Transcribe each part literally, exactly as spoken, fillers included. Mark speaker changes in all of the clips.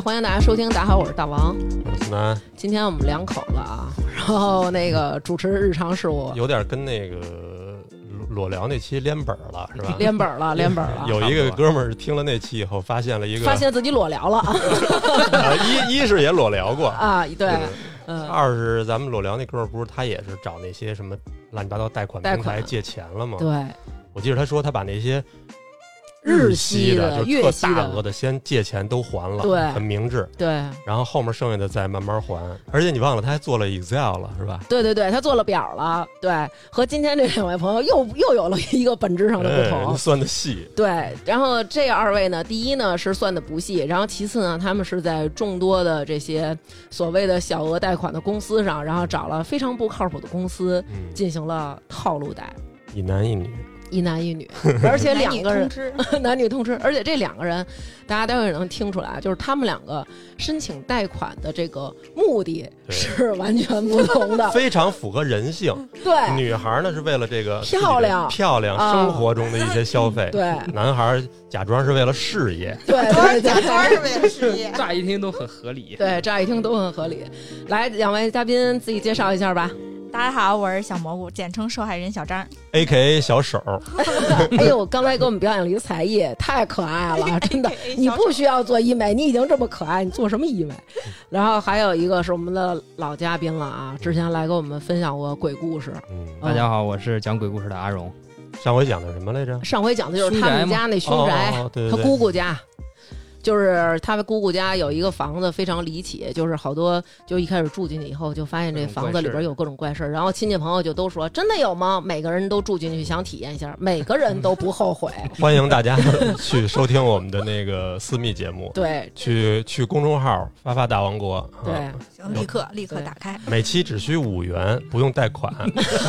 Speaker 1: 欢迎大家收听。大家好，我是大王，
Speaker 2: 我是思南。
Speaker 1: 今天我们两口子啊，然后那个主持日常事务，
Speaker 2: 有点跟那个裸聊那期连本了，是吧？
Speaker 1: 连本了，连本了。
Speaker 2: 有一个哥们儿听了那期以后，发现了一个，
Speaker 1: 发现自己裸聊了。
Speaker 2: 啊、一一是也裸聊过
Speaker 1: 啊，对。对
Speaker 2: 嗯，二是咱们裸聊那哥们儿，不是他也是找那些什么乱七八糟贷款平台借钱了吗？
Speaker 1: 对，
Speaker 2: 我记得他说他把那些
Speaker 1: 日
Speaker 2: 息
Speaker 1: 的、
Speaker 2: 就特大额的先借钱都还了，
Speaker 1: 对，
Speaker 2: 很明智。
Speaker 1: 对，
Speaker 2: 然后后面剩下的再慢慢还。而且你忘了，他还做了 Excel 了，是吧？
Speaker 1: 对对对，他做了表了。对，和今天这两位朋友又又有了一个本质上的不同，
Speaker 2: 哎、算的细。
Speaker 1: 对，然后这二位呢，第一呢是算的不细，然后其次呢，他们是在众多的这些所谓的小额贷款的公司上，然后找了非常不靠谱的公司，嗯、进行了套路贷，
Speaker 2: 一男一女。
Speaker 1: 一男一女，而且两个人男女通吃，而且这两个人，大家待会儿能听出来，就是他们两个申请贷款的这个目的是完全不同的，
Speaker 2: 非常符合人性。
Speaker 1: 对，
Speaker 2: 女孩呢是为了这个
Speaker 1: 漂亮
Speaker 2: 漂亮生活中的一些消费，
Speaker 1: 嗯、对，
Speaker 2: 男孩假装是为了事业，
Speaker 1: 对对对，
Speaker 3: 假装是为了事业，
Speaker 4: 乍一听都很合理，
Speaker 1: 对，乍一听都很合理。来，两位嘉宾自己介绍一下吧。
Speaker 3: 大家好，我是小蘑菇，简称受害人小张
Speaker 2: A K A 小手。
Speaker 1: 哎呦，刚才给我们表演了一个才艺，太可爱了，真的。你不需要做医美，你已经这么可爱，你做什么医美？然后还有一个是我们的老嘉宾了啊，之前来给我们分享过鬼故事。
Speaker 4: 嗯，大家好，我是讲鬼故事的阿荣。
Speaker 2: 上回讲的什么来着？
Speaker 1: 上回讲的就是他们家那凶宅，
Speaker 2: 哦、对对对，
Speaker 1: 他姑姑家。就是他们姑姑家有一个房子非常离奇，就是好多就一开始住进去以后就发现这房子里边有各种怪事，然后亲戚朋友就都说真的有吗？每个人都住进去想体验一下，每个人都不后悔。
Speaker 2: 欢迎大家去收听我们的那个私密节目，
Speaker 1: 对，
Speaker 2: 去去公众号发发大王国，
Speaker 1: 对，
Speaker 3: 啊、行，立刻立刻打开，
Speaker 2: 每期只需五元，不用贷款。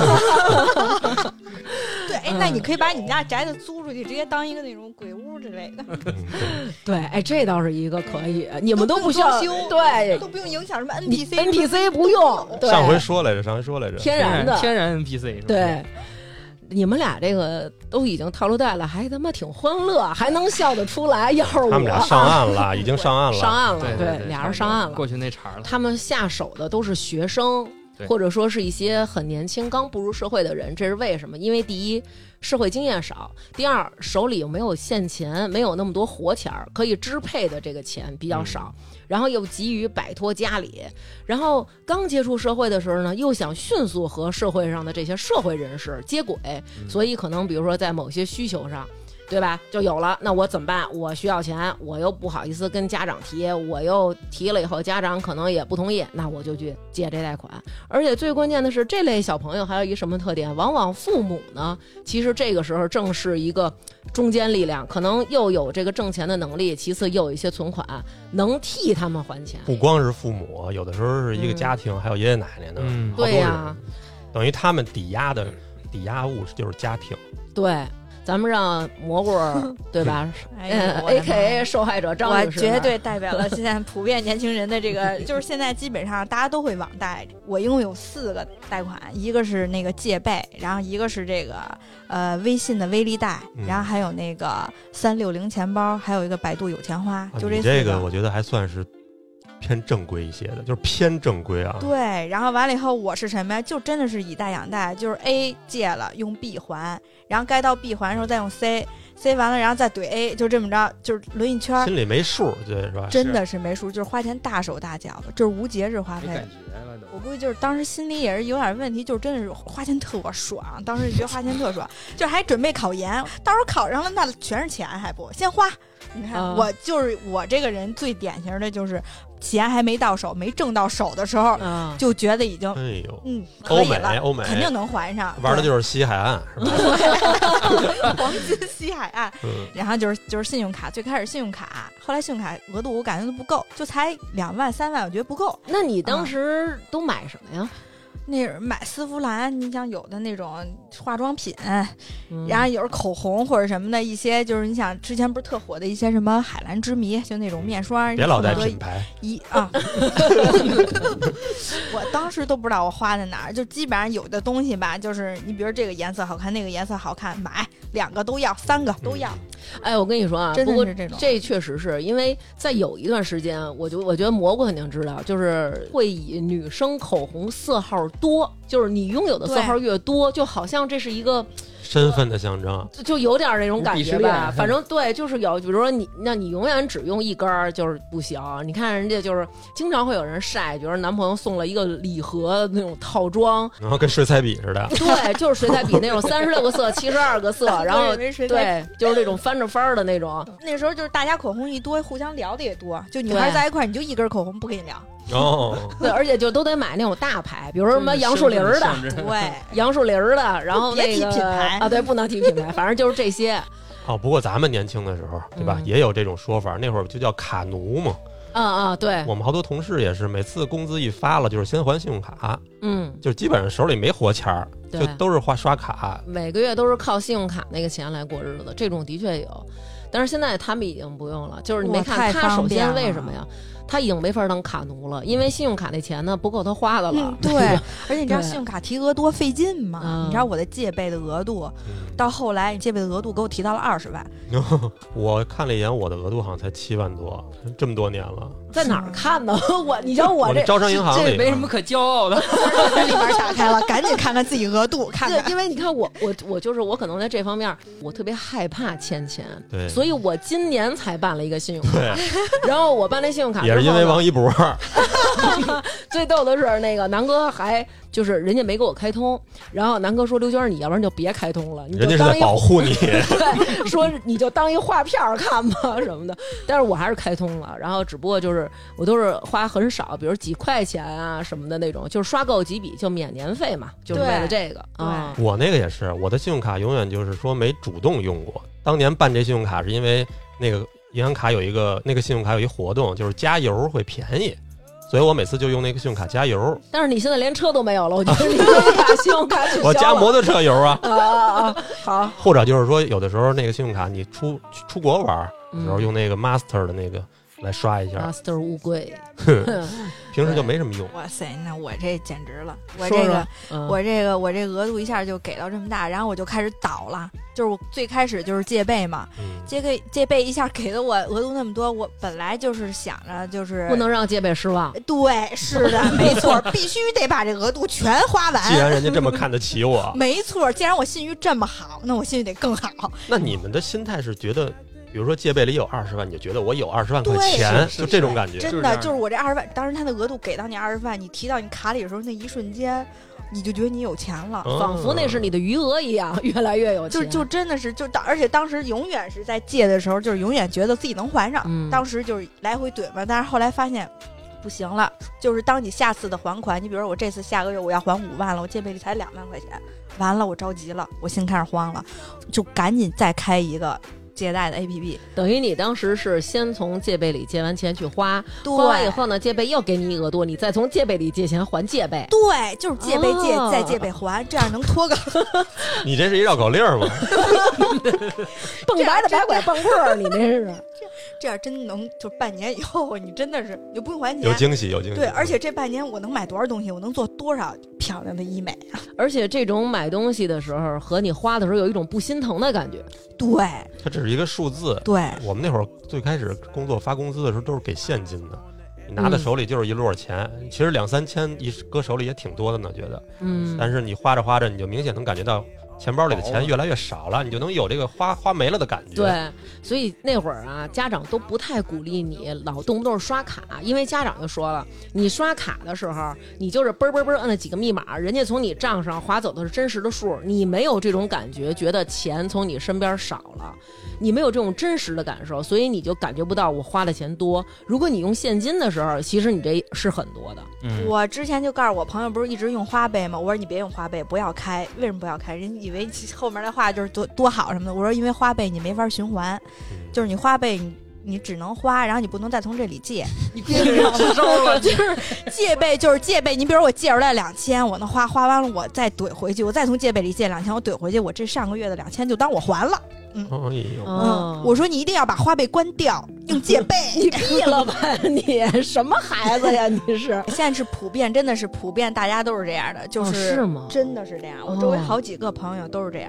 Speaker 3: 对，哎，那你可以把你们家宅子租出去，直接当一个那种鬼屋之类的。
Speaker 2: 嗯、
Speaker 1: 对，哎，这倒是一个可以，你们都不需要，对，
Speaker 3: 都不用影响什么 N P C，N
Speaker 1: P C 不用。对，
Speaker 2: 上回说来着，上回说来着，
Speaker 1: 天然的
Speaker 4: 天然 N P C。
Speaker 1: 对，你们俩这个都已经套路贷了，还他妈挺欢乐，还能笑得出来。要是我，
Speaker 2: 他们俩上岸了，已经上岸了，
Speaker 1: 上岸了，
Speaker 4: 对对对，
Speaker 1: 俩人上岸了，
Speaker 4: 过去那茬了。
Speaker 1: 他们下手的都是学生。或者说是一些很年轻刚步入社会的人，这是为什么？因为第一，社会经验少；第二，手里又没有现钱，没有那么多活钱可以支配的这个钱比较少，嗯、然后又急于摆脱家里，然后刚接触社会的时候呢，又想迅速和社会上的这些社会人士接轨，嗯、所以可能比如说在某些需求上。对吧？就有了，那我怎么办？我需要钱，我又不好意思跟家长提，我又提了以后，家长可能也不同意，那我就去借这贷款。而且最关键的是，这类小朋友还有一什么特点？往往父母呢，其实这个时候正是一个中坚力量，可能又有这个挣钱的能力，其次又有一些存款，能替他们还钱。
Speaker 2: 不光是父母，有的时候是一个家庭，嗯、还有爷爷奶奶呢。
Speaker 4: 嗯，
Speaker 1: 对呀、啊，
Speaker 2: 等于他们抵押的抵押物就是家庭。
Speaker 1: 对。咱们让蘑菇对吧？嗯 ，A K A 受害者张律师，
Speaker 3: 我绝对代表了现在普遍年轻人的这个，就是现在基本上大家都会网贷。我一共有四个贷款，一个是那个借呗，然后一个是这个呃微信的微粒贷，
Speaker 2: 嗯、
Speaker 3: 然后还有那个三六零钱包，还有一个百度有钱花，
Speaker 2: 啊、
Speaker 3: 就这四
Speaker 2: 个。这个我觉得还算是偏正规一些的，就是偏正规啊。
Speaker 3: 对，然后完了以后，我是什么呀？就真的是以贷养贷，就是 A 借了用 B 还，然后该到 B 还的时候再用 C，C 完了然后再怼 A， 就这么着，就是轮一圈，
Speaker 2: 心里没数，对是吧？
Speaker 3: 真的是没数，就是花钱大手大脚的，就是无节制花费。
Speaker 4: 没感觉了都。
Speaker 3: 我估计就是当时心里也是有点问题，就是真的是花钱特爽，当时就觉得花钱特爽，就是还准备考研，到时候考上了那全是钱，还不先花。你看、嗯、我就是我这个人最典型的就是钱还没到手没挣到手的时候、嗯、就觉得已经
Speaker 2: 哎呦
Speaker 3: 嗯可以了，
Speaker 2: 欧美
Speaker 3: 肯定能还上，
Speaker 2: 玩的就是西海岸是
Speaker 3: 吧黄金西海岸、嗯、然后就是就是信用卡，最开始信用卡，后来信用卡额度我感觉都不够，就才两万三万我觉得不够。
Speaker 1: 那你当时都买什么呀？
Speaker 3: 嗯那买丝芙兰，你像有的那种化妆品、嗯、然后有时口红或者什么的一些，就是你想之前不是特火的一些什么海蓝之谜，就那种面霜，
Speaker 2: 别老带品牌
Speaker 3: 一啊我当时都不知道我花在哪儿，就基本上有的东西吧，就是你比如这个颜色好看那个颜色好看，买两个都要三个都要、嗯、
Speaker 1: 哎，我跟你说啊，
Speaker 3: 真的
Speaker 1: 不过
Speaker 3: 是这种
Speaker 1: 这确实是因为在有一段时间，我就我觉得蘑菇肯定知道，就是会以女生口红色号多，就是你拥有的色号越多，就好像这是一个
Speaker 2: 身份的象征，
Speaker 1: 就就有点那种感觉吧。反正对，就是有，比如说你，那你永远只用一根儿就是不行。你看人家就是经常会有人晒，觉得男朋友送了一个礼盒那种套装，
Speaker 2: 然后跟水彩笔似的。
Speaker 1: 对，就是水彩笔那种三十六个色、七十二个色，然后对，就是这种翻着翻的那种。
Speaker 3: 那时候就是大家口红一多，互相聊的也多，就女孩在一块儿，你就一根口红不跟你聊。
Speaker 2: 哦，
Speaker 1: 对，而且就都得买那种大牌，比如说什么杨树林的，
Speaker 3: 对，
Speaker 1: 杨树林的，然后那个
Speaker 3: 别提品牌
Speaker 1: 啊，对，不能提品牌，反正就是这些。
Speaker 2: 哦，不过咱们年轻的时候，对吧，
Speaker 1: 嗯、
Speaker 2: 也有这种说法，那会儿就叫卡奴嘛。
Speaker 1: 啊啊，对，
Speaker 2: 我们好多同事也是，每次工资一发了，就是先还信用卡，
Speaker 1: 嗯，
Speaker 2: 就基本上手里没活钱儿，就都是花刷卡，
Speaker 1: 每个月都是靠信用卡那个钱来过日子，这种的确有。但是现在他们已经不用了，就是你没看他首先为什么呀？他已经没法当卡奴了，因为信用卡那钱呢不够他花的了。
Speaker 3: 嗯、对，而且你知道信用卡提额多费劲吗？嗯、你知道我的借呗的额度，嗯、到后来借呗的额度给我提到了二十万。
Speaker 2: 我看了一眼，我的额度好像才七万多，这么多年了。
Speaker 1: 在哪儿看呢？我，你知道我这
Speaker 2: 招商银行里，
Speaker 4: 这没什么可骄傲的。
Speaker 3: 里边打开了，赶紧看看自己额度，看看。
Speaker 1: 因为你看我，我我就是我，可能在这方面我特别害怕欠钱，
Speaker 2: 对，
Speaker 1: 所以我今年才办了一个信用卡。然后我办那信用卡
Speaker 2: 也是因为王一博。
Speaker 1: 最逗的是那个南哥还就是人家没给我开通，然后南哥说刘娟你要不然就别开通了，你就
Speaker 2: 人家是在保护你，
Speaker 1: 对，说你就当一画片看吧什么的。但是我还是开通了，然后只不过就是我都是花很少，比如几块钱啊什么的那种，就是刷够几笔就免年费嘛，就是为了这个啊、
Speaker 2: 嗯。我那个也是，我的信用卡永远就是说没主动用过。当年办这信用卡是因为那个银行卡有一个那个信用卡有一活动，就是加油会便宜。所以我每次就用那个信用卡加油。
Speaker 1: 但是你现在连车都没有了，我觉得你这卡信用卡取消了。
Speaker 2: 我加摩托车油啊。
Speaker 1: 啊啊啊！好。
Speaker 2: 或者就是说，有的时候那个信用卡你出出国玩的时候，用那个 Master 的那个来刷一下。
Speaker 1: Master 乌龟。
Speaker 2: 平时就没什么用。
Speaker 3: 哇塞，那我这简直了！我这个，
Speaker 1: 嗯、
Speaker 3: 我这个，我这额度一下就给到这么大，然后我就开始倒了。就是我最开始就是借呗嘛，
Speaker 2: 嗯、
Speaker 3: 借个借呗一下给的我额度那么多，我本来就是想着就是
Speaker 1: 不能让借呗失望。
Speaker 3: 对，是的，没错，必须得把这额度全花完。
Speaker 2: 既然人家这么看得起我，
Speaker 3: 没错，既然我信誉这么好，那我信誉得更好。
Speaker 2: 那你们的心态是觉得？比如说借呗里有二十万，你就觉得我有二十万块钱，就这种感觉。
Speaker 3: 真的就是我这二十万，当时他的额度给到你二十万，你提到你卡里的时候，那一瞬间，你就觉得你有钱了，
Speaker 2: 嗯、
Speaker 1: 仿佛那是你的余额一样，越来越有钱。
Speaker 3: 就就真的是就当，而且当时永远是在借的时候，就是永远觉得自己能还上。
Speaker 1: 嗯、
Speaker 3: 当时就是来回怼嘛，但是后来发现不行了，就是当你下次的还款，你比如说我这次下个月我要还五万了，我借呗里才两万块钱，完了我着急了，我心开始慌了，就赶紧再开一个。借贷的 A P P，
Speaker 1: 等于你当时是先从借呗里借完钱去花，
Speaker 3: 花
Speaker 1: 完以后呢，借呗又给你额度，你再从借呗里借钱还借呗。
Speaker 3: 对，就是借呗借，哦、再借呗还，这样能拖个。
Speaker 2: 你这是一绕口令吗？
Speaker 1: 蹦白的白拐棒棍儿，你这是。
Speaker 3: 这样真能就半年以后，你真的是你就不用还钱，
Speaker 2: 有惊喜，有惊喜。
Speaker 3: 对，而且这半年我能买多少东西，我能做多少漂亮的医美啊！
Speaker 1: 而且这种买东西的时候和你花的时候有一种不心疼的感觉。
Speaker 3: 对，
Speaker 2: 它只是一个数字。
Speaker 3: 对，
Speaker 2: 我们那会儿最开始工作发工资的时候都是给现金的，你拿在手里就是一摞钱，嗯、其实两三千一搁手里也挺多的呢，觉得。
Speaker 1: 嗯。
Speaker 2: 但是你花着花着，你就明显能感觉到。钱包里的钱越来越少了，你就能有这个花花没了的感觉。
Speaker 1: 对，所以那会儿啊，家长都不太鼓励你老动不动刷卡，因为家长就说了，你刷卡的时候，你就是嘣嘣嘣摁了几个密码，人家从你账上划走的是真实的数，你没有这种感觉，觉得钱从你身边少了，你没有这种真实的感受，所以你就感觉不到我花的钱多。如果你用现金的时候，其实你这是很多的。
Speaker 2: 嗯、
Speaker 3: 我之前就告诉我朋友，不是一直用花呗吗？我说你别用花呗，不要开。为什么不要开？人以为后面的话就是多多好什么的。我说因为花呗你没法循环，就是你花呗你你只能花，然后你不能再从这里借。
Speaker 4: 你别人吃收了，
Speaker 3: 就是借呗就是借呗。你比如我借出来两千，我能花花完了，我再怼回去，我再从借呗里借两千，我怼回去，我这上个月的两千就当我还了。嗯，
Speaker 2: 哎呦，
Speaker 3: 嗯，我说你一定要把花呗关掉，用借呗。
Speaker 1: 你闭了吧你，什么孩子呀？你是
Speaker 3: 现在是普遍，真的是普遍，大家都是这样的，就是、
Speaker 1: 哦、是吗？
Speaker 3: 真的是这样。我周围好几个朋友都是这样的。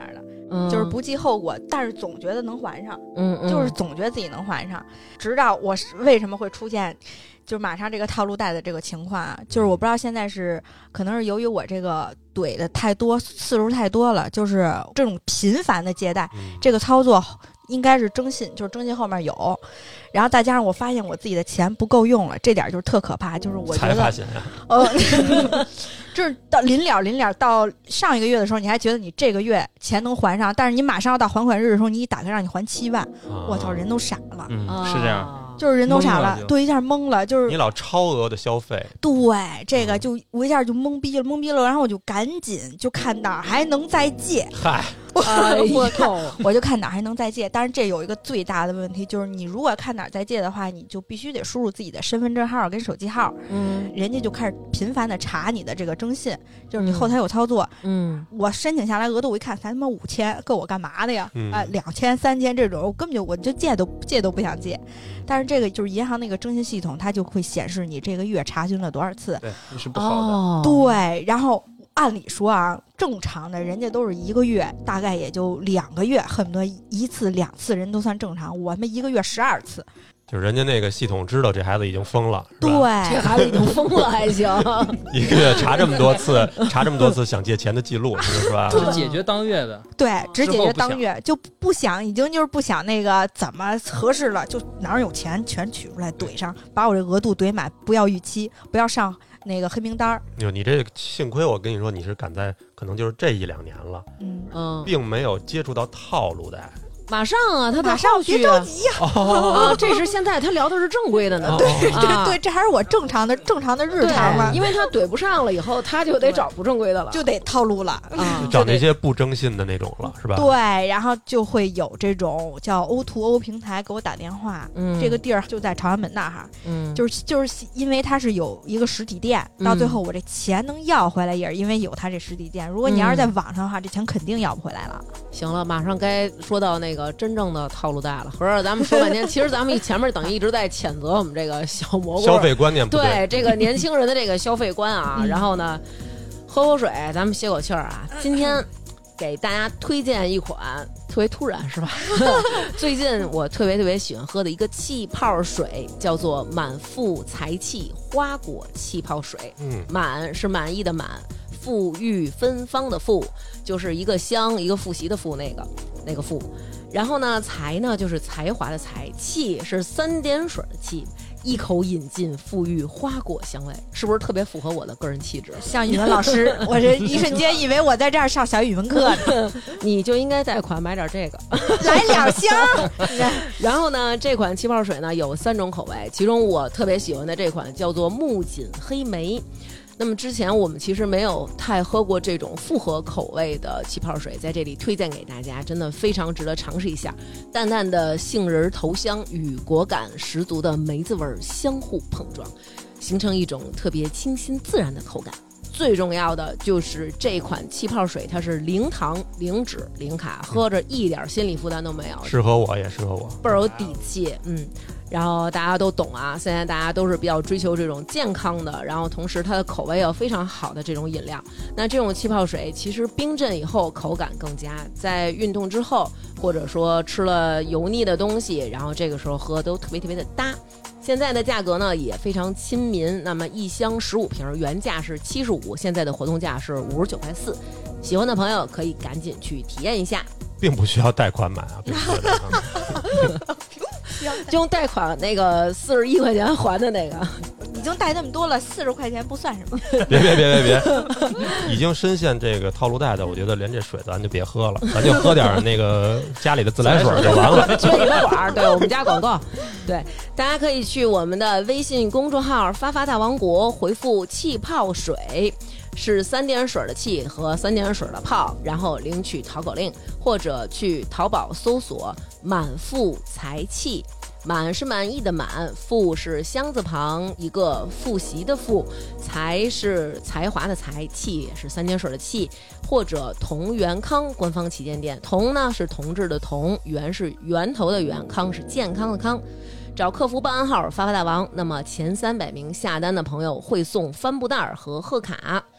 Speaker 1: 嗯、
Speaker 3: 就是不计后果，但是总觉得能还上，
Speaker 1: 嗯，嗯
Speaker 3: 就是总觉得自己能还上，直到我为什么会出现。就是马上这个套路贷的这个情况啊，就是我不知道现在是可能是由于我这个怼的太多次数太多了，就是这种频繁的借贷，
Speaker 2: 嗯、
Speaker 3: 这个操作应该是征信，就是征信后面有，然后再加上我发现我自己的钱不够用了，这点就是特可怕，就是我觉得，
Speaker 2: 才发现呀，
Speaker 3: 呃，就是到临了临了到上一个月的时候，你还觉得你这个月钱能还上，但是你马上要到还款日的时候，你一打开让你还七万，
Speaker 2: 啊、
Speaker 3: 我操，人都傻了，
Speaker 4: 嗯，是这样。
Speaker 3: 就是人都傻了，了对，一下懵了，就是
Speaker 2: 你老超额的消费，
Speaker 3: 对这个就我一下就懵逼了，懵逼了，然后我就赶紧就看哪儿还能再借，
Speaker 2: 嗨，
Speaker 1: 哎、
Speaker 3: 我看我就看哪儿还能再借，但是这有一个最大的问题，就是你如果看哪儿再借的话，你就必须得输入自己的身份证号跟手机号，
Speaker 1: 嗯，
Speaker 3: 人家就开始频繁的查你的这个征信，就是你后台有操作，
Speaker 1: 嗯，
Speaker 3: 我申请下来额度我一看才他妈五千，够我干嘛的呀？
Speaker 2: 嗯、
Speaker 3: 啊，两千三千这种，我根本就我就借都借都不想借，但是这个就是银行那个征信系统，它就会显示你这个月查询了多少次，
Speaker 4: 对，这是不好的。
Speaker 1: 哦、
Speaker 3: 对，然后按理说啊，正常的人家都是一个月，大概也就两个月，恨不得一次两次人都算正常，我们一个月十二次。
Speaker 2: 就是人家那个系统知道这孩子已经疯了，
Speaker 3: 对，
Speaker 1: 这孩子已经疯了还行，
Speaker 2: 一个月查这么多次，查这么多次想借钱的记录，是吧？
Speaker 4: 只解决当月的，
Speaker 3: 对，只解决当月，就不想，已经就是不想那个怎么合适了，就哪儿有钱全取出来怼上，把我这额度怼满，不要逾期，不要上那个黑名单。
Speaker 2: 哟，你这幸亏我跟你说，你是赶在可能就是这一两年了，
Speaker 3: 嗯
Speaker 1: 嗯，
Speaker 2: 并没有接触到套路贷。
Speaker 1: 马上啊，他
Speaker 3: 马上别着急呀！
Speaker 1: 哦，这是现在他聊的是正规的呢。
Speaker 3: 对对对，这还是我正常的正常的日常嘛。
Speaker 1: 因为他怼不上了以后，他就得找不正规的了，
Speaker 3: 就得套路了
Speaker 1: 啊，
Speaker 2: 找那些不征信的那种了，是吧？
Speaker 3: 对，然后就会有这种叫 O to O 平台给我打电话，
Speaker 1: 嗯，
Speaker 3: 这个地儿就在朝阳门那哈，
Speaker 1: 嗯，
Speaker 3: 就是就是因为它是有一个实体店，到最后我这钱能要回来，也是因为有它这实体店。如果你要是在网上的话，这钱肯定要不回来了。
Speaker 1: 行了，马上该说到那个真正的套路贷了。合着咱们说半天，其实咱们前面等于一直在谴责我们这个小蘑菇
Speaker 2: 消费观念不对，
Speaker 1: 对这个年轻人的这个消费观啊。嗯、然后呢，喝口水，咱们歇口气儿啊。今天给大家推荐一款特别突然是吧？最近我特别特别喜欢喝的一个气泡水，叫做满腹才气花果气泡水。
Speaker 2: 嗯，
Speaker 1: 满是满意的满。馥郁芬芳的馥，就是一个香一个复习的复，那个那个馥。然后呢，才呢就是才华的才，气是三点水的气，一口饮尽馥郁花果香味，是不是特别符合我的个人气质？
Speaker 3: 像语文老师，我这一瞬间以为我在这儿上小语文课呢。
Speaker 1: 你就应该贷款买点这个，
Speaker 3: 来两箱。
Speaker 1: 然后呢，这款气泡水呢有三种口味，其中我特别喜欢的这款叫做木槿黑莓。那么之前我们其实没有太喝过这种复合口味的气泡水，在这里推荐给大家，真的非常值得尝试一下。淡淡的杏仁头香与果感十足的梅子味相互碰撞，形成一种特别清新自然的口感。最重要的就是这款气泡水，它是零糖、零脂、零卡，喝着一点心理负担都没有，
Speaker 2: 适合我也适合我，
Speaker 1: 倍儿有底气。嗯。然后大家都懂啊，现在大家都是比较追求这种健康的，然后同时它的口味又非常好的这种饮料。那这种气泡水其实冰镇以后口感更佳，在运动之后或者说吃了油腻的东西，然后这个时候喝都特别特别的搭。现在的价格呢也非常亲民，那么一箱十五瓶，原价是七十五，现在的活动价是五十九块四。喜欢的朋友可以赶紧去体验一下，
Speaker 2: 并不需要贷款买啊，并不需要
Speaker 1: 就用贷款那个四十一块钱还的那个，
Speaker 3: 已经贷那么多了，四十块钱不算什么。
Speaker 2: 别别别别别，已经深陷这个套路贷的，我觉得连这水咱就别喝了，咱就喝点那个家里的自来水就完了。
Speaker 1: 去你们馆，对我们家广告。对，大家可以去我们的微信公众号"发发大王国"回复"气泡水"。是三点水的气和三点水的泡，然后领取淘口令，或者去淘宝搜索满腹才气，满是满意的满，腹是香字旁一个复习的复，才是才华的才，气是三点水的气，或者同源康官方旗舰店，同呢是同志的同，源是源头的源，康是健康的康。找客服报暗号发发大王，那么前三百名下单的朋友会送帆布袋和贺卡。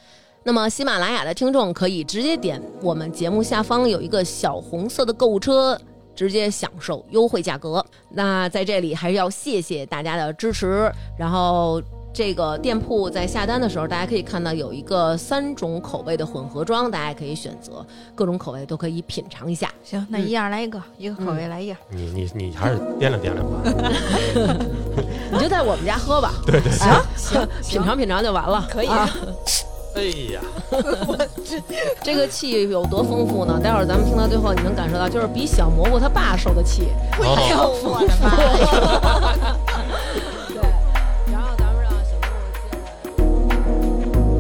Speaker 1: 那么喜马拉雅的听众可以直接点我们节目下方有一个小红色的购物车，直接享受优惠价格。那在这里还是要谢谢大家的支持，然后这个店铺在下单的时候，大家可以看到有一个三种口味的混合装，大家可以选择各种口味都可以品尝一下。
Speaker 3: 行，那一样来一个，嗯、一个口味来一个。
Speaker 2: 你你你还是掂量掂量吧。
Speaker 1: 你就在我们家喝吧。
Speaker 2: 对对，
Speaker 1: 行行，品尝品尝就完了。
Speaker 3: 可以。
Speaker 1: 啊
Speaker 2: 哎呀，
Speaker 3: 我这
Speaker 1: 这个气有多丰富呢？待会儿咱们听到最后，你能感受到，就是比小蘑菇他爸受的气。
Speaker 3: 哎呦，我的妈呀！
Speaker 1: 对，然后咱们让小蘑菇接着。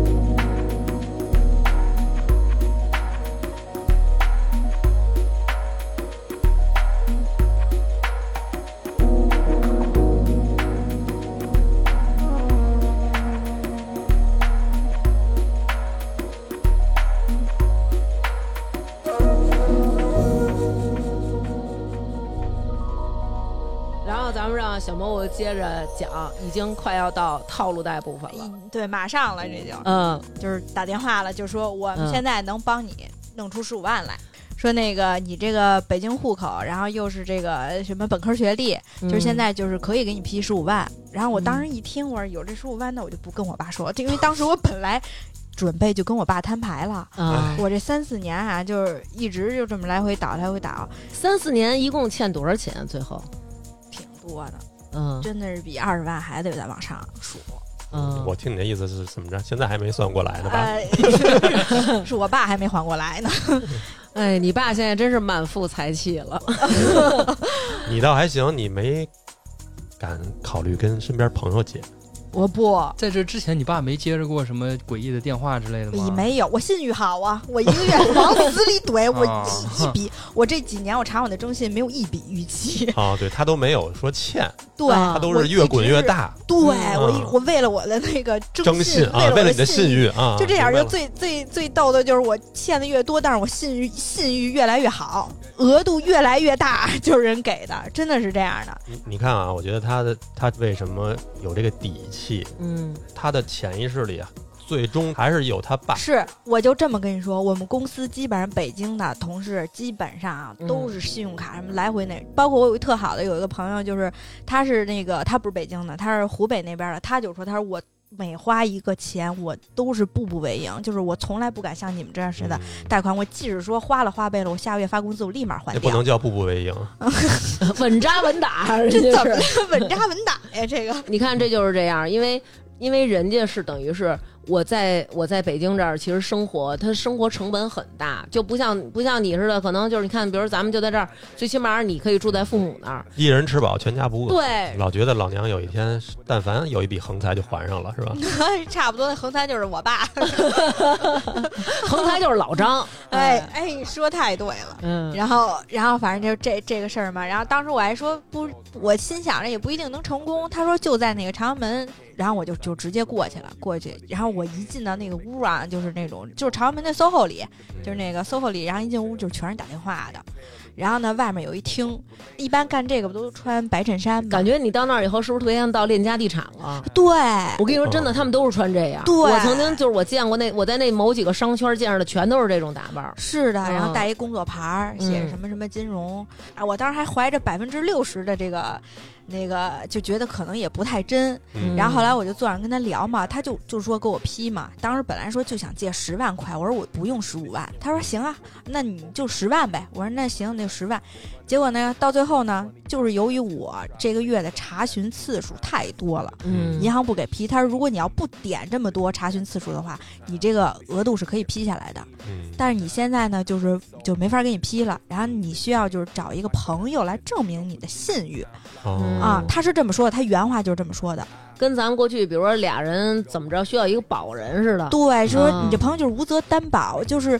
Speaker 1: 咱们让小蘑菇接着讲，已经快要到套路贷部分了。
Speaker 3: 嗯、对，马上了，这就
Speaker 1: 嗯，
Speaker 3: 就是打电话了，就说我们现在能帮你弄出十五万来。嗯、说那个你这个北京户口，然后又是这个什么本科学历，嗯、就是现在就是可以给你批十五万。然后我当时一听，我说有这十五万，那我就不跟我爸说，因为当时我本来准备就跟我爸摊牌了。
Speaker 1: 啊，
Speaker 3: 我这三四年啊，就是一直就这么来回倒来回倒。
Speaker 1: 三四年一共欠多少钱？最后？
Speaker 3: 挺多的，
Speaker 1: 嗯，
Speaker 3: 真的是比二十万还得再往上数。
Speaker 1: 嗯，
Speaker 2: 我听你的意思是怎么着？现在还没算过来呢吧？
Speaker 3: 呃、是我爸还没还过来呢。
Speaker 1: 哎，你爸现在真是满腹才气了。
Speaker 2: 你倒还行，你没敢考虑跟身边朋友借。
Speaker 3: 我不
Speaker 4: 在这之前，你爸没接着过什么诡异的电话之类的吗？
Speaker 3: 没有，我信誉好啊，我一个月往死里怼，我一一笔，我这几年我查我的征信没有一笔逾期
Speaker 2: 啊，对他都没有说欠，
Speaker 3: 对，
Speaker 2: 他都是越滚越大。
Speaker 3: 对、嗯、我一我为了我的那个
Speaker 2: 征信
Speaker 3: 啊，
Speaker 2: 为了你的信誉啊，
Speaker 3: 就这样，就最最最逗的就是我欠的越多，但是我信誉信誉越来越好，额度越来越大，就是人给的，真的是这样的。
Speaker 2: 你你看啊，我觉得他的他为什么有这个底气？
Speaker 1: 嗯，
Speaker 2: 他的潜意识里啊，最终还是有他爸。
Speaker 3: 是，我就这么跟你说，我们公司基本上北京的同事基本上啊都是信用卡什么来回那，包括我有一特好的有一个朋友，就是他是那个他不是北京的，他是湖北那边的，他就说他说我每花一个钱我都是步步为营，就是我从来不敢像你们这样似的贷款，我即使说花了花呗了，我下个月发工资我立马还掉。
Speaker 2: 也不能叫步步为营，
Speaker 1: 稳扎稳打，
Speaker 3: 这怎么稳扎稳打呀？这个
Speaker 1: 你看这就是这样，因为因为人家是等于是我在我在北京这儿，其实生活他生活成本很大，就不像不像你似的，可能就是你看，比如咱们就在这儿，最起码你可以住在父母那儿，
Speaker 2: 一人吃饱全家不饿。
Speaker 1: 对，
Speaker 2: 老觉得老娘有一天但凡有一笔横财就还上了，是吧？
Speaker 3: 差不多，那横财就是我爸，
Speaker 1: 横财就是老张。
Speaker 3: 哎哎，你说太对了。
Speaker 1: 嗯，
Speaker 3: 然后然后反正就这这个事儿嘛，然后当时我还说不，我心想着也不一定能成功。他说就在那个长安门。然后我就就直接过去了，过去，然后我一进到那个屋啊，就是那种就是长安门的 S O H O 里，就是那个 S O H O 里，然后一进屋就全是打电话的，然后呢外面有一厅，一般干这个不都穿白衬衫吗？
Speaker 1: 感觉你到那儿以后是不是特别像到链家地产了？
Speaker 3: 对，
Speaker 1: 我跟你说真的，他们都是穿这样。
Speaker 3: 对，
Speaker 1: 我曾经就是我见过那我在那某几个商圈见着的全都是这种打扮。
Speaker 3: 是的，然后带一工作牌，嗯、写着什么什么金融啊，我当时还怀着百分之六十的这个。那个就觉得可能也不太真，
Speaker 2: 嗯、
Speaker 3: 然后后来我就坐上跟他聊嘛，他就就说给我批嘛。当时本来说就想借十万块，我说我不用十五万，他说行啊，那你就十万呗。我说那行，那就十万。结果呢，到最后呢，就是由于我这个月的查询次数太多了，
Speaker 1: 嗯，
Speaker 3: 银行不给批。他说如果你要不点这么多查询次数的话，你这个额度是可以批下来的。
Speaker 2: 嗯，
Speaker 3: 但是你现在呢，就是就没法给你批了，然后你需要就是找一个朋友来证明你的信誉。
Speaker 2: 哦、
Speaker 3: 啊，他是这么说的，他原话就是这么说的，
Speaker 1: 跟咱们过去比如说俩人怎么着需要一个保人似的。
Speaker 3: 对，说你这朋友就是无责担保，就是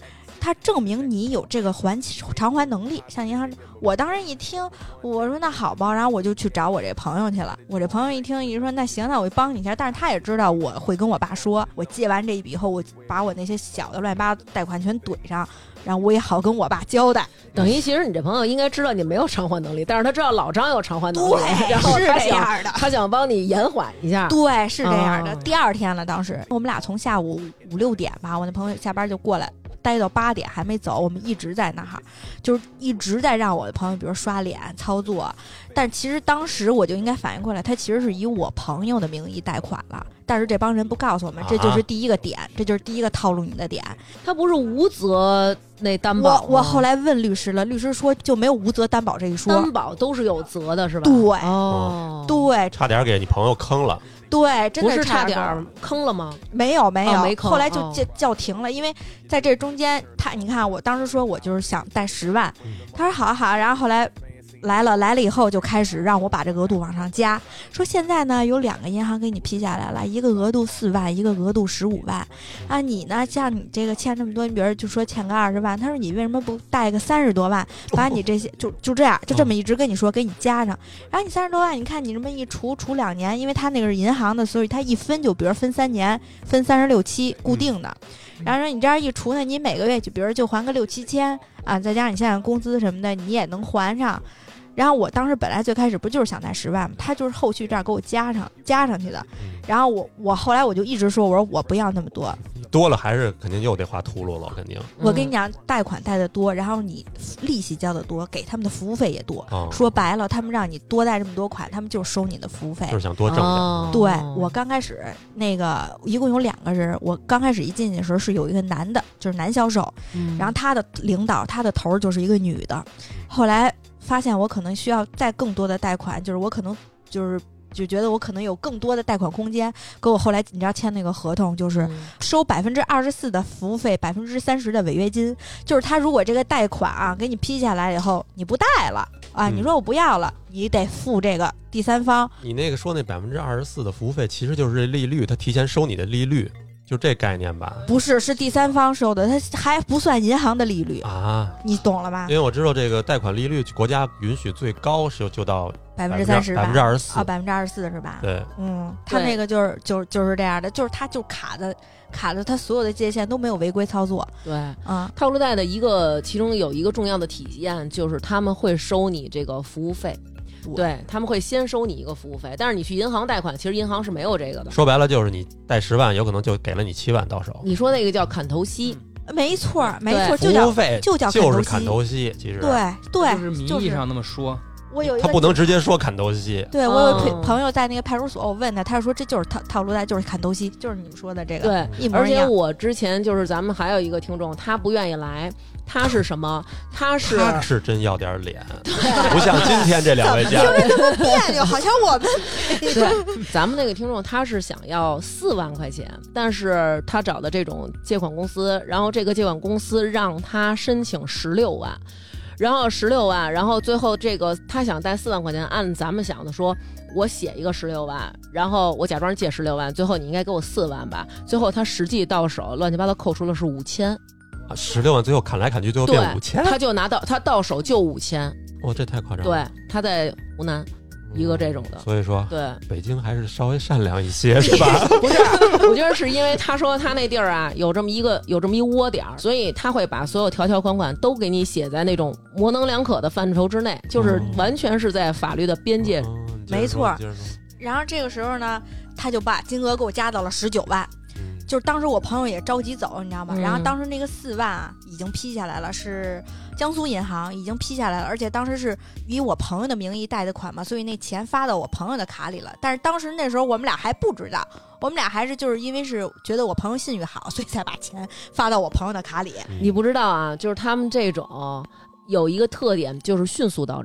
Speaker 3: 它证明你有这个还偿还能力。像银行，我当时一听，我说那好吧，然后我就去找我这朋友去了。我这朋友一听，一说那行，那我就帮你一下。但是他也知道我会跟我爸说，我借完这一笔后，我把我那些小的乱七八糟贷款全怼上，然后我也好跟我爸交代。
Speaker 1: 等于其实你这朋友应该知道你没有偿还能力，但是他知道老张有偿还能力，
Speaker 3: 对，
Speaker 1: 然后
Speaker 3: 是
Speaker 1: 他想
Speaker 3: 这样的，
Speaker 1: 他想帮你延缓一下。
Speaker 3: 对，是这样的。
Speaker 1: 哦、
Speaker 3: 第二天了，当时我们俩从下午五六点吧，我那朋友下班就过来。待到八点还没走，我们一直在那儿，就是一直在让我的朋友，比如刷脸操作。但其实当时我就应该反应过来，他其实是以我朋友的名义贷款了，但是这帮人不告诉我们，这就是第一个点，啊、这就是第一个套路你的点。
Speaker 1: 他不是无责那担保吗？
Speaker 3: 我我后来问律师了，律师说就没有无责担保这一说，
Speaker 1: 担保都是有责的，是吧？
Speaker 3: 对，
Speaker 1: 哦，
Speaker 3: 对，
Speaker 2: 差点给你朋友坑了。
Speaker 3: 对，真的
Speaker 1: 不是差
Speaker 3: 点
Speaker 1: 点坑了吗？
Speaker 3: 没有没有，
Speaker 1: 哦、没坑
Speaker 3: 后来就叫
Speaker 1: 哦
Speaker 3: 叫停了，因为在这中间，他你看我当时说我就是想贷十万，他说好啊好啊，然后后来来了来了以后就开始让我把这个额度往上加，说现在呢有两个银行给你批下来了，一个额度四万，一个额度十五万啊，你呢像你这个欠这么多，你比如就说欠个二十万，他说你为什么不贷个三十多万，把你这些就就这样就这么一直跟你说给你加上，然后你三十多万，你看你这么一除除两年，因为他那个是银行的，所以他一分就比如分三年，分三十六期固定的，然后说你这样一除呢，你每个月就比如就还个六七千啊，再加上你现在工资什么的，你也能还上。然后我当时本来最开始不就是想贷十万吗？他就是后续这样给我加上加上去的。然后我我后来我就一直说，我说我不要那么多，
Speaker 2: 多了还是肯定又得花秃噜了，肯定。
Speaker 3: 我跟你讲，贷款贷的多，然后你利息交的多，给他们的服务费也多。
Speaker 2: 哦、
Speaker 3: 说白了，他们让你多贷这么多款，他们就是收你的服务费，
Speaker 2: 就是想多挣点。
Speaker 1: 哦、
Speaker 3: 对，我刚开始那个一共有两个人，我刚开始一进去的时候是有一个男的，就是男销售，
Speaker 1: 嗯、
Speaker 3: 然后他的领导他的头就是一个女的，后来。发现我可能需要贷更多的贷款，就是我可能就是就觉得我可能有更多的贷款空间，给我后来你知道签那个合同，就是收百分之二十四的服务费，百分之三十的违约金，就是他如果这个贷款啊给你批下来以后你不贷了啊，
Speaker 2: 嗯、
Speaker 3: 你说我不要了，你得付这个第三方。
Speaker 2: 你那个说那百分之二十四的服务费，其实就是利率，他提前收你的利率。就这概念吧？
Speaker 3: 不是，是第三方收的，它还不算银行的利率
Speaker 2: 啊，
Speaker 3: 你懂了吧？
Speaker 2: 因为我知道这个贷款利率，国家允许最高是就到
Speaker 3: 百分之三十，
Speaker 2: 百分之二十四
Speaker 3: 啊，百分之二十四是吧？
Speaker 2: 对，
Speaker 3: 嗯，他那个就是就就是这样的，就是他就卡的卡的，他所有的界限都没有违规操作。
Speaker 1: 对，
Speaker 3: 啊、嗯，
Speaker 1: 套路贷的一个其中有一个重要的体验就是他们会收你这个服务费。对，他们会先收你一个服务费，但是你去银行贷款，其实银行是没有这个的。
Speaker 2: 说白了就是你贷十万，有可能就给了你七万到手。
Speaker 1: 你说那个叫砍头息，
Speaker 3: 嗯、没错，没错，就叫
Speaker 2: 服务费
Speaker 3: 就叫
Speaker 2: 就是砍头息，其实
Speaker 3: 对对，
Speaker 4: 就是名义上那么说。
Speaker 3: 我有一
Speaker 2: 他不能直接说砍头息。
Speaker 3: 对，我有朋友在那个派出所，我问他，他说这就是套套路贷，就是砍头息，就是你们说的这个。
Speaker 1: 对，
Speaker 3: 一模一样。
Speaker 1: 而且我之前就是咱们还有一个听众，他不愿意来。他是什么？他是
Speaker 2: 他是真要点脸，不像今天这两位嘉
Speaker 3: 宾这么别扭，好像我们
Speaker 1: 对咱们那个听众，他是想要四万块钱，但是他找的这种借款公司，然后这个借款公司让他申请十六万，然后十六万，然后最后这个他想贷四万块钱，按咱们想的说，我写一个十六万，然后我假装借十六万，最后你应该给我四万吧，最后他实际到手乱七八糟扣除了是五千。
Speaker 2: 十六万最后砍来砍去，最后变五千，
Speaker 1: 他就拿到他到手就五千，
Speaker 2: 哦，这太夸张了。
Speaker 1: 对，他在湖南，一个这种的。
Speaker 2: 所以说，
Speaker 1: 对，
Speaker 2: 北京还是稍微善良一些，是吧？
Speaker 1: 不是，我觉得是因为他说他那地儿啊有这么一个有这么一窝点儿，所以他会把所有条条款款都给你写在那种模棱两可的范畴之内，就是完全是在法律的边界。
Speaker 2: 哦、
Speaker 3: 没错。然后这个时候呢，他就把金额给我加到了十九万。就是当时我朋友也着急走，你知道吗？嗯、然后当时那个四万啊，已经批下来了，是江苏银行已经批下来了，而且当时是以我朋友的名义贷的款嘛，所以那钱发到我朋友的卡里了。但是当时那时候我们俩还不知道，我们俩还是就是因为是觉得我朋友信誉好，所以才把钱发到我朋友的卡里。
Speaker 1: 你不知道啊，就是他们这种有一个特点，就是迅速到账。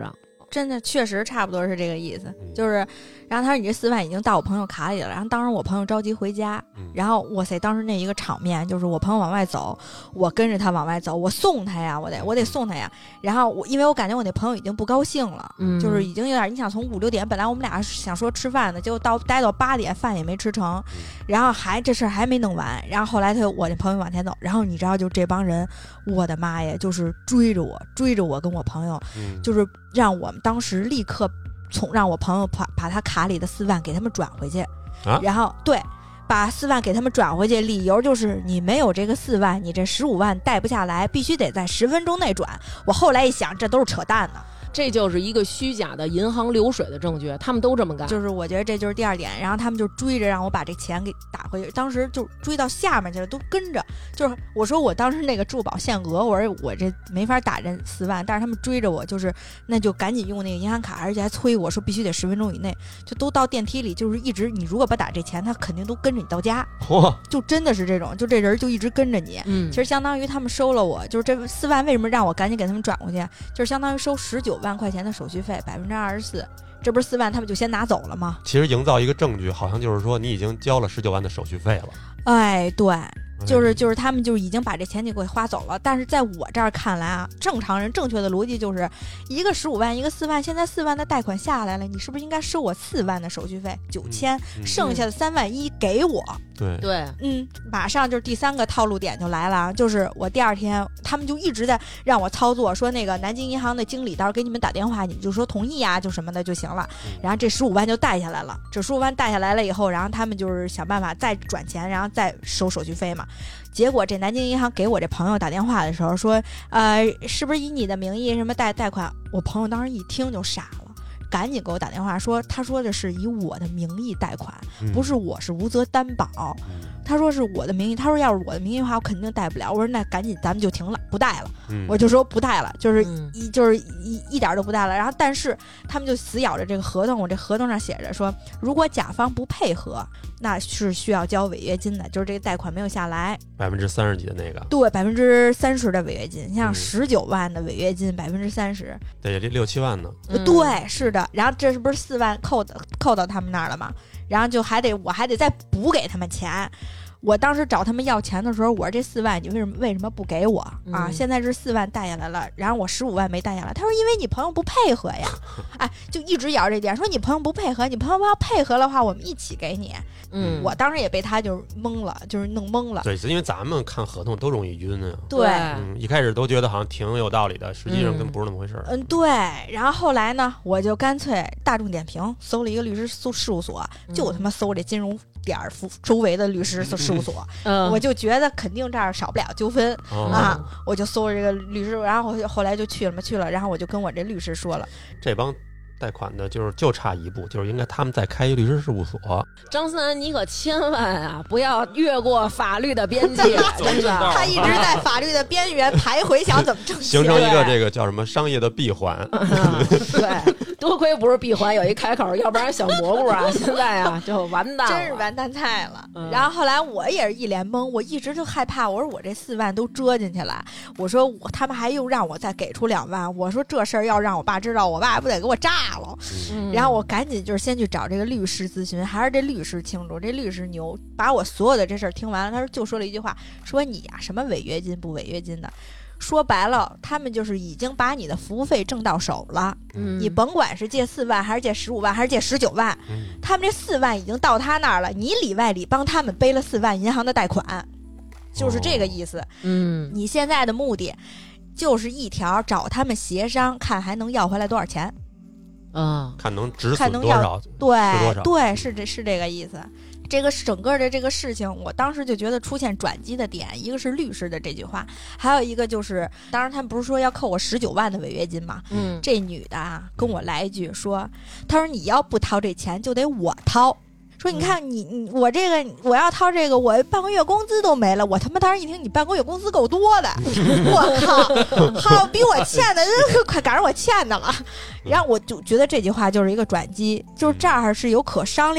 Speaker 3: 真的确实差不多是这个意思，就是，然后他说你这四万已经到我朋友卡里了，然后当时我朋友着急回家，然后哇塞，当时那一个场面就是我朋友往外走，我跟着他往外走，我送他呀，我得我得送他呀，然后我因为我感觉我那朋友已经不高兴了，嗯、就是已经有点，你想从五六点本来我们俩想说吃饭的，结果到待到八点饭也没吃成，然后还这事儿还没弄完，然后后来他我那朋友往前走，然后你知道就这帮人，我的妈呀，就是追着我追着我跟我朋友，嗯、就是。让我们当时立刻从让我朋友把把他卡里的四万给他们转回去，啊、然后对，把四万给他们转回去，理由就是你没有这个四万，你这十五万带不下来，必须得在十分钟内转。我后来一想，这都是扯淡的。
Speaker 1: 这就是一个虚假的银行流水的证据，他们都这么干。
Speaker 3: 就是我觉得这就是第二点，然后他们就追着让我把这钱给打回去，当时就追到下面去了，都跟着。就是我说我当时那个支付宝限额，我说我这没法打这四万，但是他们追着我，就是那就赶紧用那个银行卡，而且还催我说必须得十分钟以内，就都到电梯里，就是一直你如果不打这钱，他肯定都跟着你到家。哇，就真的是这种，就这人就一直跟着你。嗯，其实相当于他们收了我，就是这四万为什么让我赶紧给他们转过去，就是相当于收十九万块钱的手续费，百分之二十四，这不是四万他们就先拿走了吗？
Speaker 2: 其实营造一个证据，好像就是说你已经交了十九万的手续费了。
Speaker 3: 哎，对。就是就是他们就已经把这钱就给花走了，但是在我这儿看来啊，正常人正确的逻辑就是一个十五万一个四万，现在四万的贷款下来了，你是不是应该收我四万的手续费九千、嗯、剩下的三万一给我？
Speaker 2: 对
Speaker 1: 对，
Speaker 3: 嗯，马上就是第三个套路点就来了，就是我第二天他们就一直在让我操作，说那个南京银行的经理到时候给你们打电话，你们就说同意啊，就什么的就行了。然后这十五万就贷下来了，这十五万贷下来了以后，然后他们就是想办法再转钱，然后再收手续费嘛。结果这南京银行给我这朋友打电话的时候说，呃，是不是以你的名义什么贷贷款？我朋友当时一听就傻了，赶紧给我打电话说，他说的是以我的名义贷款，不是我是无责担保。他说是我的名义，他说要是我的名义的话，我肯定贷不了。我说那赶紧咱们就停了，不贷了。嗯、我就说不贷了，就是一就是一一点都不贷了。然后但是他们就死咬着这个合同，我这合同上写着说，如果甲方不配合，那是需要交违约金的，就是这个贷款没有下来，
Speaker 2: 百分之三十几的那个，
Speaker 3: 对，百分之三十的违约金。你像十九万的违约金，百分之三十，
Speaker 2: 对，这六七万呢。
Speaker 3: 嗯、对，是的。然后这是不是四万扣的扣到他们那儿了吗？然后就还得我还得再补给他们钱。我当时找他们要钱的时候，我说这四万你为什么为什么不给我啊？嗯、现在是四万贷下来了，然后我十五万没贷下来。他说因为你朋友不配合呀，哎，就一直咬这点，说你朋友不配合，你朋友要配合的话，我们一起给你。嗯，我当时也被他就懵了，就是弄懵了。
Speaker 2: 对，因为咱们看合同都容易晕啊。
Speaker 3: 对、
Speaker 2: 嗯，一开始都觉得好像挺有道理的，实际上跟不是那么回事。
Speaker 3: 嗯，对。然后后来呢，我就干脆大众点评搜了一个律师事务所，就他妈搜这金融点儿周围的律师事务所，嗯、我就觉得肯定这儿少不了纠纷、哦、啊，我就搜这个律师，然后后来就去了嘛去了，然后我就跟我这律师说了，
Speaker 2: 这帮贷款的就是就差一步，就是应该他们再开一律师事务所。
Speaker 1: 张思楠，你可千万啊不要越过法律的边界，真的，
Speaker 3: 他一直在法律的边缘徘徊，想怎么挣钱，
Speaker 2: 形成一个这个叫什么商业的闭环。
Speaker 1: 嗯、对，多亏不是闭环，有一开口，要不然小蘑菇啊，现在啊就完蛋了，
Speaker 3: 真是完蛋菜了。嗯、然后后来我也是一脸懵，我一直就害怕，我说我这四万都折进去了，我说我他们还又让我再给出两万，我说这事儿要让我爸知道，我爸不得给我炸。嗯、然后我赶紧就是先去找这个律师咨询，还是这律师清楚，这律师牛，把我所有的这事儿听完了，他说就说了一句话，说你呀、啊、什么违约金不违约金的，说白了他们就是已经把你的服务费挣到手了，嗯、你甭管是借四万还是借十五万还是借十九万，嗯、他们这四万已经到他那儿了，你里外里帮他们背了四万银行的贷款，就是这个意思。嗯，你现在的目的就是一条，找他们协商，看还能要回来多少钱。
Speaker 2: 嗯，看能止损多少，
Speaker 3: 对对，是这是这个意思。这个整个的这个事情，我当时就觉得出现转机的点，一个是律师的这句话，还有一个就是，当然他们不是说要扣我十九万的违约金嘛？嗯，这女的啊跟我来一句说，她说你要不掏这钱就得我掏。说你看你你我这个我要掏这个，我半个月工资都没了。我他妈当时一听你半个月工资够多的，我靠，好比我欠的快赶上我欠的了。然后我就觉得这句话就是一个转机，就是这儿是有可商量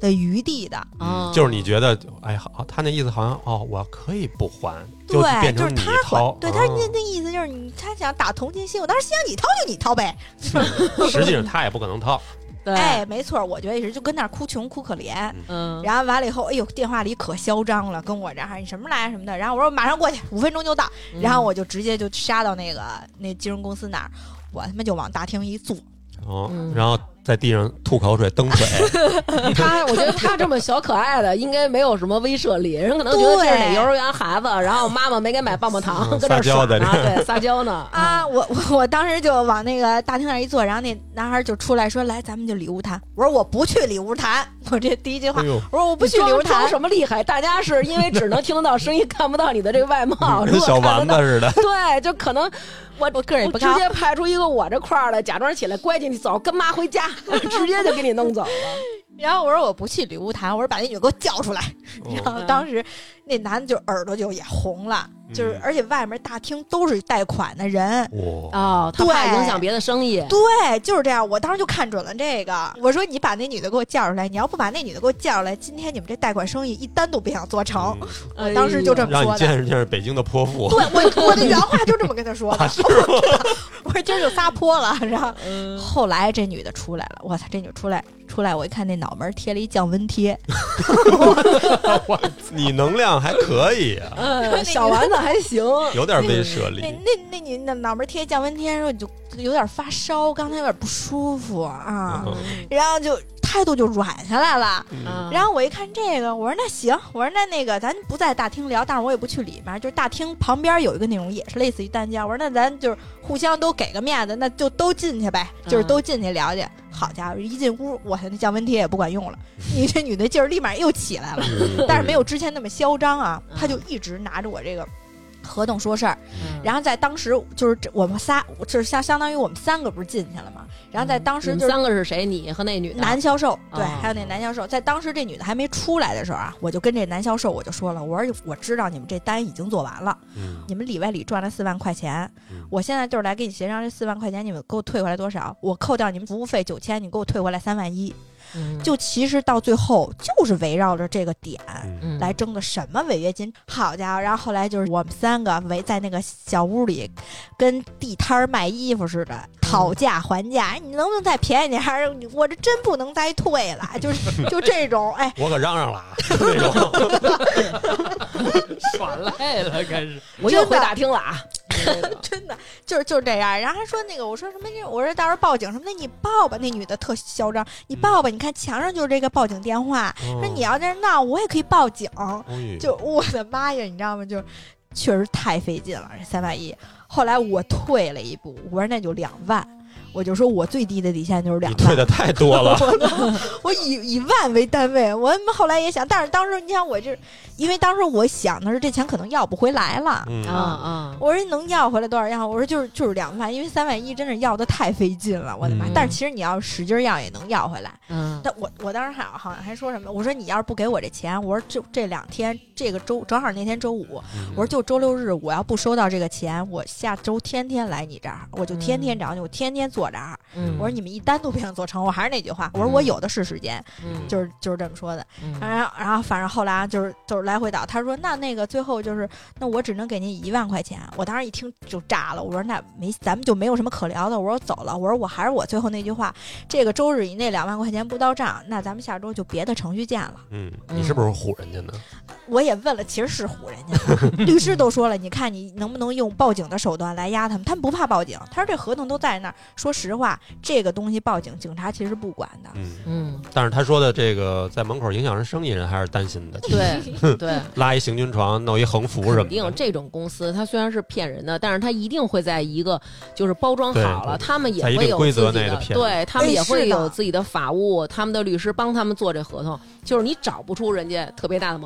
Speaker 3: 的余地的。
Speaker 2: 嗯，就是你觉得，哎，好，他那意思好像哦，我可以不还，就
Speaker 3: 对，
Speaker 2: 变成你
Speaker 3: 就是他
Speaker 2: 掏。
Speaker 3: 对，他那那意思就是你，他想打同情心，我当时心想你掏就你掏呗。
Speaker 2: 实际上他也不可能掏。
Speaker 1: 对，
Speaker 3: 哎，没错，我觉得也是，就跟那儿哭穷哭可怜。
Speaker 1: 嗯，
Speaker 3: 然后完了以后，哎呦，电话里可嚣张了，跟我这儿你什么来什么的。然后我说马上过去，五分钟就到。
Speaker 1: 嗯、
Speaker 3: 然后我就直接就杀到那个那金融公司那儿，我他妈就往大厅一坐。
Speaker 2: 哦，然后在地上吐口水蹬腿。
Speaker 1: 他，我觉得他这么小可爱的，应该没有什么威慑力。人可能觉得这是哪幼儿园孩子，然后妈妈没给买棒棒糖，
Speaker 2: 嗯、
Speaker 1: 跟那耍呢，对，撒娇呢。
Speaker 3: 啊，我我我当时就往那个大厅那儿一坐，然后那男孩就出来说：“来，咱们就里屋谈。”我说：“我不去里屋谈。”我这第一句话，哎、我说：“我不去里屋谈。”
Speaker 1: 装什么厉害？大家是因为只能听得到声音，看不到你的这个外貌，
Speaker 2: 跟小丸子似的。
Speaker 1: 对，就可能。我
Speaker 3: 我个人也不
Speaker 1: 直接派出一个我这块儿的，假装起来乖进去走，跟妈回家，直接就给你弄走了。
Speaker 3: 然后我说我不去里屋谈，我说把那女的给我叫出来。哦、然后当时那男的就耳朵就也红了，嗯、就是而且外面大厅都是贷款的人，
Speaker 1: 哦，他怕影响别的生意。
Speaker 3: 对，就是这样。我当时就看准了这个，我说你把那女的给我叫出来，你要不把那女的给我叫出来，今天你们这贷款生意一单都别想做成。嗯、我当时就这么说的。
Speaker 2: 让你见识见识北京的泼妇。
Speaker 3: 对，我我的原话就这么跟他说的。
Speaker 2: 啊、是
Speaker 3: 我说今儿就撒泼了，然后、嗯、后来这女的出来了，我操，这女的出来出来，我一看那脑门贴了一降温贴。
Speaker 2: 你能量还可以啊，
Speaker 1: 嗯、小丸子还行，
Speaker 2: 有点威慑力。
Speaker 3: 那那那女那脑门贴降温贴，说你就有点发烧，刚才有点不舒服啊，嗯、然后就。态度就软下来了，嗯、然后我一看这个，我说那行，我说那那个咱不在大厅聊，但是我也不去里面，就是大厅旁边有一个那种也是类似于单间，我说那咱就是互相都给个面子，那就都进去呗，就是都进去聊去。嗯、好家伙，一进屋，我那降温贴也不管用了，你这女的劲儿立马又起来了，但是没有之前那么嚣张啊，她就一直拿着我这个。合同说事儿，嗯、然后在当时就是我们仨，就是相相当于我们三个不是进去了吗？然后在当时就是、
Speaker 1: 嗯、三个是谁？你和那女的
Speaker 3: 男销售，对，哦、还有那男销售。在当时这女的还没出来的时候啊，我就跟这男销售我就说了，我说我知道你们这单已经做完了，嗯、你们里外里赚了四万块钱，嗯、我现在就是来给你协商这四万块钱，你们给我退回来多少？我扣掉你们服务费九千，你给我退回来三万一。就其实到最后就是围绕着这个点来争的什么违约金，好家伙！然后后来就是我们三个围在那个小屋里，跟地摊卖衣服似的讨价还价，你能不能再便宜点？我这真不能再退了，就是就这种，哎，
Speaker 2: 我可嚷嚷了，这种
Speaker 4: 耍赖了，开始
Speaker 1: 我又回大厅了啊！
Speaker 3: 真的就是就是这样，然后还说那个，我说什么？我说到时候报警什么的，你报吧。那女的特嚣张，你报吧。你看墙上就是这个报警电话，嗯、说你要在这闹，我也可以报警。嗯、就我的妈呀，你知道吗？就确实太费劲了，这三万一。后来我退了一步，我说那就两万。我就说我最低的底线就是两万，
Speaker 2: 你退的太多了。
Speaker 3: 我, 我以以万为单位，我后来也想，但是当时你想我这，因为当时我想的是这钱可能要不回来了，啊啊、嗯！我说能要回来多少要？我说就是就是两万，因为三万一真是要的太费劲了，我的妈！嗯、但是其实你要使劲要也能要回来。嗯，但我我当时还好像还说什么？我说你要是不给我这钱，我说就这两天这个周正好那天周五，嗯、我说就周六日我要不收到这个钱，我下周天天来你这儿，我就天天找你，我天天做。嗯、我说你们一单都不想做成，我还是那句话，我说我有的是时间，嗯、就是就是这么说的。嗯、然后然后反正后来就是就是来回倒，他说那那个最后就是那我只能给您一万块钱。我当时一听就炸了，我说那没咱们就没有什么可聊的。我说走了，我说我还是我最后那句话，这个周日以内两万块钱不到账，那咱们下周就别的程序见了。
Speaker 2: 嗯，你是不是唬人家呢？
Speaker 3: 我也问了，其实是唬人家，律师都说了，你看你能不能用报警的手段来压他们？他们不怕报警，他说这合同都在那儿。说实话，这个东西报警，警察其实不管的。
Speaker 2: 嗯嗯。但是他说的这个在门口影响人生意，人还是担心的。
Speaker 1: 对对，
Speaker 2: 拉一行军床，弄一横幅什么的。
Speaker 1: 肯定这种公司，它虽然是骗人的，但是它一定会在一个就是包装好了，他们也会有自己的，对他们也会有自己的法务，他们的律师帮他们做这合同。就是你找不出人家特别大的毛病，但是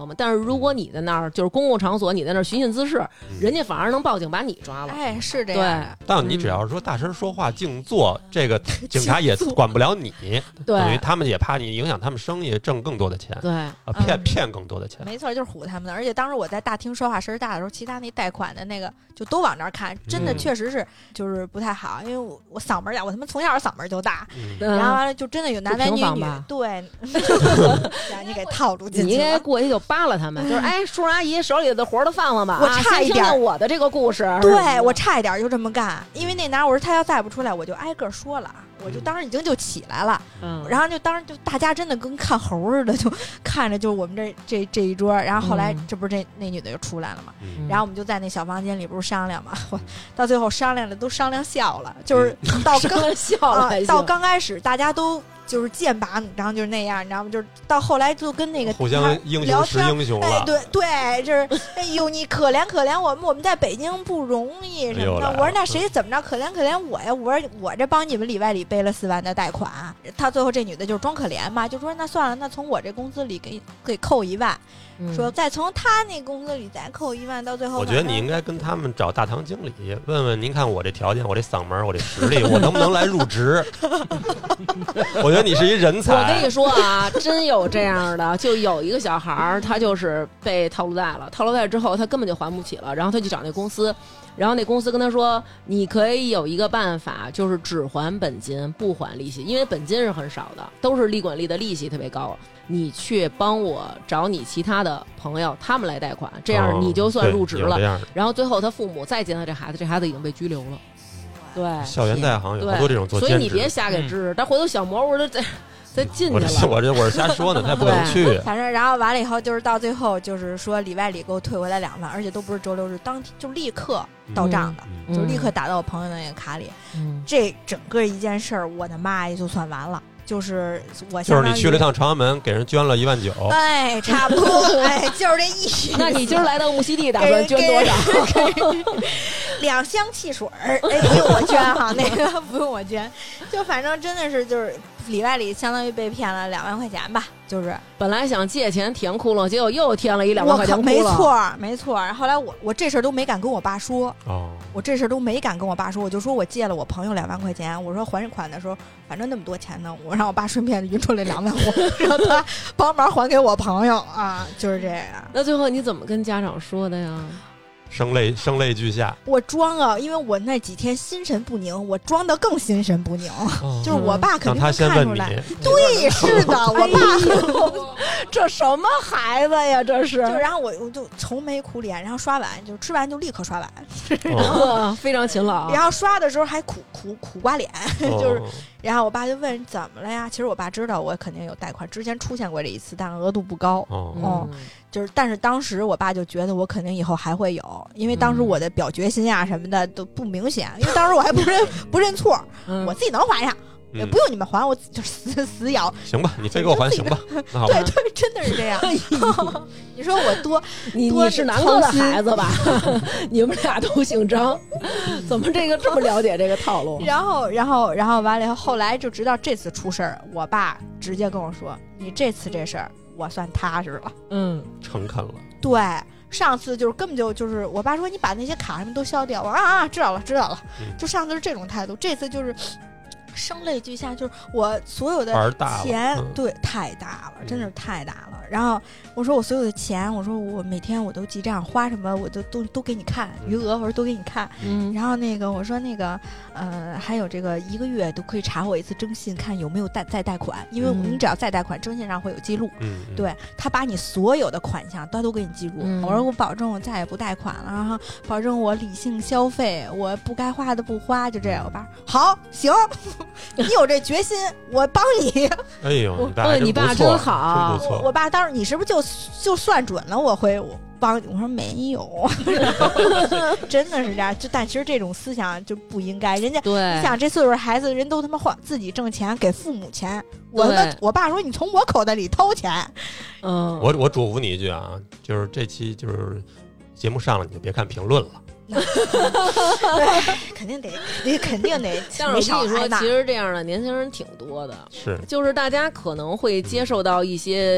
Speaker 1: 如果你在那儿就是公共场所，你在那儿寻衅滋事，
Speaker 2: 嗯、
Speaker 1: 人家反而能报警把你抓了。
Speaker 3: 哎，是这样。
Speaker 1: 对，
Speaker 2: 但你只要是说大声说话、静坐，这个警察也管不了你，
Speaker 1: 对，
Speaker 2: 等于他们也怕你影响他们生意，挣更多的钱，
Speaker 1: 对，
Speaker 2: 啊，骗、嗯、骗更多的钱。
Speaker 3: 没错，就是唬他们的。而且当时我在大厅说话声大的时候，其他那贷款的那个就都往那儿看，真的确实是就是不太好，因为我我嗓门大，我他妈从小嗓门就大，
Speaker 1: 嗯、
Speaker 3: 然后完了就真的有男男女女，对，让你给套住进去了。
Speaker 1: 你应该过去就扒拉他们，就是哎，叔叔阿姨手里的活儿都放了吧？
Speaker 3: 我差一点、啊、
Speaker 1: 我的这个故事，
Speaker 3: 对我差一点就这么干，因为那男我说他要再不出来，我就挨个说了。我就当时已经就起来了，嗯，然后就当时就大家真的跟看猴似的，就看着就是我们这这这一桌，然后后来这不是这那女的就出来了嘛，嗯、然后我们就在那小房间里不是商量嘛，我到最后商量的都商量笑了，就是到刚
Speaker 1: 笑了、
Speaker 3: 啊，到刚开始大家都。就是剑拔弩张，就是那样，你知道吗？就是到后来就跟那个
Speaker 2: 互相英雄识英雄了。
Speaker 3: 哎，对对，就是哎呦，你可怜可怜我们，我们在北京不容易什么的。我说那谁怎么着可怜可怜我呀？我说我这帮你们里外里背了四万的贷款。他最后这女的就是装可怜嘛，就说那算了，那从我这工资里给给扣一万。嗯、说再从他那工资里再扣一万，到最后
Speaker 2: 我觉得你应该跟他们找大堂经理问问，您看我这条件，我这嗓门，我这实力，我能不能来入职？我觉得你是一人才。
Speaker 1: 我跟你说啊，真有这样的，就有一个小孩儿，他就是被套路贷了，套路贷之后他根本就还不起了，然后他去找那公司，然后那公司跟他说，你可以有一个办法，就是只还本金不还利息，因为本金是很少的，都是利滚利的，利息特别高。你去帮我找你其他的朋友，他们来贷款，这样你就算入职了。
Speaker 2: 哦、
Speaker 1: 然后最后他父母再见到这孩子，这孩子已经被拘留了。对，
Speaker 2: 校园贷好像有好多这种做兼职，
Speaker 1: 所以你别瞎给支，但、嗯、回头小蘑菇再再进去了。
Speaker 2: 我这我是瞎说呢，他也不能去。
Speaker 3: 反正然后完了以后，就是到最后就是说里外里给我退回来两万，而且都不是周六日，当天就立刻到账的，
Speaker 1: 嗯、
Speaker 3: 就立刻打到我朋友的那个卡里。
Speaker 1: 嗯、
Speaker 3: 这整个一件事儿，我的妈呀，就算完了。就是我
Speaker 2: 就是你去了一趟朝阳门，给人捐了一万九，
Speaker 3: 哎，差不多，哎，就是这意思。
Speaker 1: 那你今儿来到木樨地，打算捐多少？
Speaker 3: 两箱汽水儿，哎，不用我捐哈，那个不用我捐，就反正真的是就是里外里相当于被骗了两万块钱吧，就是
Speaker 1: 本来想借钱填窟窿，结果又填了一两万块钱窟窿。
Speaker 3: 没错，没错。后来我我这事儿都没敢跟我爸说，
Speaker 2: 哦，
Speaker 3: 我这事儿都没敢跟我爸说，我就说我借了我朋友两万块钱，我说还款的时候反正那么多钱呢，我让我爸顺便匀出来两万五，让他帮忙还给我朋友啊，就是这样。
Speaker 1: 那最后你怎么跟家长说的呀？
Speaker 2: 声泪声泪俱下，
Speaker 3: 我装啊，因为我那几天心神不宁，我装的更心神不宁，哦、就是我爸肯定能看出来。对，是的，我爸、
Speaker 1: 哎、这什么孩子呀，这是。
Speaker 3: 就然后我我就愁眉苦脸，然后刷碗，就吃完就立刻刷碗，
Speaker 1: 哦、非常勤劳。
Speaker 3: 然后刷的时候还苦苦苦瓜脸，
Speaker 2: 哦、
Speaker 3: 就是。然后我爸就问怎么了呀？其实我爸知道我肯定有贷款，之前出现过这一次，但是额度不高。
Speaker 2: 哦，
Speaker 3: 嗯、就是但是当时我爸就觉得我肯定以后还会有，因为当时我的表决心呀什么的都不明显，因为当时我还不认不认错，
Speaker 1: 嗯、
Speaker 3: 我自己能还上。也不用你们还，我就死死咬。
Speaker 2: 行吧，你非给我还行吧？那好吧。
Speaker 3: 对对，真的是这样。你说我多，
Speaker 1: 你你是南哥的孩子吧？你们俩都姓张，怎么这个这么了解这个套路？
Speaker 3: 然后，然后，然后完了以后，后来就直到这次出事儿，我爸直接跟我说：“你这次这事儿，我算踏实了。”
Speaker 1: 嗯，
Speaker 2: 诚恳了。
Speaker 3: 对。上次就是根本就就是我爸说你把那些卡什么都消掉，我说啊啊知道了知道了，
Speaker 2: 嗯、
Speaker 3: 就上次是这种态度，这次就是。声泪俱下，就是我所有的钱，
Speaker 2: 嗯、
Speaker 3: 对，太大了，真的是太大了。然后我说我所有的钱，我说我每天我都记账，花什么我都都都给你看，余额我说都给你看。
Speaker 1: 嗯，
Speaker 3: 然后那个我说那个呃，还有这个一个月都可以查我一次征信，看有没有贷再贷款，因为你只要再贷款，征信上会有记录。
Speaker 2: 嗯，
Speaker 3: 对他把你所有的款项他都给你记录。
Speaker 1: 嗯、
Speaker 3: 我说我保证我再也不贷款了，然后保证我理性消费，我不该花的不花，就这样。我爸好行。你有这决心，我帮你。
Speaker 2: 哎呦，你爸
Speaker 1: 真你爸真好，
Speaker 2: 真不错。
Speaker 3: 我, 我爸当时你是不是就就算准了我会我帮你？我说没有，真的是这样。就但其实这种思想就不应该。人家
Speaker 1: 对，
Speaker 3: 你想这岁数孩子人都他妈花自己挣钱给父母钱，我们我爸说你从我口袋里掏钱。
Speaker 1: 嗯，
Speaker 2: 我我嘱咐你一句啊，就是这期就是节目上了你就别看评论了。
Speaker 3: 肯定得，你肯定得。
Speaker 1: 但是我跟你说，其实这样的年轻人挺多的，
Speaker 2: 是，
Speaker 1: 就是大家可能会接受到一些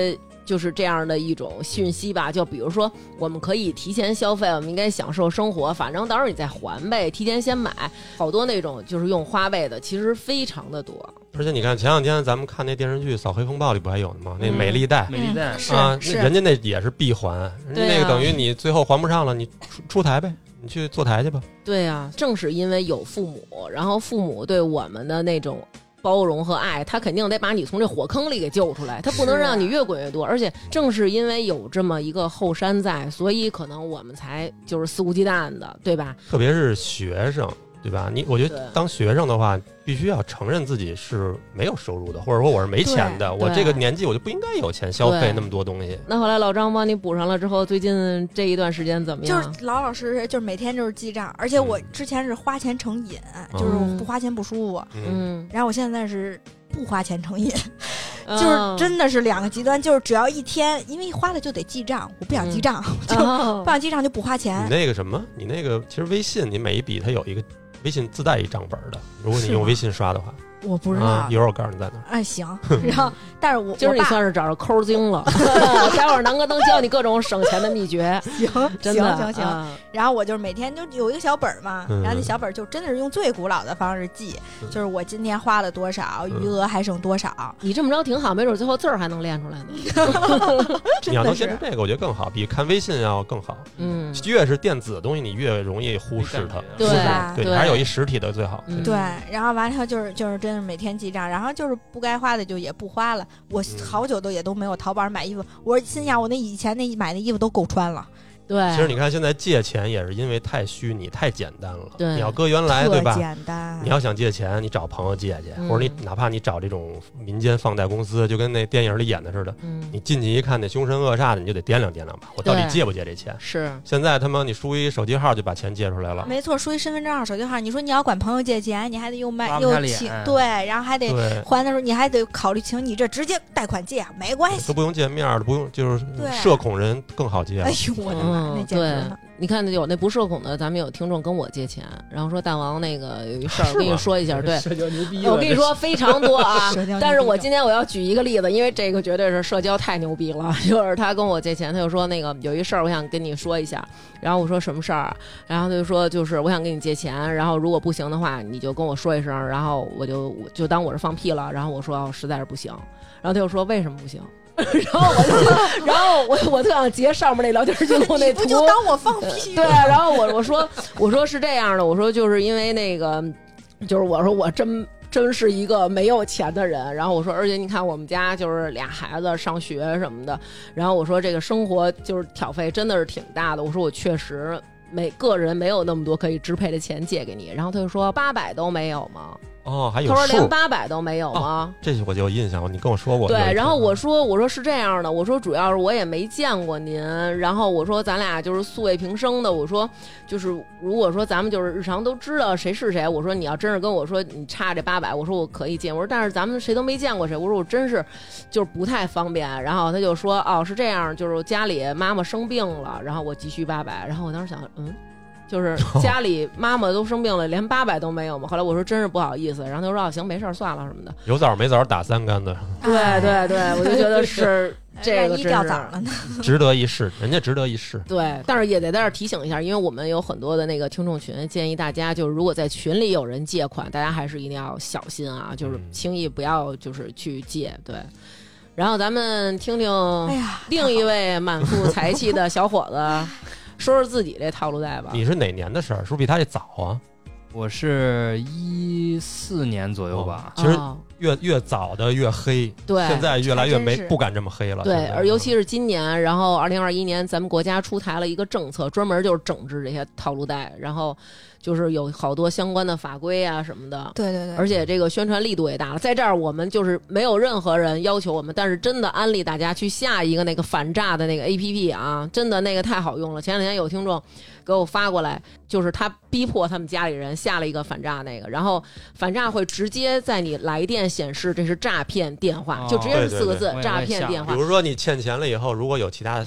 Speaker 1: 就是这样的一种讯息吧。就比如说我们可以提前消费，我们应该享受生活，反正到时候你再还呗，提前先买。好多那种就是用花呗的其实非常的多。
Speaker 2: 而且你看前两天咱们看那电视剧《扫黑风暴》里不还有呢吗？那美丽贷、
Speaker 4: 美丽贷
Speaker 2: 啊，人家那也是闭环，人家那个等于你最后还不上了，你出出台呗，你去坐台去吧。
Speaker 1: 对啊，正是因为有父母，然后父母对我们的那种包容和爱，他肯定得把你从这火坑里给救出来，他不能让你越滚越多。而且正是因为有这么一个后山在，所以可能我们才就是肆无忌惮的，对吧？
Speaker 2: 特别是学生，对吧？你我觉得当学生的话，必须要承认自己是没有收入的，或者说我是没钱的，我这个年纪我就不应该有钱消费那么多东西。
Speaker 1: 那后来老张帮你补上了之后，最近这一段时间怎么样？
Speaker 3: 就是老老实实，就是每天就是记账，而且我之前是花钱成瘾，嗯、就是不花钱不舒服。嗯，然后我现在是不花钱成瘾。就是真的是两个极端，就是只要一天，因为花了就得记账，我不想记账，嗯、就不想记账就不花钱。
Speaker 2: 你那个什么，你那个其实微信，你每一笔它有一个微信自带一账本的，如果你用微信刷的话。
Speaker 3: 我不知道、啊，
Speaker 2: 一会儿我告诉你在哪儿。
Speaker 3: 哎，行。然后，但是我
Speaker 1: 今儿你算是找着抠精了，待会儿南哥能教你各种省钱的秘诀。
Speaker 3: 行，
Speaker 1: 真的
Speaker 3: 行行行、啊。然后我就是每天就有一个小本嘛，嗯、然后那小本就真的是用最古老的方式记，嗯、就是我今天花了多少，余额还剩多少。
Speaker 1: 嗯、你这么着挺好，没准最后字儿还能练出来呢。
Speaker 2: 你要能坚持这个，我觉得更好，比看微信要更好。嗯，越是电子的东西，你越容易忽视它，
Speaker 1: 对吧？
Speaker 2: 对，还是有一实体的最好。
Speaker 3: 对，然后完了就是就是真是每天记账。然后就是不该花的就也不花了，我好久都也都没有淘宝上买衣服。我心想，我那以前那买的衣服都够穿了。
Speaker 1: 对，
Speaker 2: 其实你看现在借钱也是因为太虚拟、太简单了。
Speaker 1: 对，
Speaker 2: 你要搁原来对吧？
Speaker 3: 简单。
Speaker 2: 你要想借钱，你找朋友借去，嗯、或者你哪怕你找这种民间放贷公司，就跟那电影里演的似的。嗯。你进去一看那凶神恶煞的，你就得掂量掂量吧，我到底借不借这钱？
Speaker 1: 是。
Speaker 2: 现在他妈你输一手机号就把钱借出来了。
Speaker 3: 没错，输一身份证号、手机号，你说你要管朋友借钱，你还得又卖又请对，然后还得还的时候你还得考虑请你这直接贷款借，没关系，
Speaker 2: 都不用见面的，不用就是社恐人更好借。
Speaker 3: 哎呦我的妈，那简直了。
Speaker 1: 你看有那不社恐的，咱们有听众跟我借钱，然后说大王那个有一事儿，我跟你说一下，对，
Speaker 4: 社交牛逼，
Speaker 1: 我跟你说非常多啊。但是我今天我要举一个例子，因为这个绝对是社交太牛逼了。就是他跟我借钱，他就说那个有一事儿，我想跟你说一下。然后我说什么事儿？然后他就说就是我想跟你借钱，然后如果不行的话，你就跟我说一声，然后我就就当我是放屁了。然后我说哦，实在是不行。然后他就说为什么不行？然后我就，然后我我特想截上面那聊天记录那图，
Speaker 3: 不就当我放屁？
Speaker 1: 对，然后我我说我说是这样的，我说就是因为那个，就是我说我真真是一个没有钱的人，然后我说而且你看我们家就是俩孩子上学什么的，然后我说这个生活就是挑费真的是挺大的，我说我确实每个人没有那么多可以支配的钱借给你，然后他就说八百都没有吗？
Speaker 2: 哦，还有
Speaker 1: 他说连八百都没有吗？
Speaker 2: 哦、这我就有印象，你跟我说过。
Speaker 1: 对，然后我说我说是这样的，我说主要是我也没见过您，然后我说咱俩就是素未平生的，我说就是如果说咱们就是日常都知道谁是谁，我说你要真是跟我说你差这八百，我说我可以借，我说但是咱们谁都没见过谁，我说我真是就是不太方便。然后他就说哦是这样，就是家里妈妈生病了，然后我急需八百，然后我当时想嗯。就是家里妈妈都生病了，连八百都没有嘛。后来我说真是不好意思，然后他说、哦、行没事算了什么的。
Speaker 2: 有枣没枣打三竿子。
Speaker 1: 对对对，我就觉得是这个真是
Speaker 3: 掉枣了呢，
Speaker 2: 值得一试，人家值得一试。
Speaker 1: 对，但是也得在这儿提醒一下，因为我们有很多的那个听众群，建议大家就是如果在群里有人借款，大家还是一定要小心啊，就是轻易不要就是去借。对。然后咱们听听另一位满腹才气的小伙子。说说自己这套路贷吧。
Speaker 2: 你是哪年的事儿？是不是比他这早啊？
Speaker 4: 我是一四年左右吧。
Speaker 2: 哦、其实越越早的越黑，
Speaker 1: 对，
Speaker 2: 现在越来越没不敢这么黑了。
Speaker 1: 对，而尤其是今年，然后二零二一年，咱们国家出台了一个政策，专门就是整治这些套路贷，然后就是有好多相关的法规啊什么的。
Speaker 3: 对对对。
Speaker 1: 而且这个宣传力度也大了，在这儿我们就是没有任何人要求我们，但是真的安利大家去下一个那个反诈的那个 A P P 啊，真的那个太好用了。前两天有听众给我发过来，就是他逼迫他们家里人下了一个反诈那个，然后反诈会直接在你来电显示这是诈骗电话，
Speaker 4: 哦、
Speaker 1: 就直接是四个字、
Speaker 2: 对对对
Speaker 1: 诈骗电话。
Speaker 2: 比如说你欠钱了以后，如果有其他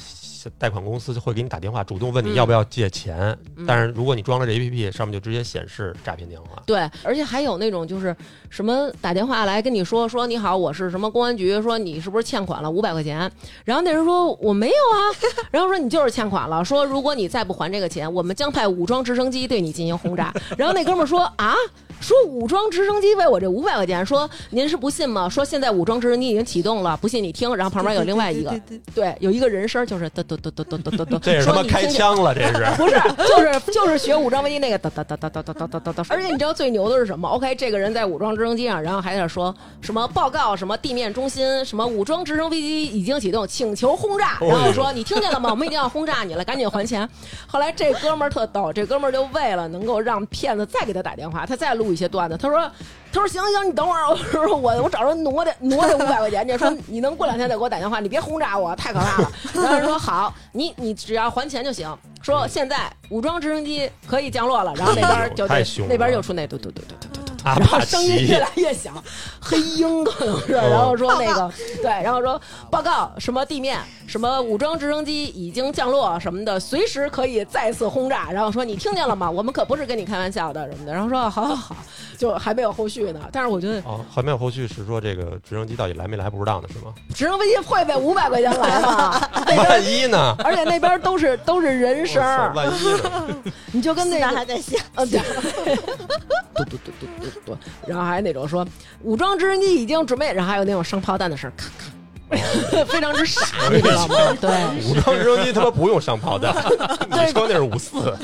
Speaker 2: 贷款公司会给你打电话，主动问你要不要借钱。嗯、但是如果你装了这 A P P， 上面就直接显示诈骗电话。
Speaker 1: 对，而且还有那种就是什么打电话来跟你说说你好，我是什么公安局，说你是不是欠款了五百块钱？然后那人说我没有啊，然后说你就是欠款了，说如果你再不还这个钱，我们将派武装直升机对你进行轰炸。然后那哥们儿说啊。说武装直升机为我这五百块钱，说您是不信吗？说现在武装直升机已经启动了，不信你听。然后旁边有另外一个，对, 对, 对, 对, 对, 对，有一个人声，就是哒哒哒哒哒哒哒，
Speaker 2: 这是什么开枪了？这是
Speaker 1: 不是？就是就是学武装飞机那个哒哒哒哒哒哒哒哒哒。而且你知道最牛的是什么 ？OK， 这个人在武装直升机上，然后还在说什么报告什么地面中心什么武装直升飞机已经启动，请求轰炸。然后说你听见了吗？我们一定要轰炸你了，赶紧还钱。后来这哥们儿特逗，这哥们儿就为了能够让骗子再给他打电话，他再录一些段子，他说。他说行行，你等会儿，我说我我找人挪这挪这五百块钱去，说你能过两天再给我打电话，你别轰炸我，太可怕了。然后人说好，你你只要还钱就行。说现在武装直升机可以降落了，然后那边就那边又出那嘟嘟嘟嘟嘟嘟嘟，然后声音越来越响，黑鹰可能是，然后说那个对，然后说报告什么地面什么武装直升机已经降落什么的，随时可以再次轰炸。然后说你听见了吗？我们可不是跟你开玩笑的什么的。然后说好好好，就还没有后续呢。但是我觉得
Speaker 2: 哦，还没有后续是说这个直升机到底来没来还不知道呢，是吗？
Speaker 1: 直升飞机会被五百块钱来吗？
Speaker 2: 万一呢？
Speaker 1: 而且那边都是都是人声，
Speaker 2: 万一呢？
Speaker 1: 你就跟那个
Speaker 3: 还在想，
Speaker 1: 嗯，对，嘟嘟嘟嘟嘟嘟，然后还那种说武装直升机已经准备，然后还有那种生炮弹的声，咔咔。非常之傻，你知道吗？对，
Speaker 2: 武装直升机他妈不用上炮弹，你说那是五四。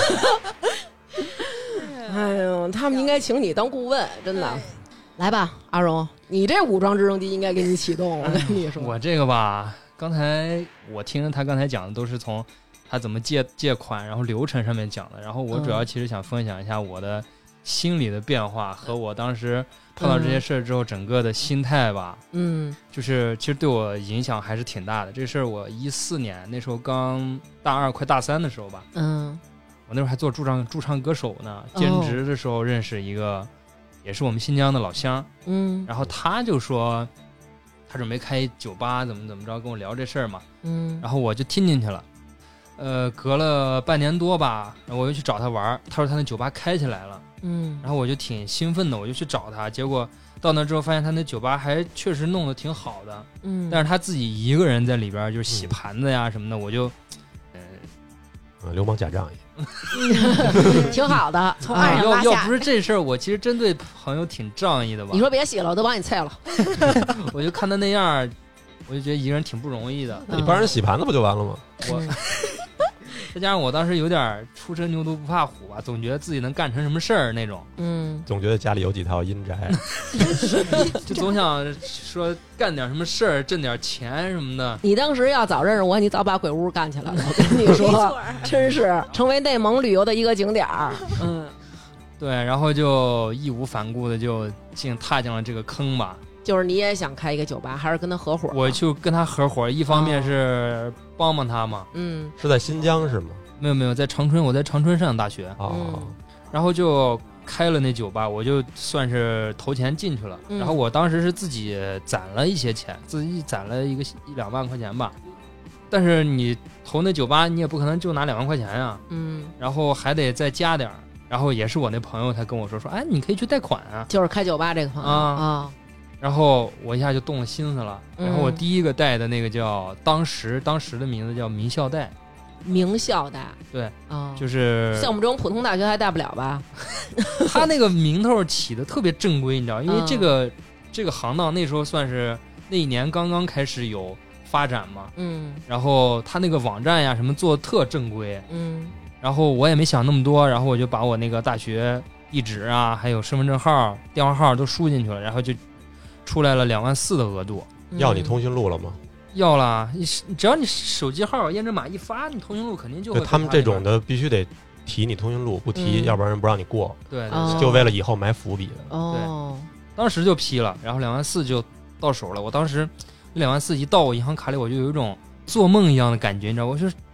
Speaker 1: 哎呦，他们应该请你当顾问，真的。来吧，阿荣，你这武装直升机应该给你启动。我跟你说，
Speaker 4: 我这个吧，刚才我听他刚才讲的都是从他怎么借借款，然后流程上面讲的。然后我主要其实想分享一下我的心理的变化和我当时碰到这些事儿之后整个的心态吧。
Speaker 1: 嗯，
Speaker 4: 就是其实对我影响还是挺大的。这事儿我一四年那时候刚大二快大三的时候吧。
Speaker 1: 嗯。
Speaker 4: 我那时候还做驻唱驻唱歌手呢，兼职的时候认识一个，也是我们新疆的老乡，
Speaker 1: 嗯，
Speaker 4: 然后他就说他准备开酒吧，怎么怎么着，跟我聊这事儿嘛，
Speaker 1: 嗯，
Speaker 4: 然后我就听进去了，呃，隔了半年多吧，我又去找他玩，他说他那酒吧开起来了，
Speaker 1: 嗯，
Speaker 4: 然后我就挺兴奋的，我就去找他，结果到那之后发现他那酒吧还确实弄得挺好的，
Speaker 1: 嗯，
Speaker 4: 但是他自己一个人在里边就是洗盘子呀什么的，我就，
Speaker 2: 呃，流氓假仗义。
Speaker 1: 挺好的，
Speaker 3: 从岸上拉
Speaker 4: 下。要要不是这事儿，我其实真对朋友挺仗义的吧。
Speaker 1: 你说别洗了，我都帮你菜了。
Speaker 4: 我就看他那样，我就觉得一个人挺不容易的。
Speaker 2: 你帮人洗盘子不就完了吗？
Speaker 4: 我再加上我当时有点初生牛犊不怕虎吧，总觉得自己能干成什么事儿那种。
Speaker 1: 嗯，
Speaker 2: 总觉得家里有几套阴宅，
Speaker 4: 就总想说干点什么事儿，挣点钱什么的。
Speaker 1: 你当时要早认识我，你早把鬼屋干起来了。我跟你说，真是成为内蒙旅游的一个景点儿。嗯，
Speaker 4: 对，然后就义无反顾的就进踏进了这个坑吧。
Speaker 1: 就是你也想开一个酒吧，还是跟他合伙？
Speaker 4: 我就跟他合伙，一方面是帮帮他嘛。
Speaker 1: 嗯，
Speaker 2: 是在新疆是吗？
Speaker 4: 没有没有，在长春，我在长春上大学。
Speaker 2: 哦、
Speaker 1: 嗯，
Speaker 4: 然后就开了那酒吧，我就算是投钱进去了。
Speaker 1: 嗯、
Speaker 4: 然后我当时是自己攒了一些钱，自己攒了一个一两万块钱吧。但是你投那酒吧，你也不可能就拿两万块钱呀。
Speaker 1: 嗯，
Speaker 4: 然后还得再加点儿。然后也是我那朋友他跟我说说，哎，你可以去贷款啊。
Speaker 1: 就是开酒吧这个朋友
Speaker 4: 啊
Speaker 1: 啊。
Speaker 4: 然后我一下就动了心思了，然后我第一个贷的那个叫当时当时的名字叫名校贷，
Speaker 1: 名校贷，
Speaker 4: 对
Speaker 1: 啊、哦，
Speaker 4: 就是
Speaker 1: 像我们这种普通大学还贷不了吧？
Speaker 4: 他那个名头起的特别正规，你知道，因为这个、嗯、这个行当那时候算是那一年刚刚开始有发展嘛，
Speaker 1: 嗯，
Speaker 4: 然后他那个网站呀什么做的特正规，
Speaker 1: 嗯，
Speaker 4: 然后我也没想那么多，然后我就把我那个大学地址啊，还有身份证号、电话号都输进去了，然后就。出来了两万四的额度，
Speaker 2: 要你通讯录了吗？
Speaker 4: 要了，只要你手机号验证码一发，你通讯录肯定就会。
Speaker 2: 他们这种的必须得提你通讯录，不提、嗯、要不然人不让你过。
Speaker 4: 对，对
Speaker 1: 哦、
Speaker 2: 就为了以后埋伏笔的。
Speaker 1: 哦，
Speaker 4: 对，当时就批了，然后两万四就到手了。我当时两万四一到我银行卡里，我就有一种做梦一样的感觉，你知道，我说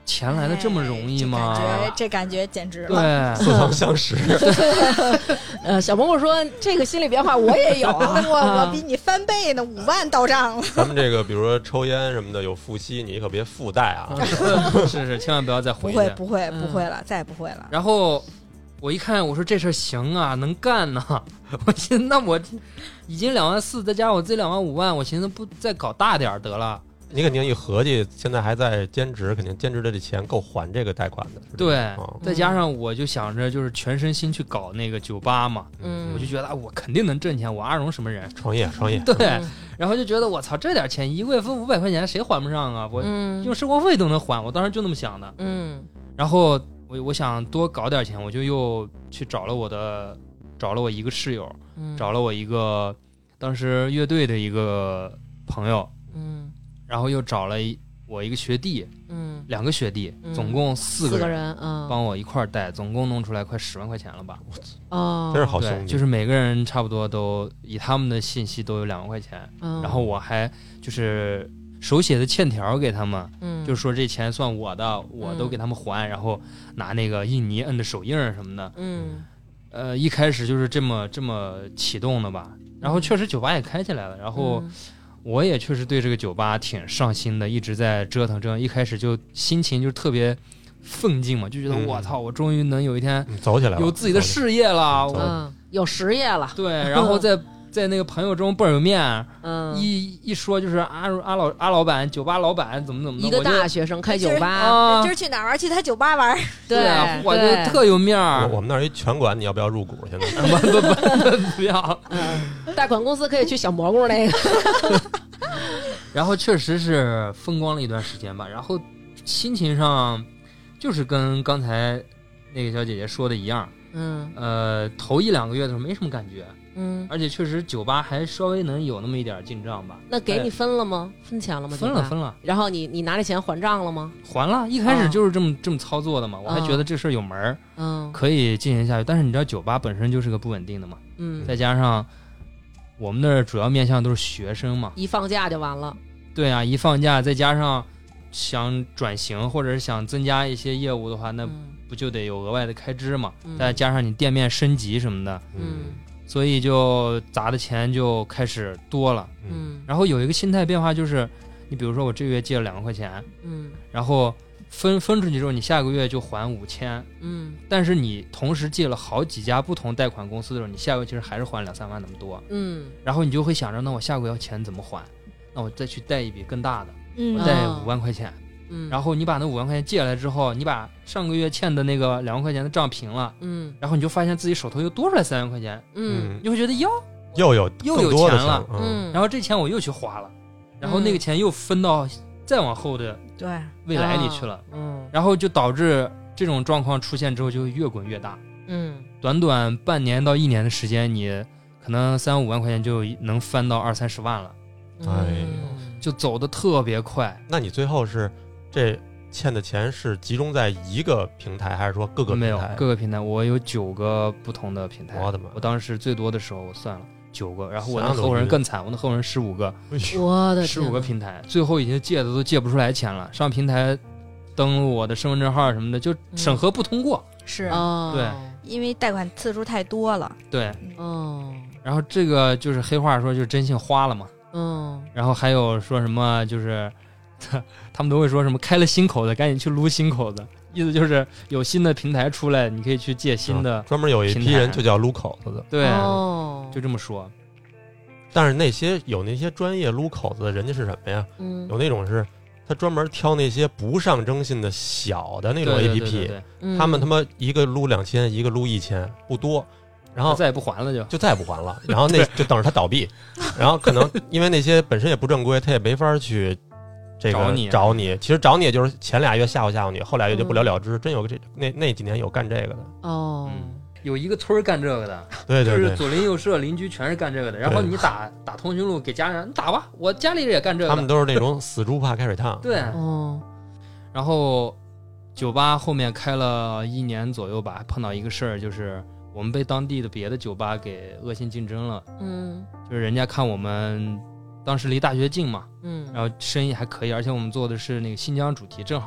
Speaker 4: 钱来的这么容易吗？
Speaker 3: 哎、这感觉这感觉简直了，
Speaker 4: 对，
Speaker 2: 似曾相识。
Speaker 1: 呃，小蘑菇说这个心理变化我也有啊，
Speaker 3: 我我比你翻倍呢，五万到账了。
Speaker 2: 咱们这个比如说抽烟什么的有付息，你可别附带啊。
Speaker 4: 是是，千万不要再回去。
Speaker 3: 不会不会不会了，嗯、再也不会了。
Speaker 4: 然后我一看，我说这事儿行啊，能干呢。我寻思那我已经两万四，再加上我这两万五万，我寻思不再搞大点得了。
Speaker 2: 你肯定一合计，现在还在兼职，肯定兼职的这钱够还这个贷款的。
Speaker 4: 对、
Speaker 2: 哦，
Speaker 4: 再加上我就想着就是全身心去搞那个酒吧嘛，
Speaker 1: 嗯，
Speaker 4: 我就觉得、啊、我肯定能挣钱，我阿荣什么人，
Speaker 2: 创业创业。
Speaker 4: 对、嗯，然后就觉得我操，这点钱一个月分五百块钱，谁还不上啊？我用生活费都能还，我当时就那么想的。
Speaker 1: 嗯，
Speaker 4: 然后我我想多搞点钱，我就又去找了我的，找了我一个室友，
Speaker 1: 嗯、
Speaker 4: 找了我一个当时乐队的一个朋友，
Speaker 1: 嗯。
Speaker 4: 然后又找了我一个学弟，
Speaker 1: 嗯，
Speaker 4: 两个学弟，
Speaker 1: 嗯、
Speaker 4: 总共四个人，
Speaker 1: 四个人，嗯，
Speaker 4: 帮我一块儿带，总共弄出来快十万块钱了吧？
Speaker 1: 哦，
Speaker 2: 真是好兄弟。
Speaker 4: 就是每个人差不多都以他们的信息都有两万块钱，
Speaker 1: 嗯，
Speaker 4: 然后我还就是手写的欠条给他们，
Speaker 1: 嗯，
Speaker 4: 就是说这钱算我的，我都给他们还，嗯、然后拿那个印泥摁的手印什么的，
Speaker 1: 嗯，
Speaker 4: 呃，一开始就是这么这么启动的吧，然后确实酒吧也开起来了，然后。
Speaker 1: 嗯
Speaker 4: 我也确实对这个酒吧挺上心的，一直在折腾折腾。一开始就心情就特别奋进嘛，就觉得我、嗯、操，我终于能有一天
Speaker 2: 走起来了，
Speaker 4: 有自己的事业了，
Speaker 1: 嗯，有实业了。
Speaker 4: 对，然后在在那个朋友中倍儿有面，
Speaker 1: 嗯，
Speaker 4: 一一说就是阿阿老阿老板，酒吧老板怎么怎么的，
Speaker 1: 一个大学生开酒吧，
Speaker 4: 啊、
Speaker 3: 今儿去哪玩？去他酒吧玩。
Speaker 1: 对，
Speaker 4: 对我就特有面儿。
Speaker 2: 我们那儿一拳馆，你要不要入股？现在
Speaker 4: 不不不不要。
Speaker 1: 嗯，贷款公司可以去小蘑菇那个。
Speaker 4: 然后确实是风光了一段时间吧，然后心情上就是跟刚才那个小姐姐说的一样，
Speaker 1: 嗯，
Speaker 4: 呃，头一两个月的时候没什么感觉，
Speaker 1: 嗯，
Speaker 4: 而且确实酒吧还稍微能有那么一点进账吧。
Speaker 1: 那给你分了吗？分钱了吗？
Speaker 4: 分了分了。
Speaker 1: 然后你你拿着钱还账了吗？
Speaker 4: 还了，一开始就是这么、哦、这么操作的嘛，我还觉得这事儿有门儿，
Speaker 1: 嗯，
Speaker 4: 可以进行下去。但是你知道酒吧本身就是个不稳定的嘛，
Speaker 1: 嗯，
Speaker 4: 再加上我们那儿主要面向都是学生嘛，
Speaker 1: 一放假就完了。
Speaker 4: 对啊，一放假再加上想转型或者是想增加一些业务的话，那不就得有额外的开支嘛、嗯、再加上你店面升级什么的，
Speaker 1: 嗯，
Speaker 4: 所以就砸的钱就开始多了，
Speaker 1: 嗯，
Speaker 4: 然后有一个心态变化就是，你比如说我这个月借了两万块钱，
Speaker 1: 嗯，
Speaker 4: 然后分分出去之后你下个月就还五千，
Speaker 1: 嗯，
Speaker 4: 但是你同时借了好几家不同贷款公司的时候，你下个月其实还是还两三万那么多，
Speaker 1: 嗯，
Speaker 4: 然后你就会想着，那我下个月钱怎么还？那我再去贷一笔更大的，
Speaker 3: 嗯、
Speaker 4: 我贷五万块钱，
Speaker 1: 嗯，
Speaker 4: 然后你把那五万块钱借来之后，你把上个月欠的那个两万块钱的账平了，
Speaker 1: 嗯，
Speaker 4: 然后你就发现自己手头又多出来三万块钱，
Speaker 1: 嗯，
Speaker 4: 你会觉得哟，
Speaker 2: 又有
Speaker 4: 又有钱了，
Speaker 1: 嗯，
Speaker 4: 然后这钱我又去花了，然后那个钱又分到再往后的
Speaker 3: 对
Speaker 4: 未来里去了，
Speaker 1: 嗯，
Speaker 4: 然后就导致这种状况出现之后就越滚越大，
Speaker 1: 嗯，
Speaker 4: 短短半年到一年的时间，你可能三五万块钱就能翻到二三十万了。
Speaker 2: 哎呦，
Speaker 4: 就走得特别快。
Speaker 2: 那你最后是这欠的钱是集中在一个平台，还是说各个平台？
Speaker 4: 没有各个平台，我有九个不同的平台。
Speaker 2: 我的妈！
Speaker 4: 我当时最多的时候我算了九个，然后我的合伙人更惨，我的合伙人十五个，
Speaker 1: 我的
Speaker 4: 十五个平台，最后已经借的都借不出来钱了。上平台登录我的身份证号什么的，就审核不通过。
Speaker 3: 嗯、是
Speaker 1: 啊，
Speaker 4: 对，
Speaker 3: 因为贷款次数太多了。
Speaker 4: 对，
Speaker 1: 哦。
Speaker 4: 然后这个就是黑话说，就是真性花了嘛。
Speaker 1: 嗯，
Speaker 4: 然后还有说什么就是他们都会说什么开了新口子赶紧去撸新口子，意思就是有新的平台出来你可以去借新的、
Speaker 2: 嗯、专门有一批人就叫撸口子的，
Speaker 4: 对、
Speaker 1: 哦、
Speaker 4: 就这么说。
Speaker 2: 但是那些有那些专业撸口子的人家是什么呀、
Speaker 1: 嗯、
Speaker 2: 有那种是他专门挑那些不上征信的小的那种 A P P，
Speaker 4: 对对对对对，
Speaker 2: 他们他妈一个撸两千一个撸一千不多，然后
Speaker 4: 再也不还了就
Speaker 2: 就再也不还了，然后那就等着他倒闭，然后可能因为那些本身也不正规，他也没法去这个
Speaker 4: 找你
Speaker 2: 找你。其实找你也就是前俩月吓唬吓唬你，后俩月就不了了之。嗯、真有个这那那几年有干这个的
Speaker 1: 哦、
Speaker 4: 嗯，有一个村干这个的，
Speaker 2: 对对对，
Speaker 4: 就是左邻右舍邻居全是干这个的。然后你打打通讯录给家人，你打吧，我家里人也干这个。
Speaker 2: 他们都是那种死猪怕开水烫。
Speaker 4: 对，
Speaker 1: 哦。
Speaker 4: 然后酒吧后面开了一年左右吧，碰到一个事儿，就是我们被当地的别的酒吧给恶性竞争了。
Speaker 1: 嗯，
Speaker 4: 就是人家看我们当时离大学近嘛，
Speaker 1: 嗯，
Speaker 4: 然后生意还可以，而且我们做的是那个新疆主题，正好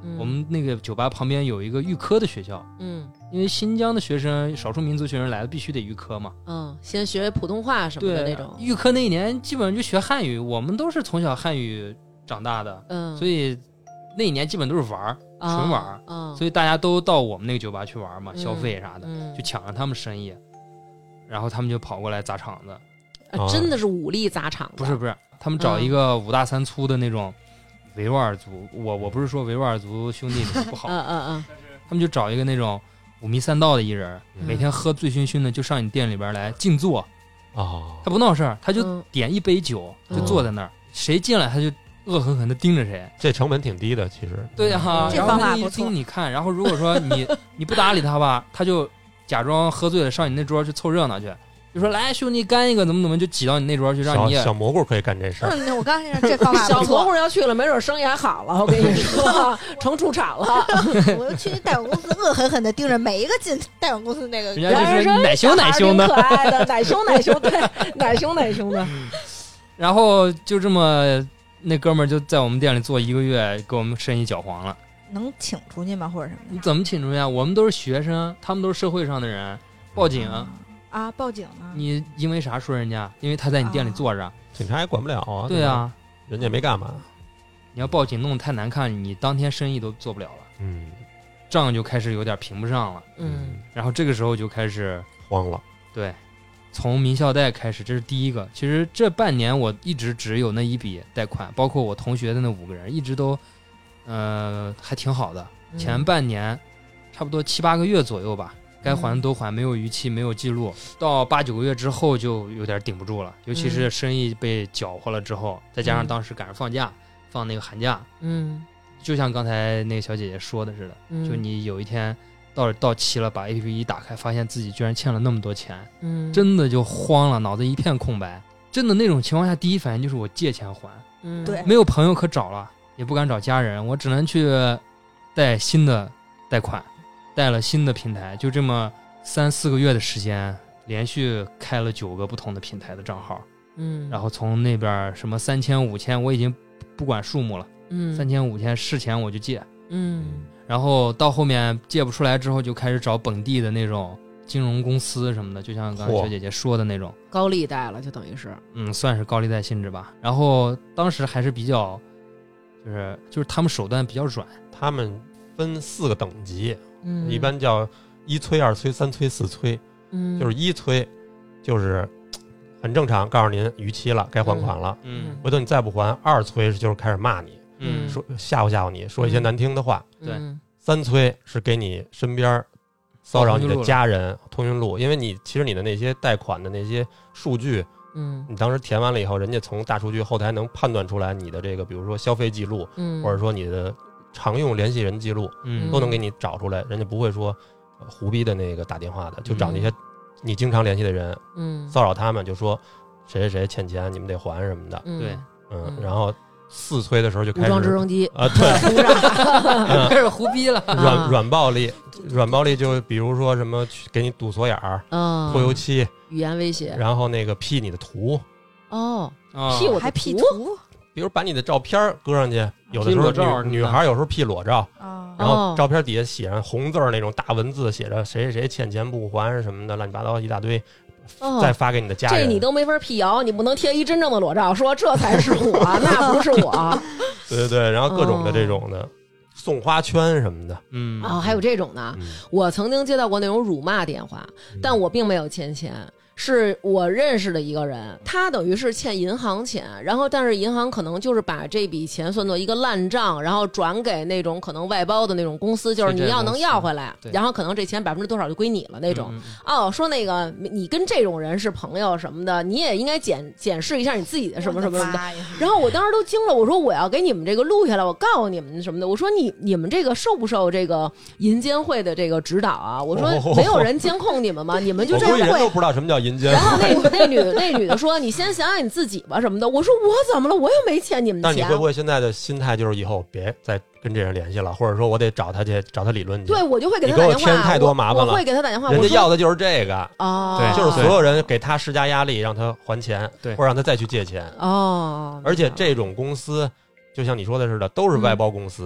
Speaker 1: 嗯、
Speaker 4: 我们那个酒吧旁边有一个预科的学校，
Speaker 1: 嗯，
Speaker 4: 因为新疆的学生少数民族学生来的必须得预科嘛，
Speaker 1: 嗯，先学普通话什么的那种。
Speaker 4: 预科那一年基本上就学汉语，我们都是从小汉语长大的，
Speaker 1: 嗯，
Speaker 4: 所以那一年基本都是玩儿，
Speaker 1: 啊、
Speaker 4: 纯玩儿、
Speaker 1: 啊，
Speaker 4: 所以大家都到我们那个酒吧去玩嘛，
Speaker 1: 嗯、
Speaker 4: 消费啥的，
Speaker 1: 嗯、
Speaker 4: 就抢了他们生意，然后他们就跑过来砸场子。
Speaker 1: 啊、真的是武力砸场子？
Speaker 4: 不是不是，他们找一个五大三粗的那种维吾尔族，嗯、我我不是说维吾尔族兄弟们不好，
Speaker 1: 嗯嗯嗯，
Speaker 4: 他们就找一个那种五迷三道的一人，嗯、每天喝醉醺醺的就上你店里边来静坐，
Speaker 2: 哦，
Speaker 4: 他不闹事儿，他就点一杯酒、嗯、就坐在那儿，谁进来他就恶狠狠的盯着谁，
Speaker 2: 这成本挺低的，其实。
Speaker 4: 对呀、啊，
Speaker 3: 这方法不错。
Speaker 4: 盯你看，然后如果说你你不搭理他吧，他就假装喝醉了上你那桌去凑热闹去。就说来兄弟干一个怎么怎么就挤到你那桌去，让你
Speaker 2: 小, 小蘑菇可以干这事儿。
Speaker 3: 嗯，我刚才这方法
Speaker 1: 小蘑菇要去了，没准生意还好了。我跟你说，成出场了。
Speaker 3: 我就去贷款公司，恶狠狠的盯着每一个进贷款公司那个，
Speaker 4: 人家就是奶凶奶凶的，
Speaker 1: 可爱的奶凶奶凶，对，奶凶奶凶的。
Speaker 4: 然后就这么，那哥们儿就在我们店里做一个月，给我们生意搅黄了。
Speaker 3: 能请出去吗？或者什么？
Speaker 4: 你怎么请出去啊？我们都是学生，他们都是社会上的人，报警。嗯
Speaker 3: 啊！报警呢？
Speaker 4: 你因为啥说人家？因为他在你店里坐着，
Speaker 2: 啊、警察也管不了啊。
Speaker 4: 对啊，
Speaker 2: 人家也没干嘛。
Speaker 4: 你要报警弄得太难看，你当天生意都做不了了。
Speaker 2: 嗯，
Speaker 4: 账就开始有点平不上了。
Speaker 1: 嗯，
Speaker 4: 然后这个时候就开始
Speaker 2: 慌了。
Speaker 4: 对，从名校贷开始，这是第一个。其实这半年我一直只有那一笔贷款，包括我同学的那五个人，一直都呃还挺好的。前半年、嗯、差不多七八个月左右吧。该还的都还，没有逾期，没有记录。到八九个月之后就有点顶不住了，尤其是生意被搅和了之后，嗯、再加上当时赶上放假，放那个寒假，
Speaker 1: 嗯，
Speaker 4: 就像刚才那个小姐姐说的似的，嗯、就你有一天到了到期了，把 A P P 一打开，发现自己居然欠了那么多钱，
Speaker 1: 嗯，
Speaker 4: 真的就慌了，脑子一片空白。真的那种情况下，第一反应就是我借钱还，
Speaker 1: 嗯，
Speaker 3: 对，
Speaker 4: 没有朋友可找了，也不敢找家人，我只能去贷新的贷款。带了新的平台，就这么三四个月的时间，连续开了九个不同的平台的账号，
Speaker 1: 嗯，
Speaker 4: 然后从那边什么三千五千，我已经不管数目了，
Speaker 1: 嗯，
Speaker 4: 三千五千是钱我就借，
Speaker 1: 嗯，
Speaker 4: 然后到后面借不出来之后，就开始找本地的那种金融公司什么的，就像刚才小姐姐说的那种
Speaker 1: 高利贷了，就等于是，
Speaker 4: 嗯，算是高利贷性质吧。然后当时还是比较，就是就是他们手段比较软，
Speaker 2: 他们分四个等级。
Speaker 1: 嗯，
Speaker 2: 一般叫一催、二催、三催、四催。
Speaker 1: 嗯，
Speaker 2: 就是一催，就是很正常，告诉您逾期了，该还款了。
Speaker 4: 嗯，
Speaker 2: 回头你再不还，二催就是开始骂你，
Speaker 4: 嗯，
Speaker 2: 说吓唬吓唬你，说一些难听的话。
Speaker 1: 对、嗯，
Speaker 2: 三催是给你身边骚扰你的家人通讯录，因为你其实你的那些贷款的那些数据，
Speaker 1: 嗯，
Speaker 2: 你当时填完了以后，人家从大数据后台能判断出来你的这个，比如说消费记录，
Speaker 1: 嗯，
Speaker 2: 或者说你的常用联系人记录，
Speaker 4: 嗯，
Speaker 2: 都能给你找出来，人家不会说胡逼的那个打电话的，就找那些你经常联系的人，
Speaker 1: 嗯，
Speaker 2: 骚扰他们，就说谁谁谁欠钱，你们得还什么的，
Speaker 1: 嗯、
Speaker 4: 对，
Speaker 2: 嗯，然后四催的时候就开始
Speaker 1: 武装直升机
Speaker 2: 啊，对，
Speaker 4: 开始胡逼了，
Speaker 2: 软软暴力，软暴力就比如说什么给你堵锁眼儿，
Speaker 1: 嗯，
Speaker 2: 泼油漆，
Speaker 1: 语言威胁，
Speaker 2: 然后那个 P 你的图，
Speaker 1: 哦，
Speaker 4: 哦
Speaker 1: P 我
Speaker 3: 还 P
Speaker 1: 图。
Speaker 2: 比如把你的照片搁上去，有的时候女女孩有时候 P 裸照，
Speaker 3: 哦、
Speaker 2: 然后照片底下写上红字那种大文字，写着谁谁谁欠钱不还什么的，乱七八糟一大堆，
Speaker 1: 哦、
Speaker 2: 再发给你的家人。
Speaker 1: 这你都没法辟谣，你不能贴一真正的裸照，说这才是我，那不是我。
Speaker 2: 对对对，然后各种的这种的、哦、送花圈什么的，
Speaker 4: 嗯
Speaker 1: 啊、哦，还有这种的、嗯。我曾经接到过那种辱骂电话，嗯、但我并没有欠钱。是我认识的一个人，他等于是欠银行钱，然后但是银行可能就是把这笔钱算作一个烂账，然后转给那种可能外包的那种公司，就是你要能要回来，然后可能这钱百分之多少就归你了那种。
Speaker 4: 嗯、
Speaker 1: 哦，说那个你跟这种人是朋友什么的，你也应该检检视一下你自己的什么什么什么的。然后我当时都惊了，我说我要给你们这个录下来，我告诉你们什么的。我说你你们这个受不受这个银监会的这个指导啊？我说没有人监控你们吗？你们就这样会？
Speaker 2: 我估计人都不知道什么叫银监。
Speaker 1: 然后那那女的那女的说：“你先想想你自己吧什么的。”我说：“我怎么了？我又没欠你们钱。”
Speaker 2: 但你会不会现在的心态就是以后别再跟这人联系了，或者说我得找他去找他理论去？
Speaker 1: 对，我就会给他打电话。
Speaker 2: 你给我添太多麻烦了，
Speaker 1: 我会给他打电话。
Speaker 2: 人家要的就是这个
Speaker 1: 哦，
Speaker 2: 对，就是所有人给他施加压力，让他还钱，
Speaker 4: 对，
Speaker 2: 或者让他再去借钱。
Speaker 1: 哦，
Speaker 2: 而且这种公司，就像你说的似的，都是外包公司。嗯，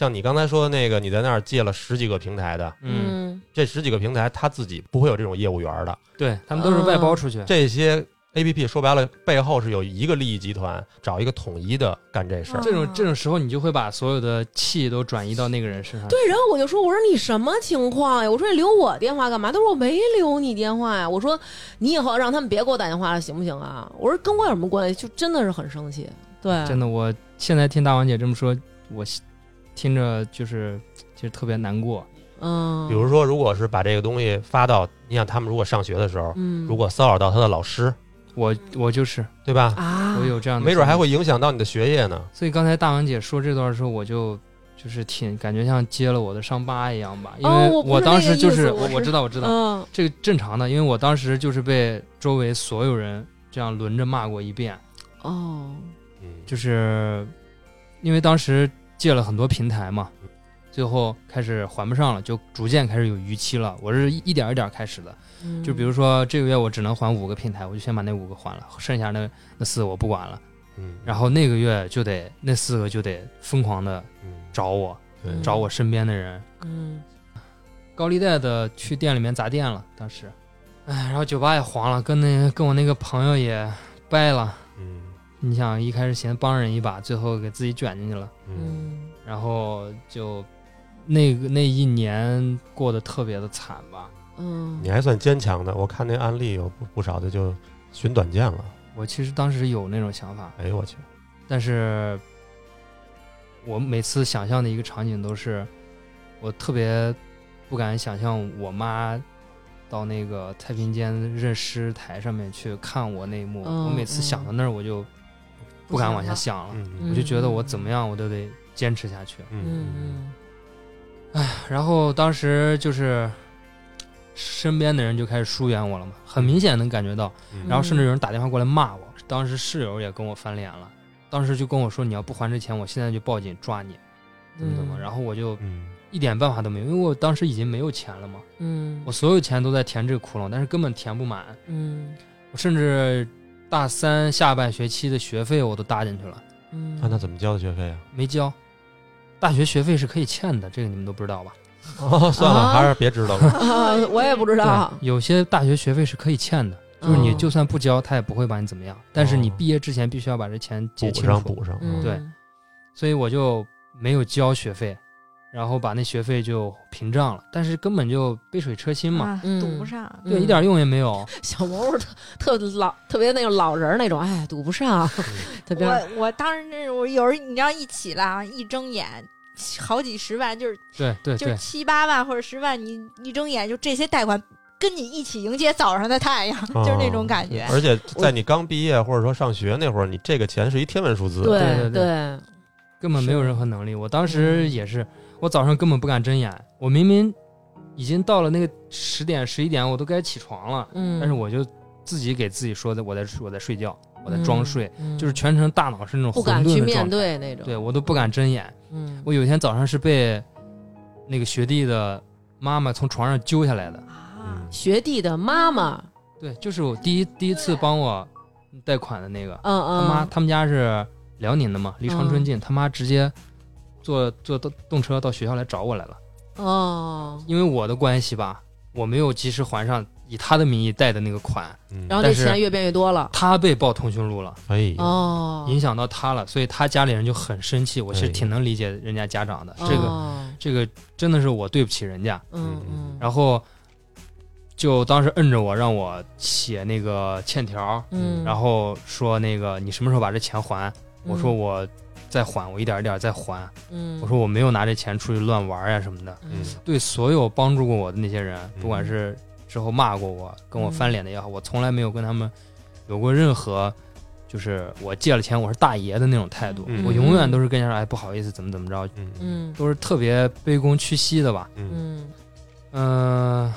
Speaker 2: 像你刚才说的那个，你在那儿借了十几个平台的，
Speaker 4: 嗯，
Speaker 2: 这十几个平台他自己不会有这种业务员的，
Speaker 4: 对他们都是外包出去。
Speaker 2: 嗯、这些 A P P 说白了背后是有一个利益集团，找一个统一的干这事儿。
Speaker 4: 这种这种时候，你就会把所有的气都转移到那个人身上。
Speaker 1: 对，然后我就说，我说你什么情况呀？我说你留我电话干嘛？他说我没留你电话呀。我说你以后让他们别给我打电话了，行不行啊？我说跟我有什么关系？就真的是很生气。对，
Speaker 4: 真的，我现在听大王姐这么说，我听着就是其实特别难过。
Speaker 1: 嗯，
Speaker 2: 比如说，如果是把这个东西发到，你想他们如果上学的时候，嗯，如果骚扰到他的老师，
Speaker 4: 我我就是
Speaker 2: 对吧？
Speaker 1: 啊，
Speaker 4: 我有这样的，
Speaker 2: 没准还会影响到你的学业呢。
Speaker 4: 所以刚才大王姐说这段的时候，我就就是挺感觉像接了我的伤疤一样吧，因为我当时就是、
Speaker 1: 哦、我,
Speaker 4: 我, 我知道我知道、嗯，这个正常的，因为我当时就是被周围所有人这样轮着骂过一遍。
Speaker 1: 哦，
Speaker 4: 就是因为当时借了很多平台嘛，最后开始还不上了，就逐渐开始有逾期了。我是一点一点开始的，嗯、就比如说这个月我只能还五个平台，我就先把那五个还了，剩下那那四个我不管了。嗯，然后那个月就得那四个就得疯狂的找我、嗯，找我身边的人。嗯，高利贷的去店里面砸店了，当时，哎，然后酒吧也黄了，跟那跟我那个朋友也掰了。嗯，你想一开始先帮人一把，最后给自己卷进去了。嗯，然后就那个那一年过得特别的惨吧。
Speaker 1: 嗯，
Speaker 2: 你还算坚强的，我看那案例有不不少的就寻短见了。
Speaker 4: 我其实当时有那种想法，
Speaker 2: 哎呦我去！
Speaker 4: 但是我每次想象的一个场景都是，我特别不敢想象我妈到那个太平间认尸台上面去看我那一幕。嗯、我每次想到那儿，我就不敢往下想了，
Speaker 2: 嗯、
Speaker 4: 我就觉得我怎么样我都得坚持下去。
Speaker 1: 嗯嗯。
Speaker 4: 哎，然后当时就是身边的人就开始疏远我了嘛，很明显能感觉到，
Speaker 2: 嗯、
Speaker 4: 然后甚至有人打电话过来骂我。当时室友也跟我翻脸了，当时就跟我说你要不还这钱，我现在就报警抓你，怎么怎么。嗯、然后我就一点办法都没有，因为我当时已经没有钱了嘛。嗯，我所有钱都在填这个窟窿，但是根本填不满。
Speaker 1: 嗯，
Speaker 4: 我甚至大三下半学期的学费我都搭进去了。
Speaker 1: 嗯，
Speaker 2: 那他怎么交的学费啊？
Speaker 4: 没交。大学学费是可以欠的，这个你们都不知道吧？
Speaker 2: 哦，算了，啊、还是别知道了。
Speaker 1: 啊、我也不知道。
Speaker 4: 有些大学学费是可以欠的，就是你就算不交，他也不会把你怎么样。哦、但是你毕业之前必须要把这钱结清楚，
Speaker 2: 补上补上。
Speaker 1: 嗯、
Speaker 4: 对，所以我就没有交学费，然后把那学费就屏障了，但是根本就杯水车薪嘛，
Speaker 3: 啊、堵不上，
Speaker 4: 对，嗯、一点用也没有。
Speaker 1: 小蘑菇特特老，特别那种老人那种，哎，堵不上。特别
Speaker 3: 我我当时我有时候你知道一起来一睁眼。好几十万，就是
Speaker 4: 对对，
Speaker 3: 就是七八万或者十万，你一睁眼就这些贷款跟你一起迎接早上的太阳，
Speaker 2: 哦、
Speaker 3: 就是那种感觉。
Speaker 2: 而且在你刚毕业或者说上学那会儿，你这个钱是一天文数字，
Speaker 1: 对
Speaker 4: 对
Speaker 1: 对, 对，
Speaker 4: 根本没有任何能力。我当时也是，我早上根本不敢睁眼，我明明已经到了那个十点十一点，我都该起床了，
Speaker 1: 嗯，
Speaker 4: 但是我就自己给自己说的，我在我在睡觉。我在装睡、
Speaker 1: 嗯嗯，
Speaker 4: 就是全程大脑是那种
Speaker 1: 不敢去面对那种，
Speaker 4: 对我都不敢睁眼。
Speaker 1: 嗯，
Speaker 4: 我有一天早上是被那个学弟的妈妈从床上揪下来的。
Speaker 1: 啊，学弟的妈妈，
Speaker 4: 对，就是我第一第一次帮我贷款的那个。
Speaker 1: 嗯嗯，
Speaker 4: 他妈他们家是辽宁的嘛，离长春近，嗯、他妈直接坐坐动车到学校来找我来了。
Speaker 1: 哦，
Speaker 4: 因为我的关系吧，我没有及时还上。以他的名义贷的那个款，
Speaker 2: 嗯、
Speaker 1: 然后这钱越变越多了，
Speaker 4: 他被报通讯录了，
Speaker 2: 哎，
Speaker 1: 哦，
Speaker 4: 影响到他了，所以他家里人就很生气。我是挺能理解人家家长的，
Speaker 1: 哎、
Speaker 4: 这个、
Speaker 1: 哦、
Speaker 4: 这个真的是我对不起人家，
Speaker 1: 嗯嗯。
Speaker 4: 然后就当时摁着我让我写那个欠条，
Speaker 1: 嗯，
Speaker 4: 然后说那个你什么时候把这钱还？嗯、我说我再还，我一点一点再还。
Speaker 1: 嗯，
Speaker 4: 我说我没有拿这钱出去乱玩呀、啊、什么的。
Speaker 1: 嗯，
Speaker 4: 对所有帮助过我的那些人，不管是之后骂过我跟我翻脸的也好、嗯、我从来没有跟他们有过任何就是我借了钱我是大爷的那种态度、嗯、我永远都是跟人家说哎不好意思怎么怎么着，
Speaker 1: 嗯，
Speaker 4: 都是特别卑躬屈膝的吧。
Speaker 1: 嗯
Speaker 4: 嗯、呃，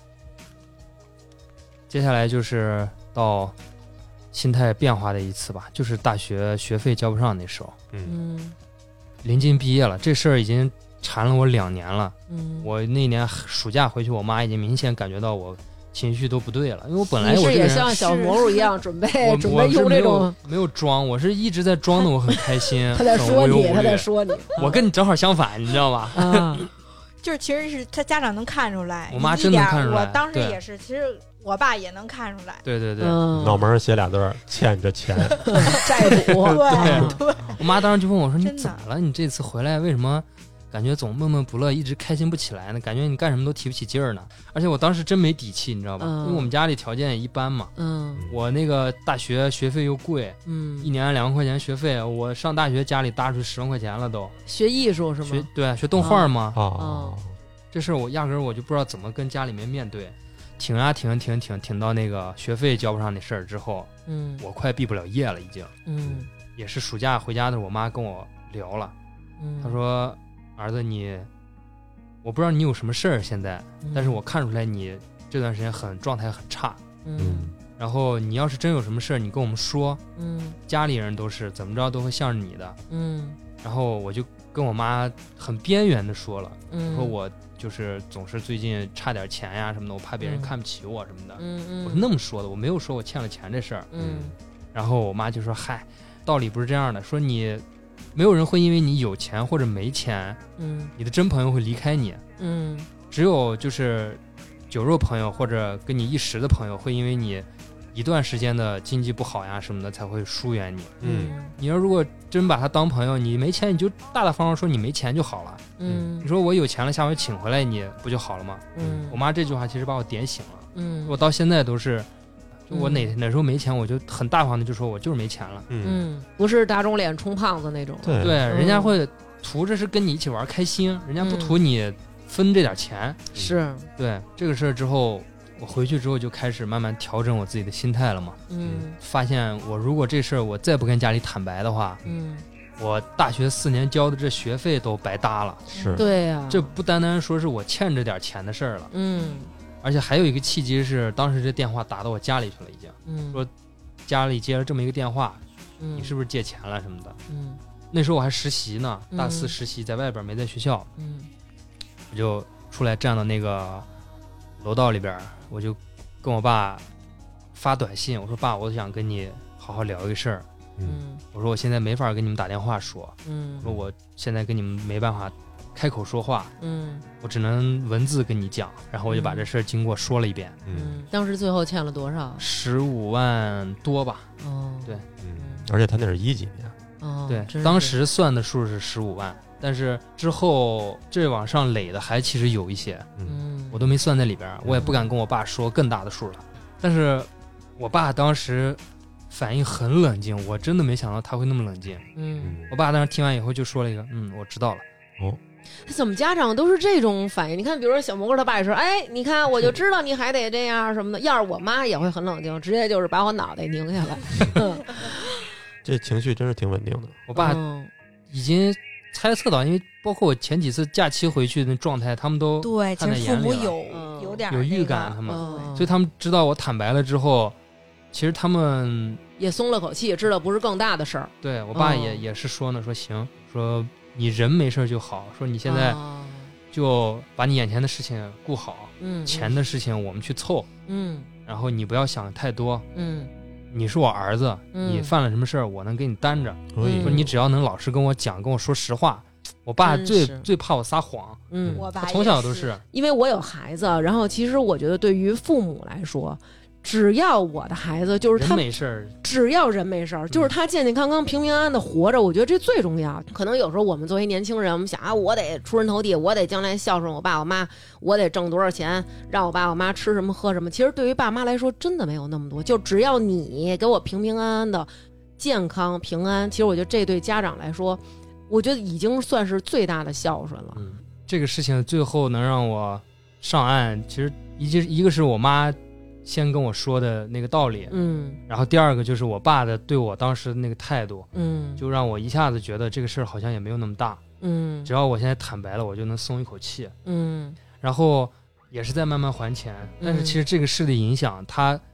Speaker 4: 接下来就是到心态变化的一次吧，就是大学学费交不上那时候，
Speaker 1: 嗯，
Speaker 4: 临近毕业了，这事儿已经缠了我两年了。
Speaker 1: 嗯，
Speaker 4: 我那年暑假回去，我妈已经明显感觉到我情绪都不对了，因为我本来我
Speaker 1: 是也
Speaker 4: 这个人
Speaker 1: 像小蘑菇一样准备
Speaker 4: 我
Speaker 1: 准备用这种，
Speaker 4: 我没有装，我是一直在装的，我很开心。
Speaker 1: 他在说你，他在说你，
Speaker 4: 我跟你正好相反，你知道吧？
Speaker 1: 啊，
Speaker 3: 就是其实是他家长能看出来，
Speaker 4: 我妈真能看出来。
Speaker 3: 我当时也是，其实我爸也能看出来。
Speaker 4: 对对对，
Speaker 1: 嗯、
Speaker 2: 脑门上写俩字儿，欠着钱，
Speaker 1: 债主。
Speaker 3: 对对，
Speaker 4: 我妈当时就问我说：“你怎么了？你这次回来为什么？”感觉总闷闷不乐，一直开心不起来呢，感觉你干什么都提不起劲儿呢。而且我当时真没底气，你知道吧？嗯、因为我们家里条件也一般嘛。
Speaker 1: 嗯。
Speaker 4: 我那个大学学费又贵，
Speaker 1: 嗯，
Speaker 4: 一年两万块钱学费，我上大学家里搭出十万块钱了都。
Speaker 1: 学艺术是吗？
Speaker 4: 学对，学动画嘛。
Speaker 2: 哦。
Speaker 4: 这事儿我压根儿我就不知道怎么跟家里面面对，挺啊挺挺挺挺到那个学费交不上那事儿之后，
Speaker 1: 嗯，
Speaker 4: 我快毕不了业了已经。
Speaker 1: 嗯。
Speaker 4: 也是暑假回家的时候，我妈跟我聊了，
Speaker 1: 嗯，
Speaker 4: 她说：“儿子你。”我不知道你有什么事儿现在，
Speaker 1: 嗯、
Speaker 4: 但是我看出来你这段时间很状态很差。
Speaker 1: 嗯，
Speaker 4: 然后你要是真有什么事儿，你跟我们说。
Speaker 1: 嗯，
Speaker 4: 家里人都是怎么着都会向着你的。
Speaker 1: 嗯，
Speaker 4: 然后我就跟我妈很边缘的说了，
Speaker 1: 嗯，
Speaker 4: 说我就是总是最近差点钱呀什么的，我怕别人看不起我什么的。
Speaker 1: 嗯嗯，
Speaker 4: 我是那么说的，我没有说我欠了钱这事儿。
Speaker 1: 嗯，
Speaker 4: 然后我妈就说：“嗨，道理不是这样的，说你。”没有人会因为你有钱或者没钱，
Speaker 1: 嗯，
Speaker 4: 你的真朋友会离开你，
Speaker 1: 嗯，
Speaker 4: 只有就是酒肉朋友或者跟你一时的朋友会因为你一段时间的经济不好呀什么的才会疏远你。
Speaker 1: 嗯，
Speaker 4: 你要如果真把他当朋友，你没钱你就大大方方说你没钱就好了。
Speaker 1: 嗯，
Speaker 4: 你说我有钱了，下回请回来你不就好了吗？
Speaker 1: 嗯，
Speaker 4: 我妈这句话其实把我点醒了。
Speaker 1: 嗯，
Speaker 4: 我到现在都是。就我哪哪时候没钱，我就很大方的就说我就是没钱了。
Speaker 1: 嗯，不是打肿脸充胖子那种。
Speaker 2: 对
Speaker 4: 对，人家会图着是跟你一起玩开心，人家不图你分这点钱。
Speaker 1: 是，
Speaker 4: 对这个事儿之后，我回去之后就开始慢慢调整我自己的心态了嘛。
Speaker 1: 嗯，
Speaker 4: 发现我如果这事儿我再不跟家里坦白的话，
Speaker 1: 嗯，
Speaker 4: 我大学四年交的这学费都白搭了。
Speaker 2: 是，
Speaker 1: 对呀，
Speaker 4: 这不单单说是我欠着点钱的事儿了。
Speaker 1: 嗯。
Speaker 4: 而且还有一个契机是，当时这电话打到我家里去了，已经、
Speaker 1: 嗯、
Speaker 4: 说家里接了这么一个电话、
Speaker 1: 嗯，
Speaker 4: 你是不是借钱了什么的？
Speaker 1: 嗯，
Speaker 4: 那时候我还实习呢，大四实习，在外边没在学校，
Speaker 1: 嗯，
Speaker 4: 我就出来站到那个楼道里边，我就跟我爸发短信，我说爸，我想跟你好好聊一个事儿，
Speaker 1: 嗯，
Speaker 4: 我说我现在没法跟你们打电话说，
Speaker 1: 嗯，
Speaker 4: 说我现在跟你们没办法开口说话，
Speaker 1: 嗯，
Speaker 4: 我只能文字跟你讲，然后我就把这事儿经过说了一遍。
Speaker 1: 嗯，当时最后欠了多少？
Speaker 4: 十五万多吧。
Speaker 1: 哦，
Speaker 4: 对，
Speaker 2: 嗯，而且他那是一几年。
Speaker 1: 哦，
Speaker 4: 对，当时算的数是十五万，但是之后这往上垒的还其实有一些，
Speaker 1: 嗯，
Speaker 4: 我都没算在里边，我也不敢跟我爸说更大的数了。但是我爸当时反应很冷静，我真的没想到他会那么冷静。
Speaker 1: 嗯，
Speaker 4: 我爸当时听完以后就说了一个，嗯，我知道了。
Speaker 2: 哦。
Speaker 1: 怎么家长都是这种反应？你看，比如说小蘑菇他爸也说：“哎，你看，我就知道你还得这样什么的。”要是我妈也会很冷静，直接就是把我脑袋拧下来。
Speaker 2: 这情绪真是挺稳定的。
Speaker 4: 我爸已经猜测到，因为包括我前几次假期回去的状态，他们都
Speaker 3: 对，
Speaker 4: 看在眼里了，
Speaker 3: 其实父母有有点
Speaker 4: 有预感，他们，
Speaker 1: 嗯、
Speaker 4: 所以他们知道我坦白了之后，其实他们
Speaker 1: 也松了口气，知道不是更大的事儿。
Speaker 4: 对我爸也、嗯、也是说呢，说行，说。你人没事就好，说你现在就把你眼前的事情顾好，
Speaker 1: 嗯，
Speaker 4: 钱的事情我们去凑，
Speaker 1: 嗯，
Speaker 4: 然后你不要想太多，
Speaker 1: 嗯，
Speaker 4: 你是我儿子，
Speaker 1: 嗯、
Speaker 4: 你犯了什么事儿我能给你担着，
Speaker 1: 嗯、
Speaker 4: 说你只要能老实跟我讲，跟我说实话。我爸最最怕我撒谎，
Speaker 1: 嗯，
Speaker 3: 我爸
Speaker 4: 从小都是，
Speaker 1: 因为我有孩子，然后其实我觉得对于父母来说。只要我的孩子就是他
Speaker 4: 人没事儿，
Speaker 1: 只要人没事儿，就是他健健康康、平平安安的活着，我觉得这最重要。可能有时候我们作为年轻人，我们想啊，我得出人头地，我得将来孝顺我爸我妈，我得挣多少钱，让我爸我妈吃什么喝什么。其实对于爸妈来说，真的没有那么多，就只要你给我平平安安的、健康平安，其实我觉得这对家长来说，我觉得已经算是最大的孝顺了。
Speaker 4: 嗯，这个事情最后能让我上岸，其实一一个是我妈。先跟我说的那个道理，
Speaker 1: 嗯，
Speaker 4: 然后第二个就是我爸的对我当时的那个态度，
Speaker 1: 嗯，
Speaker 4: 就让我一下子觉得这个事儿好像也没有那么大，
Speaker 1: 嗯，
Speaker 4: 只要我现在坦白了，我就能松一口气，
Speaker 1: 嗯，
Speaker 4: 然后也是在慢慢还钱，但是其实这个事的影响，它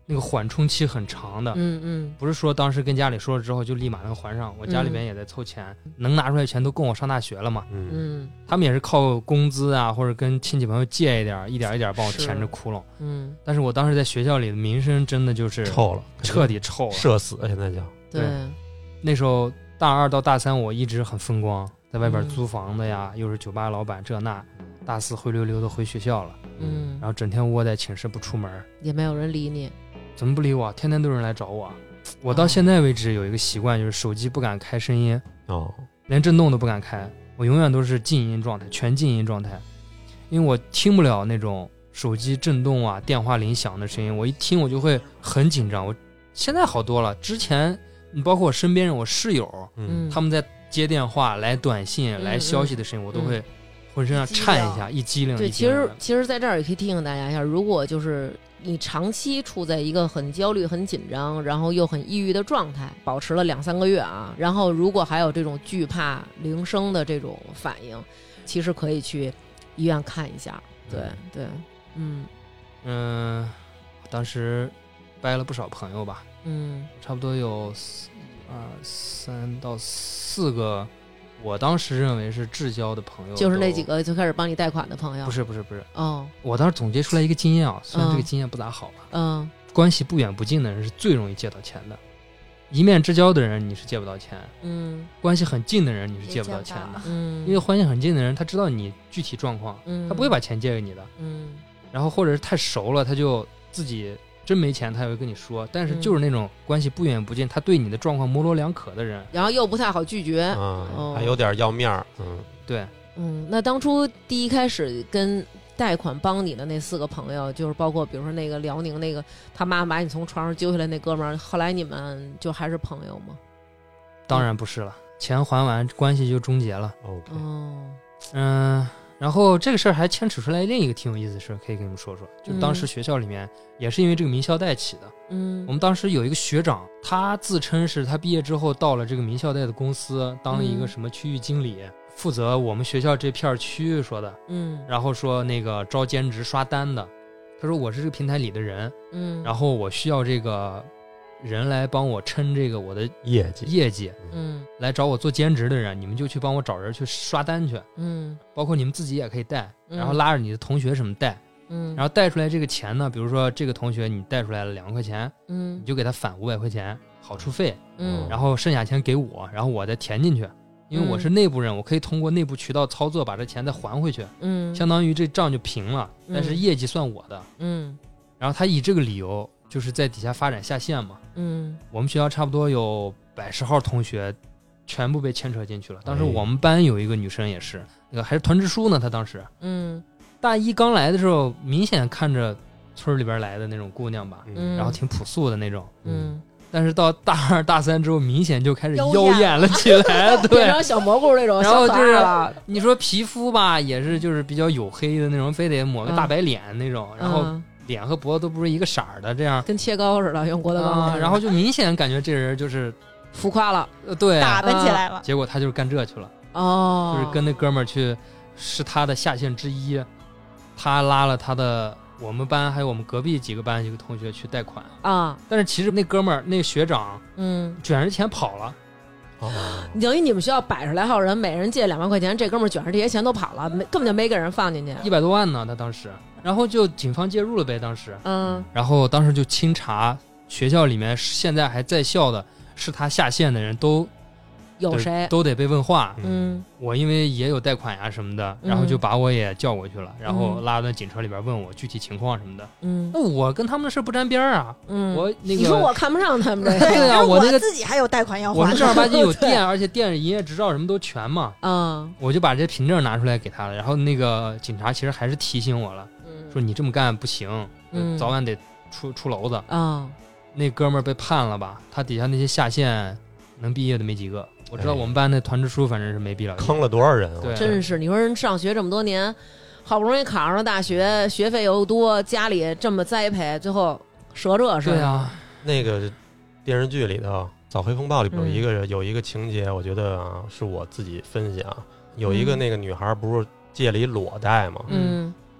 Speaker 4: 那个缓冲期很长的，
Speaker 1: 嗯嗯，
Speaker 4: 不是说当时跟家里说了之后就立马能还上，我家里边也在凑钱，嗯、能拿出来钱都供我上大学了嘛。
Speaker 1: 嗯，
Speaker 4: 他们也是靠工资啊，或者跟亲戚朋友借一点，一点一点帮我填着窟窿。
Speaker 1: 嗯，
Speaker 4: 但是我当时在学校里的名声真的就是
Speaker 2: 臭了，
Speaker 4: 彻底臭了，
Speaker 2: 社死现在叫。
Speaker 1: 对，
Speaker 4: 那时候大二到大三我一直很风光，在外边租房子呀，嗯、又是酒吧老板这那。大四灰溜溜的回学校了，
Speaker 1: 嗯，
Speaker 4: 然后整天窝在寝室不出门，
Speaker 1: 也没有人理你。
Speaker 4: 怎么不理我？天天都有人来找我。我到现在为止有一个习惯，就是手机不敢开声音，
Speaker 2: 哦，
Speaker 4: 连震动都不敢开，我永远都是静音状态，全静音状态，因为我听不了那种手机震动啊、电话铃响的声音，我一听我就会很紧张。我现在好多了，之前你包括我身边人，我室友，嗯，他们在接电话、来短信、嗯、来消息的声音，我都会。浑身上颤一下，一激灵。
Speaker 1: 对，其实其实在这儿也可以提醒大家一下，如果就是你长期处在一个很焦虑、很紧张，然后又很抑郁的状态，保持了两三个月啊，然后如果还有这种惧怕铃声的这种反应，其实可以去医院看一下。对对，嗯
Speaker 4: 嗯，当时掰了不少朋友吧，
Speaker 1: 嗯，
Speaker 4: 差不多有啊三到四个。我当时认为是至交的朋友，
Speaker 1: 就是那几个就开始帮你贷款的朋友。
Speaker 4: 不是不是不是
Speaker 1: 哦，
Speaker 4: 我当时总结出来一个经验啊，虽然这个经验不咋好吧，
Speaker 1: 嗯，
Speaker 4: 关系不远不近的人是最容易借到钱的，一面之交的人你是借不到钱，
Speaker 1: 嗯，
Speaker 4: 关系很近的人你是借不到钱的，嗯，因为关系很近的人他知道你具体状况，嗯，他不会把钱借给你的，
Speaker 1: 嗯，
Speaker 4: 然后或者是太熟了，他就自己。真没钱他也会跟你说，但是就是那种关系不远不近，他对你的状况模棱两可的人，
Speaker 1: 然后又不太好拒绝，
Speaker 2: 嗯，哦、还有点要面儿，嗯，
Speaker 4: 对，
Speaker 1: 嗯，那当初第一开始跟贷款帮你的那四个朋友，就是包括比如说那个辽宁那个他妈把你从床上揪下来那哥们儿，后来你们就还是朋友吗？
Speaker 4: 当然不是了，钱还完关系就终结了。
Speaker 2: OK，
Speaker 1: 哦，
Speaker 4: 嗯。然后这个事儿还牵扯出来另一个挺有意思的事，可以跟你们说说。就当时学校里面、嗯、也是因为这个名校贷起的。
Speaker 1: 嗯，
Speaker 4: 我们当时有一个学长，他自称是他毕业之后到了这个名校贷的公司当一个什么区域经理，嗯、负责我们学校这片区域说的。
Speaker 1: 嗯，
Speaker 4: 然后说那个招兼职刷单的，他说我是这个平台里的人，
Speaker 1: 嗯，
Speaker 4: 然后我需要这个人来帮我撑这个我的
Speaker 2: 业绩
Speaker 4: 业绩，
Speaker 1: 嗯，
Speaker 4: 来找我做兼职的人，你们就去帮我找人去刷单去，
Speaker 1: 嗯，
Speaker 4: 包括你们自己也可以贷，然后拉着你的同学什么贷，
Speaker 1: 嗯，
Speaker 4: 然后贷出来这个钱呢，比如说这个同学你贷出来了两万块钱，
Speaker 1: 嗯，
Speaker 4: 你就给他返五百块钱好处费，
Speaker 1: 嗯，
Speaker 4: 然后剩下钱给我，然后我再填进去，因为我是内部人，我可以通过内部渠道操作把这钱再还回去，
Speaker 1: 嗯，
Speaker 4: 相当于这账就平了，但是业绩算我的，
Speaker 1: 嗯，
Speaker 4: 然后他以这个理由就是在底下发展下线嘛，
Speaker 1: 嗯，
Speaker 4: 我们学校差不多有百十号同学全部被牵扯进去了。当时我们班有一个女生也是，那个还是团支书呢，她当时，
Speaker 1: 嗯，
Speaker 4: 大一刚来的时候，明显看着村里边来的那种姑娘吧，
Speaker 1: 嗯，
Speaker 4: 然后挺朴素的那种，
Speaker 1: 嗯，
Speaker 4: 但是到大二大三之后，明显就开始妖艳了起来，对，
Speaker 1: 变成小蘑菇那种，
Speaker 4: 然后就是你说皮肤吧，也是就是比较黝黑的那种，非得抹个大白脸那种，
Speaker 1: 嗯、
Speaker 4: 然后脸和脖子都不是一个色儿的，这样
Speaker 1: 跟切糕似的，用郭德纲、
Speaker 4: 啊，然后就明显感觉这人就是
Speaker 1: 浮夸了，
Speaker 4: 呃，对，
Speaker 3: 打扮起来了，
Speaker 4: 结果他就是干这去了，
Speaker 1: 哦，
Speaker 4: 就是跟那哥们儿去，是他的下线之一，他拉了他的我们班还有我们隔壁几个班几个同学去贷款
Speaker 1: 啊，
Speaker 4: 但是其实那哥们儿那学长，
Speaker 1: 嗯，
Speaker 4: 卷着钱跑了。
Speaker 2: 哦，
Speaker 1: 等于你们学校百十来号人，每人借两万块钱，这哥们儿卷着这些钱都跑了，没根本就没给人放进去，
Speaker 4: 一百多万呢，他当时，然后就警方介入了呗，当时，
Speaker 1: 嗯，
Speaker 4: 然后当时就清查学校里面现在还在校的，是他下线的人都
Speaker 1: 有谁
Speaker 4: 都得被问话，
Speaker 1: 嗯，
Speaker 4: 我因为也有贷款呀什么的，然后就把我也叫过去了，嗯、然后拉到警车里边问我具体情况什么的，
Speaker 1: 嗯，
Speaker 4: 那我跟他们的事不沾边啊，
Speaker 1: 嗯，
Speaker 4: 我那个
Speaker 1: 你说我看不上他们这个，
Speaker 4: 对啊，我那个
Speaker 3: 自己还有贷款要还，
Speaker 4: 我是正儿八经有店，而且店营业执照什么都全嘛，
Speaker 1: 嗯，
Speaker 4: 我就把这凭证拿出来给他了，然后那个警察其实还是提醒我了，
Speaker 1: 嗯，
Speaker 4: 说你这么干不行，
Speaker 1: 嗯，
Speaker 4: 早晚得出出篓子
Speaker 1: 啊，哦，
Speaker 4: 那哥们儿被判了吧，他底下那些下线能毕业的没几个。我知道我们班那团支书反正是没毕了，
Speaker 2: 坑了多少人啊？
Speaker 4: 对，
Speaker 1: 真是你说人上学这么多年，好不容易考上了大学，学费又多，家里这么栽培，最后折这是。
Speaker 4: 对啊，
Speaker 2: 那个电视剧里头《扫黑风暴》里边有一个、嗯、有一个情节，我觉得啊是我自己分析啊，有一个那个女孩不是借了一裸贷嘛，
Speaker 1: 嗯，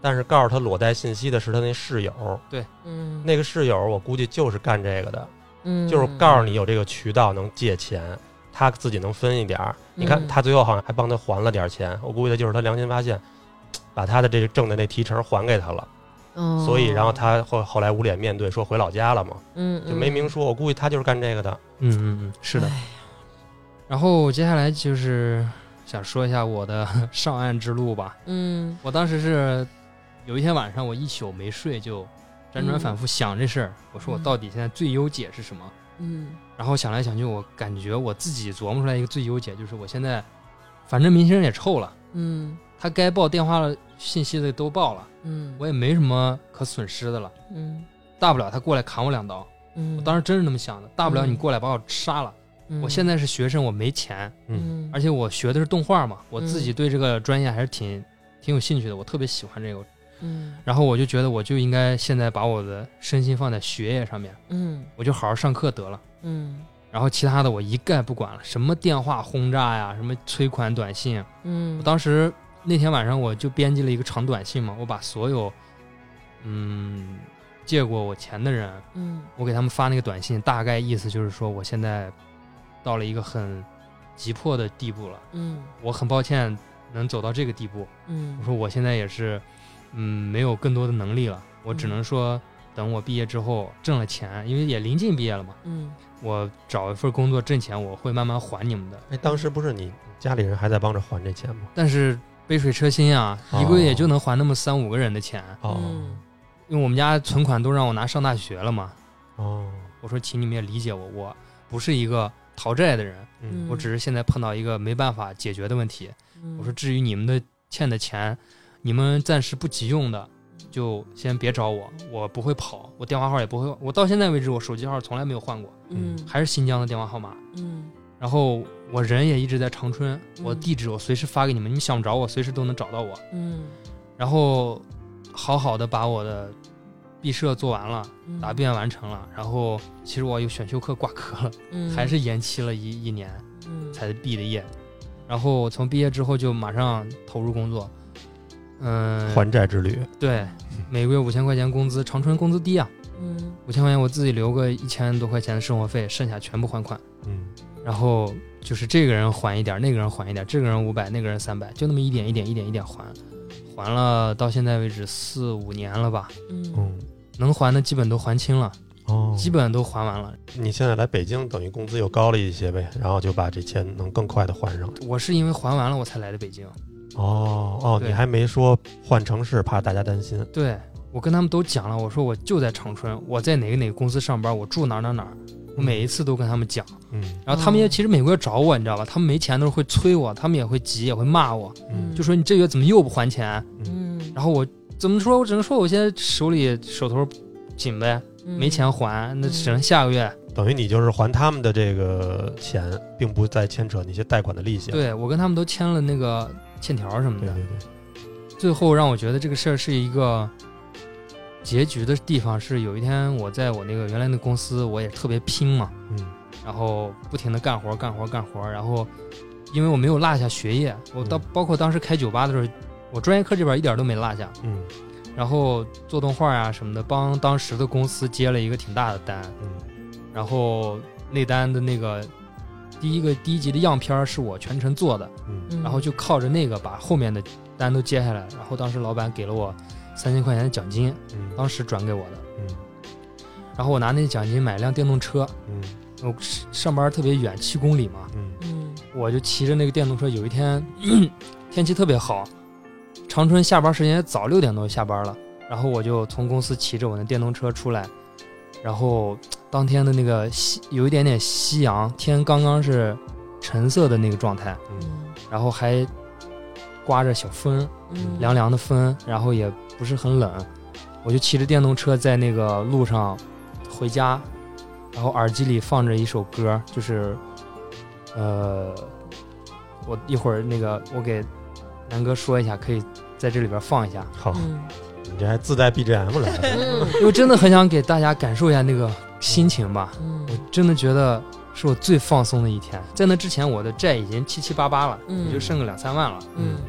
Speaker 2: 但是告诉他裸贷信息的是他那室友。
Speaker 4: 对，
Speaker 1: 嗯，
Speaker 2: 那个室友我估计就是干这个的，
Speaker 1: 嗯，
Speaker 2: 就是告诉你有这个渠道能借钱，他自己能分一点儿。你看他最后好像还帮他还了点钱，我估计就是他良心发现，把他的这个挣的那提成还给他了。
Speaker 1: 哦，
Speaker 2: 所以然后他后后来无脸面对说回老家了嘛，
Speaker 1: 嗯，
Speaker 2: 就没明说。我估计他就是干这个的。
Speaker 4: 嗯嗯嗯，是的。然后接下来就是想说一下我的上岸之路吧。
Speaker 1: 嗯，
Speaker 4: 我当时是有一天晚上我一宿没睡，就辗转反复想这事儿、嗯、我说我到底现在最优解是什么。
Speaker 1: 嗯，
Speaker 4: 然后想来想去，我感觉我自己琢磨出来一个最优解，就是我现在反正明星人也臭了，
Speaker 1: 嗯，
Speaker 4: 他该报电话信息的都报了，
Speaker 1: 嗯，
Speaker 4: 我也没什么可损失的了，
Speaker 1: 嗯，
Speaker 4: 大不了他过来砍我两刀，
Speaker 1: 嗯，
Speaker 4: 我当时真是那么想的，大不了你过来把我杀了、嗯、我现在是学生，我没钱，
Speaker 1: 嗯，
Speaker 4: 而且我学的是动画嘛，我自己对这个专业还是挺挺有兴趣的，我特别喜欢这个，
Speaker 1: 嗯，
Speaker 4: 然后我就觉得我就应该现在把我的身心放在学业上面，
Speaker 1: 嗯，
Speaker 4: 我就好好上课得了，
Speaker 1: 嗯，
Speaker 4: 然后其他的我一概不管了，什么电话轰炸呀，什么催款短信，
Speaker 1: 嗯，
Speaker 4: 我当时那天晚上我就编辑了一个长短信嘛，我把所有嗯借过我钱的人，
Speaker 1: 嗯，
Speaker 4: 我给他们发那个短信，大概意思就是说我现在到了一个很急迫的地步了，
Speaker 1: 嗯，
Speaker 4: 我很抱歉能走到这个地步，
Speaker 1: 嗯，
Speaker 4: 我说我现在也是嗯没有更多的能力了，我只能说等我毕业之后挣了钱，因为也临近毕业了嘛，
Speaker 1: 嗯，
Speaker 4: 我找一份工作挣钱，我会慢慢还你们的。
Speaker 2: 哎，当时不是你家里人还在帮着还这钱吗？
Speaker 4: 但是杯水车薪啊，
Speaker 2: 哦、
Speaker 4: 一个月也就能还那么三五个人的钱。
Speaker 2: 哦，
Speaker 4: 因为我们家存款都让我拿上大学了嘛。
Speaker 2: 哦，
Speaker 4: 我说请你们也理解我，我不是一个讨债的人，
Speaker 2: 嗯，
Speaker 4: 我只是现在碰到一个没办法解决的问题。
Speaker 1: 嗯、
Speaker 4: 我说至于你们的欠的钱，你们暂时不急用的，就先别找我，我不会跑，我电话号也不会，我到现在为止我手机号从来没有换过，
Speaker 1: 嗯，
Speaker 4: 还是新疆的电话号码，
Speaker 1: 嗯，
Speaker 4: 然后我人也一直在长春，我地址我随时发给你们，你们想找我随时都能找到我，
Speaker 1: 嗯，
Speaker 4: 然后好好的把我的毕设做完了，答辩完成了，然后其实我有选修课挂科了，
Speaker 1: 嗯，还
Speaker 4: 是延期了一一年，
Speaker 1: 嗯，
Speaker 4: 才毕的业，然后从毕业之后就马上投入工作。嗯，
Speaker 2: 还债之旅，
Speaker 4: 对，每个月五千块钱工资，长春工资低啊，
Speaker 1: 嗯，
Speaker 4: 五千块钱我自己留个一千多块钱的生活费，剩下全部还款，
Speaker 2: 嗯，
Speaker 4: 然后就是这个人还一点，那个人还一点，这个人五百，那个人三百，就那么一点一点一点一点还，还了到现在为止四五年了吧，
Speaker 1: 嗯，
Speaker 4: 能还的基本都还清了，
Speaker 2: 哦，
Speaker 4: 基本都还完了。
Speaker 2: 你现在来北京，等于工资又高了一些呗，然后就把这钱能更快的还上。
Speaker 4: 我是因为还完了我才来的北京。
Speaker 2: 哦哦，你还没说换城市，怕大家担心。
Speaker 4: 对，我跟他们都讲了，我说我就在长春，我在哪个哪个公司上班，我住哪儿哪儿哪儿，我每一次都跟他们讲。
Speaker 2: 嗯，
Speaker 4: 然后他们也其实每个月找我，你知道吧？他们没钱都是会催我，他们也会急，也会骂我，
Speaker 2: 嗯，
Speaker 4: 就说你这月怎么又不还钱？
Speaker 1: 嗯，
Speaker 4: 然后我怎么说？我只能说我现在手里手头紧呗，没钱还，那只能下个月。
Speaker 2: 等于你就是还他们的这个钱，并不再牵扯那些贷款的利息。
Speaker 4: 对，我跟他们都签了那个欠条什么的。
Speaker 2: 对对对。
Speaker 4: 最后让我觉得这个事儿是一个结局的地方是，有一天我在我那个原来的公司，我也特别拼嘛，
Speaker 2: 嗯，
Speaker 4: 然后不停的干活干活干活，然后因为我没有落下学业，我到、嗯、包括当时开酒吧的时候，我专业课这边一点都没落下，
Speaker 2: 嗯，
Speaker 4: 然后做动画啊什么的，帮当时的公司接了一个挺大的单，
Speaker 2: 嗯，
Speaker 4: 然后那单的那个第一个第一集的样片是我全程做的，
Speaker 2: 嗯，
Speaker 4: 然后就靠着那个把后面的单都接下来，然后当时老板给了我三千块钱的奖金，
Speaker 2: 嗯，
Speaker 4: 当时转给我的，
Speaker 2: 嗯，
Speaker 4: 然后我拿那奖金买辆电动车，
Speaker 2: 嗯，
Speaker 4: 我上班特别远，七公里嘛，
Speaker 2: 嗯
Speaker 1: 嗯，
Speaker 4: 我就骑着那个电动车，有一天天气特别好，长春下班时间早，六点多下班了，然后我就从公司骑着我的电动车出来，然后当天的那个夕有一点点夕阳，天刚刚是橙色的那个状态，
Speaker 2: 嗯，
Speaker 4: 然后还刮着小风，
Speaker 1: 嗯，
Speaker 4: 凉凉的风，然后也不是很冷，我就骑着电动车在那个路上回家，然后耳机里放着一首歌，就是呃我一会儿那个我给南哥说一下，可以在这里边放一下。
Speaker 2: 好，
Speaker 1: 嗯，
Speaker 2: 你这还自带 B G M 来
Speaker 1: 嗯，
Speaker 4: 因为真的很想给大家感受一下那个心情吧，
Speaker 1: 嗯，
Speaker 4: 我真的觉得是我最放松的一天。在那之前我的债已经七七八八了，
Speaker 1: 嗯，
Speaker 4: 也就剩个两三万了，
Speaker 1: 嗯，
Speaker 4: 然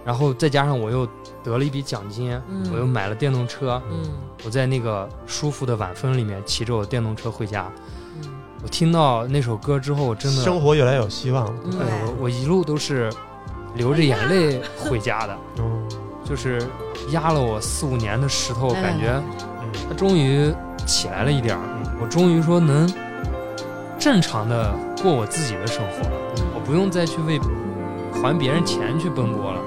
Speaker 4: 然后再加上我又得了一笔奖金，
Speaker 1: 嗯、
Speaker 4: 我又买了电动车，
Speaker 1: 嗯，
Speaker 4: 我在那个舒服的晚风里面骑着我电动车回家。嗯，我听到那首歌之后，我真的
Speaker 2: 生活越来越有希望了。
Speaker 4: 对，我我一路都是流着眼泪回家的，
Speaker 2: 嗯，
Speaker 4: 就是压了我四五年的石头，
Speaker 1: 哎、
Speaker 4: 感觉它终于起来了一点儿，我终于说能正常的过我自己的生活了，我不用再去为还别人钱去奔波了。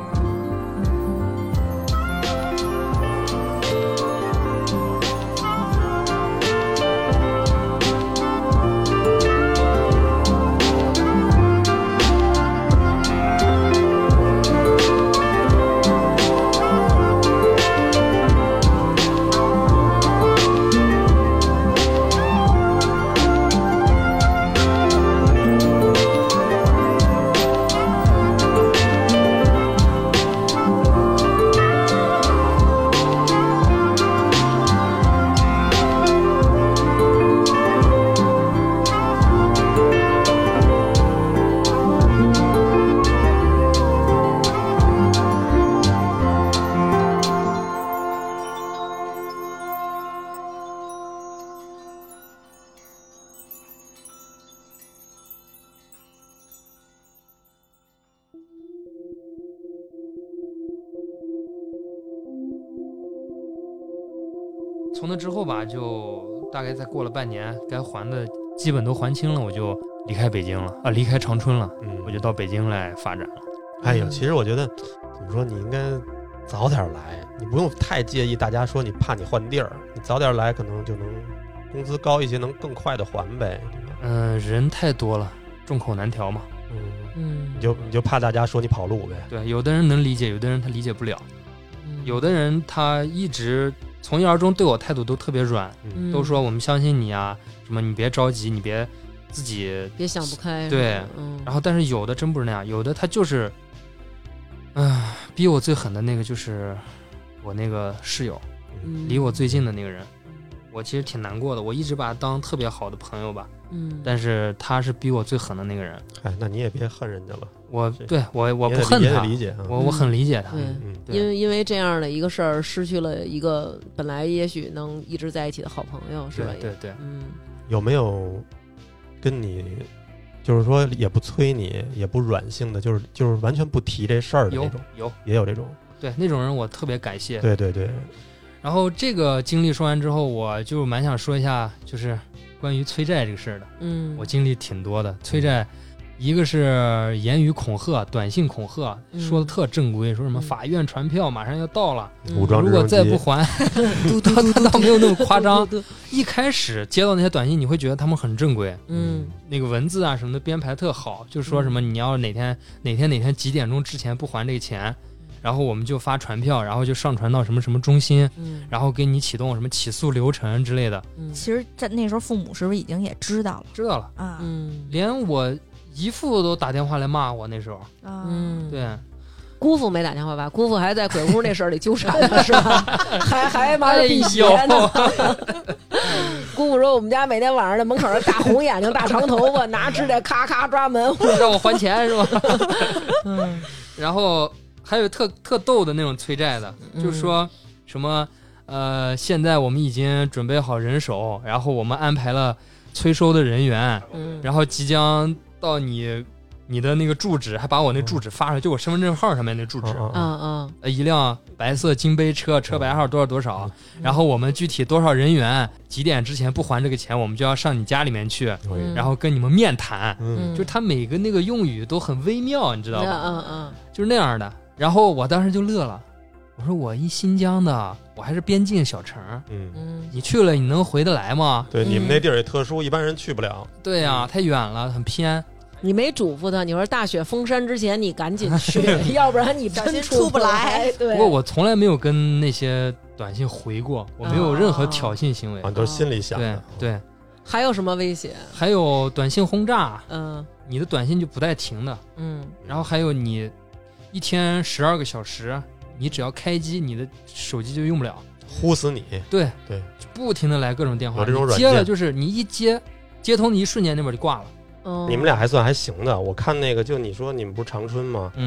Speaker 4: 从那之后吧，就大概再过了半年，该还的基本都还清了，我就离开北京了啊，离开长春了，嗯，我就到北京来发展了。
Speaker 2: 哎呦，其实我觉得怎么说，你应该早点来，你不用太介意大家说你怕你换地儿，你早点来可能就能工资高一些，能更快的还呗。
Speaker 4: 嗯、呃，人太多了，众口难调嘛。
Speaker 2: 嗯嗯，你就你就怕大家说你跑路呗。
Speaker 4: 对，有的人能理解，有的人他理解不了。嗯、有的人他一直从一而终对我态度都特别软，嗯、都说我们相信你啊，什么你别着急，你别自己
Speaker 1: 别想不开。
Speaker 4: 对，嗯、然后但是有的真不是那样，有的他就是，啊、呃，逼我最狠的那个就是我那个室友，嗯、离我最近的那个人，我其实挺难过的，我一直把他当特别好的朋友吧，嗯，但是他是逼我最狠的那个人。
Speaker 2: 哎，那你也别恨人家了。
Speaker 4: 我对我我不恨他，
Speaker 2: 理解啊、
Speaker 4: 我我很理解他。
Speaker 1: 对，嗯、因为因为这样的一个事儿，失去了一个本来也许能一直在一起的好朋友，是吧？
Speaker 4: 对对对，
Speaker 1: 嗯。
Speaker 2: 有没有跟你，就是说也不催你，也不软性的，就是就是完全不提这事儿的那种？
Speaker 4: 有有
Speaker 2: 也有这种。
Speaker 4: 对，那种人我特别感谢。
Speaker 2: 对对对。
Speaker 4: 然后这个经历说完之后，我就蛮想说一下，就是关于催债这个事儿的。嗯，我经历挺多的，催债。一个是言语恐吓，短信恐吓，嗯、说的特正规，说什么法院传票马上要到了，
Speaker 2: 嗯、武装
Speaker 4: 如果再不还，他倒没有那么夸张。一开始接到那些短信，你会觉得他们很正规，嗯，那个文字啊什么的编排特好，就说什么你要哪天哪天哪天几点钟之前不还这个钱，然后我们就发传票，然后就上传到什么什么中心，嗯、然后给你启动什么起诉流程之类的。
Speaker 3: 嗯、其实在那时候父母是不是已经也知道了？
Speaker 4: 知道了
Speaker 3: 啊，
Speaker 4: 嗯，连我姨父都打电话来骂我那时候，嗯，对，
Speaker 1: 姑父没打电话吧？姑父还在鬼屋那事儿里纠缠呢，是吧？还还妈的辟邪呢。姑父说我们家每天晚上在门口大红眼睛、大长头发，拿指甲咔咔抓门，
Speaker 4: 让我还钱是吧？嗯，然后还有特特逗的那种催债的，嗯、就是说什么呃，现在我们已经准备好人手，然后我们安排了催收的人员，嗯，然后即将到你你的那个住址，还把我那住址发出来，就我身份证号上面那住址，
Speaker 1: 嗯嗯，
Speaker 4: 呃，一辆白色金杯车，车牌号多少多少，嗯、然后我们具体多少人员，几点之前不还这个钱，我们就要上你家里面去，嗯、然后跟你们面谈，嗯，就是他每个那个用语都很微妙，你知道吧？
Speaker 1: 嗯嗯，
Speaker 4: 就是那样的。然后我当时就乐了，我说我一新疆的，我还是边境小城，嗯嗯，你去了你能回得来吗？
Speaker 2: 对，嗯、你们那地儿也特殊，一般人去不了。
Speaker 4: 对呀、啊，太远了，很偏。
Speaker 1: 你没嘱咐他，你说大雪封山之前你赶紧去，要不然你真出不来。对。
Speaker 4: 不过我从来没有跟那些短信回过，我没有任何挑衅行为，
Speaker 2: 啊，都是心里想的。
Speaker 4: 对对。
Speaker 1: 还有什么威胁？
Speaker 4: 还有短信轰炸，嗯，你的短信就不带停的，嗯，然后还有你一天十二个小时，你只要开机，你的手机就用不了，
Speaker 2: 呼死你。
Speaker 4: 对
Speaker 2: 对，
Speaker 4: 不停的来各种电话，
Speaker 2: 有这种软
Speaker 4: 件，接了就是你一接接通，你一瞬间那边就挂了。
Speaker 2: 你们俩还算还行的，我看那个就你说你们不是长春吗？嗯，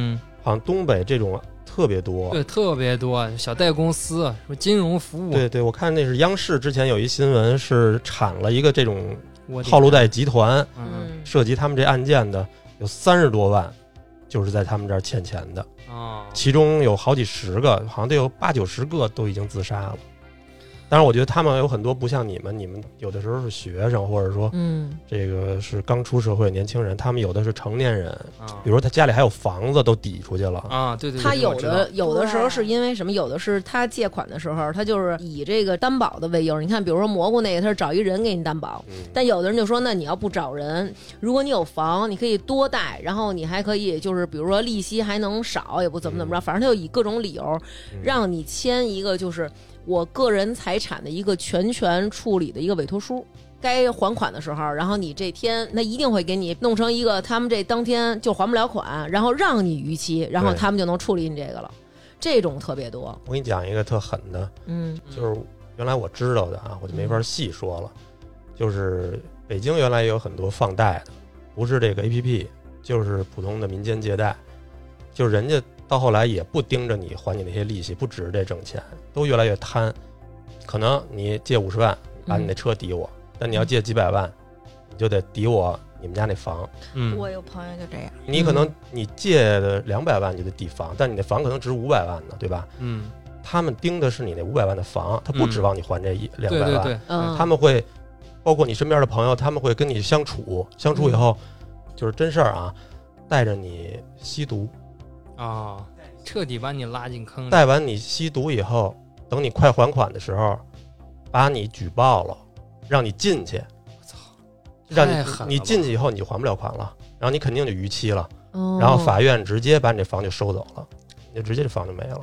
Speaker 2: 好像东北这种特别多，
Speaker 4: 对，特别多小贷公司，什么金融服务，
Speaker 2: 对对，我看那是央视之前有一新闻是铲了一个这种套路贷集团，
Speaker 4: 嗯，
Speaker 2: 涉及他们这案件的有三十多万，就是在他们这儿欠钱的，
Speaker 4: 哦，
Speaker 2: 其中有好几十个，好像得有八九十个都已经自杀了。当然我觉得他们有很多不像你们，你们有的时候是学生，或者说
Speaker 1: 嗯，
Speaker 2: 这个是刚出社会年轻人，他们有的是成年人，
Speaker 4: 啊
Speaker 2: 比如说他家里还有房子都抵出去了
Speaker 4: 啊，对对对，
Speaker 1: 他有的有的时候
Speaker 3: 对
Speaker 1: 是因为什么？有的是他借款的时候，他就是以这个担保的为由。你看，比如说蘑菇那个，他是找一人给你担保，
Speaker 2: 嗯
Speaker 1: 但有的人就说，那你要不找人，如果你有房，你可以多贷，然后你还可以就是比如说利息还能少，也不怎么怎么着，反正他就以各种理由让你签一个就是我个人财产的一个全权处理的一个委托书。该还款的时候，然后你这天那一定会给你弄成一个他们这当天就还不了款，然后让你逾期，然后他们就能处理你这个了。这种特别多。
Speaker 2: 我给你讲一个特狠的，
Speaker 1: 嗯，
Speaker 2: 就是原来我知道的啊，我就没法细说了。就是北京原来也有很多放贷的，不是这个 A P P， 就是普通的民间借贷，就是人家到后来也不盯着你还你那些利息，不指着这挣钱，都越来越贪。可能你借五十万，把你那车抵我，嗯、但你要借几百万，你就得抵我你们家那房。
Speaker 4: 嗯，
Speaker 3: 我有朋友就这样。
Speaker 2: 你可能你借的两百万你就得抵房，但你那房可能值五百万呢，对吧？
Speaker 4: 嗯，
Speaker 2: 他们盯的是你那五百万的房，他不指望你还这一两百万。
Speaker 4: 对对对，
Speaker 1: 嗯，
Speaker 2: 他们会包括你身边的朋友，他们会跟你相处，相处以后、嗯、就是真事儿啊，带着你吸毒
Speaker 4: 啊、哦，彻底把你拉进坑里。
Speaker 2: 带完你吸毒以后，等你快还款的时候，把你举报了，让你进去。
Speaker 4: 我操！
Speaker 2: 让你你进去以后你就还不了款了，然后你肯定就逾期了，
Speaker 1: 哦、
Speaker 2: 然后法院直接把你这房就收走了，你就直接这房就没了。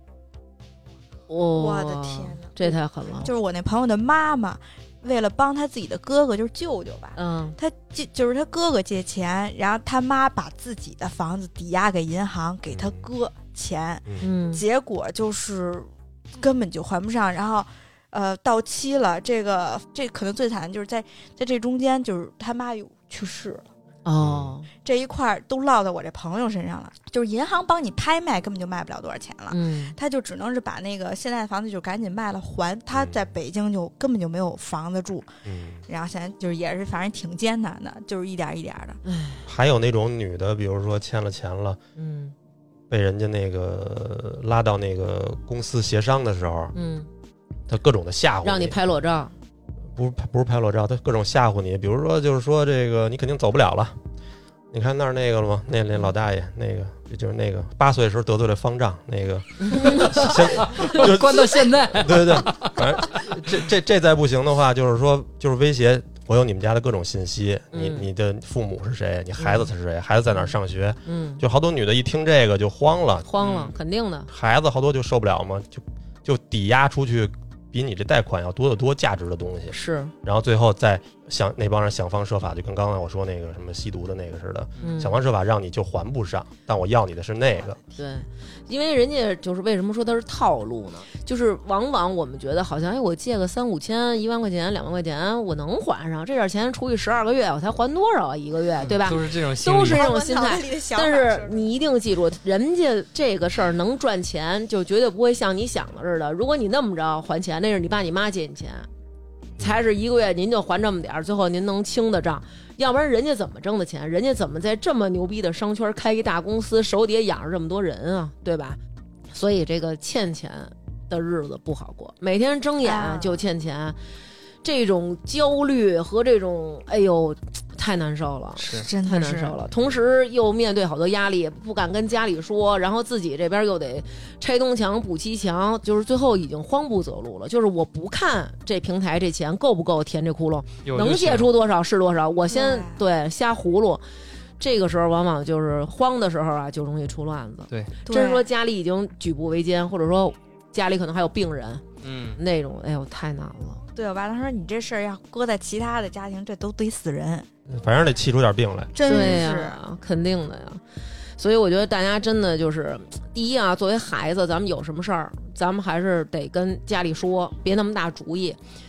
Speaker 1: 哦、
Speaker 3: 我的天哪，
Speaker 1: 这太狠了！
Speaker 3: 就是我那朋友的妈妈，为了帮他自己的哥哥，就是舅舅吧，
Speaker 1: 嗯，
Speaker 3: 他借就是他哥哥借钱，然后他妈把自己的房子抵押给银行，给他哥钱，
Speaker 1: 嗯，
Speaker 3: 结果就是根本就还不上，然后呃到期了，这个这可能最惨的就是在在这中间，就是他妈有去世了。
Speaker 1: 哦，
Speaker 3: 这一块都落到我这朋友身上了，就是银行帮你拍卖根本就卖不了多少钱了，
Speaker 1: 嗯，
Speaker 3: 他就只能是把那个现在的房子就赶紧卖了还，他在北京就根本就没有房子住，
Speaker 2: 嗯，
Speaker 3: 然后现在就是也是反正挺艰难的，就是一点一点的。
Speaker 2: 还有那种女的，比如说欠了钱了，
Speaker 1: 嗯，
Speaker 2: 被人家那个拉到那个公司协商的时候，
Speaker 1: 嗯，
Speaker 2: 他各种的吓唬你，
Speaker 1: 让你拍裸照。
Speaker 2: 不是不是拍裸照，他各种吓唬你，比如说就是说这个你肯定走不了了，你看那儿那个了吗？那那老大爷那个就是那个八岁的时候得罪了方丈，那个先就
Speaker 4: 关到现在，
Speaker 2: 对对对，反正这这这再不行的话，就是说就是威胁我有你们家的各种信息，你你的父母是谁，你孩子是谁，孩子在哪儿上学，
Speaker 1: 嗯，
Speaker 2: 就好多女的一听这个就慌了，
Speaker 1: 慌了，肯定的，
Speaker 2: 孩子好多就受不了嘛，就就抵押出去。比你这贷款要多得多价值的东西
Speaker 1: 是，
Speaker 2: 然后最后再想那帮人想方设法，就跟刚才我说那个什么吸毒的那个似的，
Speaker 1: 嗯、
Speaker 2: 想方设法让你就还不上，但我要你的是那个。
Speaker 1: 对，因为人家就是为什么说它是套路呢？就是往往我们觉得好像，哎，我借个三五千、一万块钱、两万块钱，我能还上，这点钱除以十二个月，我才还多少啊？一个月，对吧？
Speaker 4: 都是这种心理，
Speaker 1: 都是这种心态。但是你一定记住，人家这个事儿能赚钱，就绝对不会像你想的似的。如果你那么着还钱，那是你爸你妈借你钱，才是一个月您就还这么点儿，最后您能清的账。要不然人家怎么挣的钱？人家怎么在这么牛逼的商圈开一大公司，手底下养着这么多人啊，对吧？所以这个欠钱的日子不好过，每天睁眼就欠钱，啊、这种焦虑和这种哎呦太难受了，
Speaker 4: 是
Speaker 3: 真的
Speaker 1: 太难受了。同时又面对好多压力，不敢跟家里说，然后自己这边又得拆东墙补西墙，就是最后已经慌不择路了。就是我不看这平台这钱够不够填这窟窿，能借出多少是多少，我先 对, 对瞎葫芦。这个时候往往就是慌的时候啊，就容易出乱子。
Speaker 4: 对，
Speaker 1: 真说家里已经举步维艰，或者说家里可能还有病人，
Speaker 4: 嗯，
Speaker 1: 那种哎呦太难了。
Speaker 3: 对，我爸他说你这事儿要搁在其他的家庭，这都得死人，
Speaker 2: 反正得气出点病来。
Speaker 3: 真
Speaker 1: 是
Speaker 3: 呀，
Speaker 1: 肯定的呀。所以我觉得大家真的就是第一啊，作为孩子，咱们有什么事儿，咱们还是得跟家里说，别那么大主意。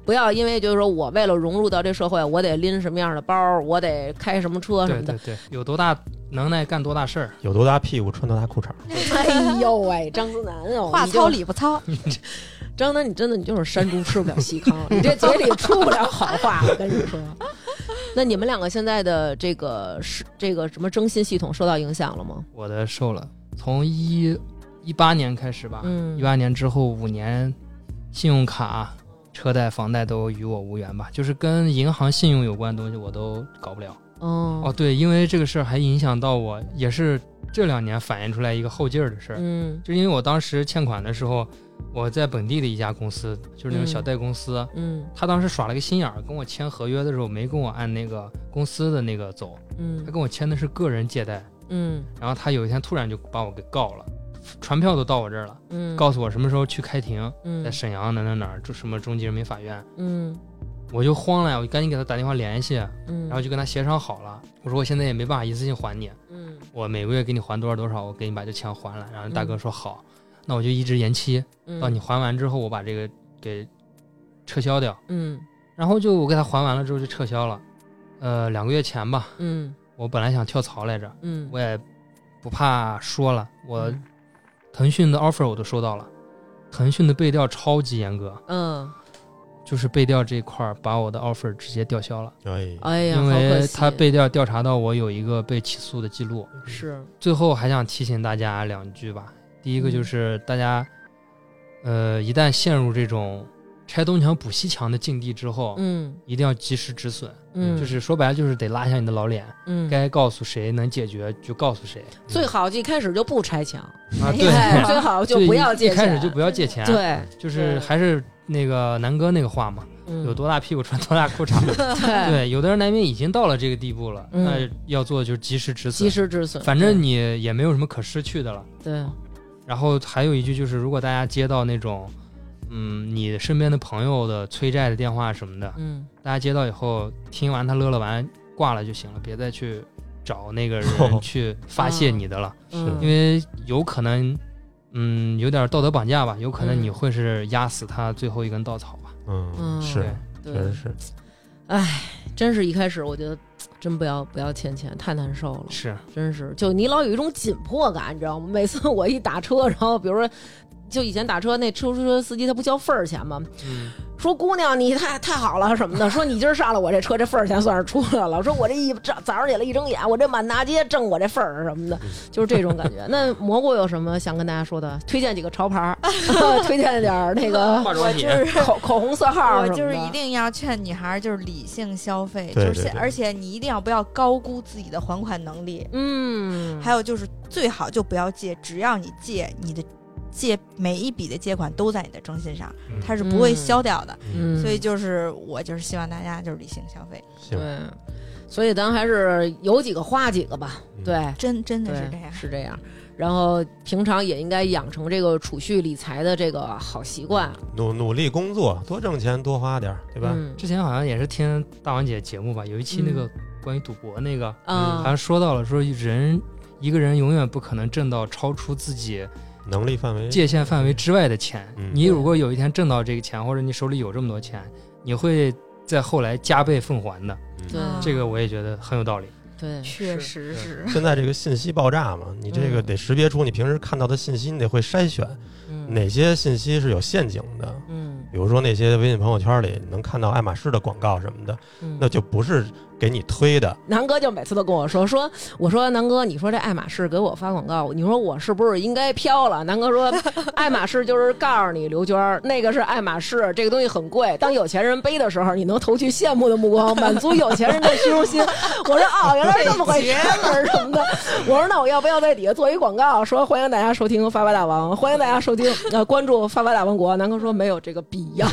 Speaker 1: 不要因为就是说我为了融入到这社会，我得拎什么样的包，我得开什么车什么的。
Speaker 4: 对对对，有多大能耐干多大事儿，
Speaker 2: 有多大屁股穿多大裤衩。
Speaker 1: 哎呦喂，张思南哦，
Speaker 3: 话糙理不糙。
Speaker 1: 张楠，你真的你就是山猪吃不了细糠，你这嘴里出不了好话，我跟你说。那你们两个现在的这个是这个什么征信系统受到影响了吗？
Speaker 4: 我的受了，从一一八年开始吧，
Speaker 1: 嗯，
Speaker 4: 一八年之后五年，信用卡、车贷、房贷都与我无缘吧，就是跟银行信用有关的东西我都搞不了。
Speaker 1: 哦
Speaker 4: 哦，对，因为这个事儿还影响到我，也是这两年反映出来一个后劲儿的事儿。
Speaker 1: 嗯，
Speaker 4: 就因为我当时欠款的时候，我在本地的一家公司，就是那种小贷公司，
Speaker 1: 嗯，
Speaker 4: 他当时耍了个心眼儿，跟我签合约的时候没跟我按那个公司的那个走，
Speaker 1: 嗯，
Speaker 4: 他跟我签的是个人借贷，
Speaker 1: 嗯，
Speaker 4: 然后他有一天突然就把我给告了，传票都到我这儿了，
Speaker 1: 嗯，
Speaker 4: 告诉我什么时候去开庭，
Speaker 1: 嗯，
Speaker 4: 在沈阳哪哪哪儿，就什么中级人民法院，
Speaker 1: 嗯，
Speaker 4: 我就慌了呀，我就赶紧给他打电话联系，
Speaker 1: 嗯，
Speaker 4: 然后就跟他协商好了，我说我现在也没办法一次性还你，
Speaker 1: 嗯，
Speaker 4: 我每个月给你还多少多少，我给你把这钱还了，然后大哥说好，那我就一直延期，
Speaker 1: 嗯，
Speaker 4: 到你还完之后，我把这个给撤销掉，
Speaker 1: 嗯，
Speaker 4: 然后就我给他还完了之后就撤销了，呃，两个月前吧，
Speaker 1: 嗯，
Speaker 4: 我本来想跳槽来着，
Speaker 1: 嗯，
Speaker 4: 我也不怕说了，我
Speaker 1: 嗯
Speaker 4: 腾讯的 offer 我都收到了，腾讯的背调超级严格，
Speaker 1: 嗯，
Speaker 4: 就是背调这一块儿把我的 offer 直接吊销了，
Speaker 2: 哎，
Speaker 1: 哎呀，
Speaker 4: 因
Speaker 1: 好可惜
Speaker 4: 为他背调调查到我有一个被起诉的记录。
Speaker 1: 是，
Speaker 4: 最后还想提醒大家两句吧，第一个就是大家，呃，一旦陷入这种拆东墙补西墙的境地之后，
Speaker 1: 嗯，
Speaker 4: 一定要及时止损，
Speaker 1: 嗯，
Speaker 4: 就是说白了就是得拉下你的老脸，
Speaker 1: 嗯，
Speaker 4: 该告诉谁能解决就告诉谁，
Speaker 1: 最好一开始就不拆墙
Speaker 4: 啊，对，
Speaker 1: 最好就不要借钱，
Speaker 4: 一开始就不要借钱，
Speaker 1: 对，
Speaker 4: 就是还是那个南哥那个话嘛，
Speaker 1: 嗯，
Speaker 4: 有多大屁股穿多大裤衩，
Speaker 1: 对
Speaker 4: 对，有的人难免已经到了这个地步了，
Speaker 1: 嗯，
Speaker 4: 那要做的就是及时止损，
Speaker 1: 及时止损，
Speaker 4: 反正你也没有什么可失去的了，
Speaker 1: 对。
Speaker 4: 然后还有一句就是，如果大家接到那种，嗯，你身边的朋友的催债的电话什么的，
Speaker 1: 嗯，
Speaker 4: 大家接到以后，听完他乐了完挂了就行了，别再去找那个人去发泄你的了，
Speaker 1: 哦、
Speaker 4: 因为有可能，嗯，有点道德绑架吧，有可能你会是压死他最后一根稻草吧。
Speaker 2: 嗯，是，确实是。
Speaker 1: 哎，真是一开始我觉得。真不要不要欠钱，太难受了。
Speaker 4: 是，
Speaker 1: 真是，就你老有一种紧迫感，你知道吗？每次我一打车，然后比如说，就以前打车那出租车司机他不交份儿钱吗？嗯，说姑娘你太太好了什么的，说你今儿上了我这车这份儿钱算是出来了，说我这一早早上起来一睁眼，我这满大街挣我这份儿什么的，就是这种感觉。那蘑菇有什么想跟大家说的？推荐几个潮牌，推荐点那个
Speaker 4: 化妆品、
Speaker 1: 口口红色号什么的。
Speaker 3: 我就是一定要劝女孩就是理性消费，
Speaker 2: 对对对，
Speaker 3: 就是而且你一定要不要高估自己的还款能力。
Speaker 1: 嗯，
Speaker 3: 还有就是最好就不要借，只要你借你的。借每一笔的借款都在你的征信上，它是不会消掉的。
Speaker 1: 嗯，
Speaker 3: 所以就是我就是希望大家就是理性消费。
Speaker 1: 对，所以咱还是有几个花几个吧。对，
Speaker 3: 真真的是这样，
Speaker 1: 是这样。然后平常也应该养成这个储蓄理财的这个好习惯，
Speaker 2: 努努力工作，多挣钱，多花点，对吧？
Speaker 1: 嗯、
Speaker 4: 之前好像也是听大王姐节目吧，有一期那个关于赌博那个，
Speaker 1: 嗯，
Speaker 4: 好像说到了说人一个人永远不可能挣到超出自己
Speaker 2: 能力范围
Speaker 4: 界限范围之外的钱、
Speaker 2: 嗯、
Speaker 4: 你如果有一天挣到这个钱，或者你手里有这么多钱，你会在后来加倍奉还的。
Speaker 1: 对、
Speaker 4: 嗯，这个我也觉得很有道理。
Speaker 1: 对，
Speaker 3: 确实是。
Speaker 2: 现在这个信息爆炸嘛，你这个得识别出你平时看到的信息，你得会筛选、嗯、哪些信息是有陷阱的。
Speaker 1: 嗯，
Speaker 2: 比如说那些微信朋友圈里能看到爱马仕的广告什么的、嗯、那就不是给你推的。
Speaker 1: 南哥就每次都跟我说说，我说南哥，你说这爱马仕给我发广告，你说我是不是应该飘了？南哥说，爱马仕就是告诉你刘娟，那个是爱马仕，这个东西很贵，当有钱人背的时候，你能投去羡慕的目光，满足有钱人的虚荣心。我说哦，原来是这么回事儿什么的。我说那我要不要在底下做一广告，说欢迎大家收听发发大王，欢迎大家收听呃关注发发大王国。南哥说没有这个必要。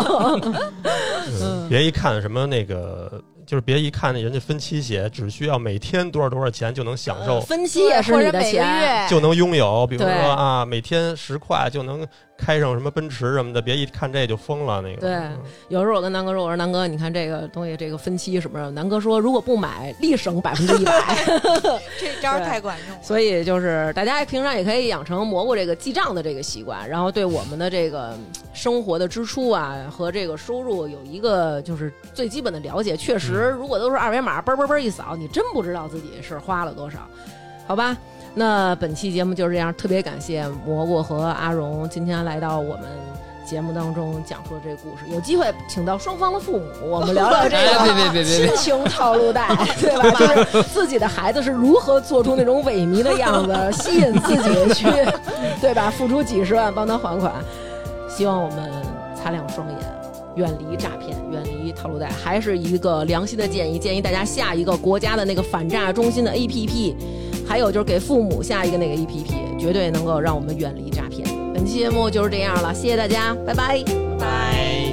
Speaker 2: 嗯、别一看什么那个。就是别一看那人家分期写，只需要每天多少多少钱就能享受，
Speaker 1: 呃、分期也是你的钱，
Speaker 2: 就能拥有。比如说啊，每天十块就能开上什么奔驰什么的，别一看这就疯了那个。
Speaker 1: 对，有时候我跟南哥说，我说南哥，你看这个东西，这个分期什么的，南哥说如果不买，立省百分之一百。
Speaker 3: 这招太管用了。
Speaker 1: 所以就是大家平常也可以养成蘑菇这个记账的这个习惯，然后对我们的这个生活的支出啊和这个收入有一个就是最基本的了解。确实，如果都是二维码嘣嘣嘣一扫，你真不知道自己是花了多少，好吧？那本期节目就是这样，特别感谢蘑菇和阿荣今天来到我们节目当中讲述了这个故事，有机会请到双方的父母，我们聊聊这个亲情套路贷，对吧？就是自己的孩子是如何做出那种萎靡的样子，吸引自己去，对吧？付出几十万帮他还款。希望我们擦亮双眼，远离诈骗，远离套路贷，还是一个良心的建议，建议大家下一个国家的那个反诈中心的 A P P。还有就是给父母下一个那个 A P P， 绝对能够让我们远离诈骗。本期节目就是这样了，谢谢大家，拜拜，
Speaker 3: 拜拜。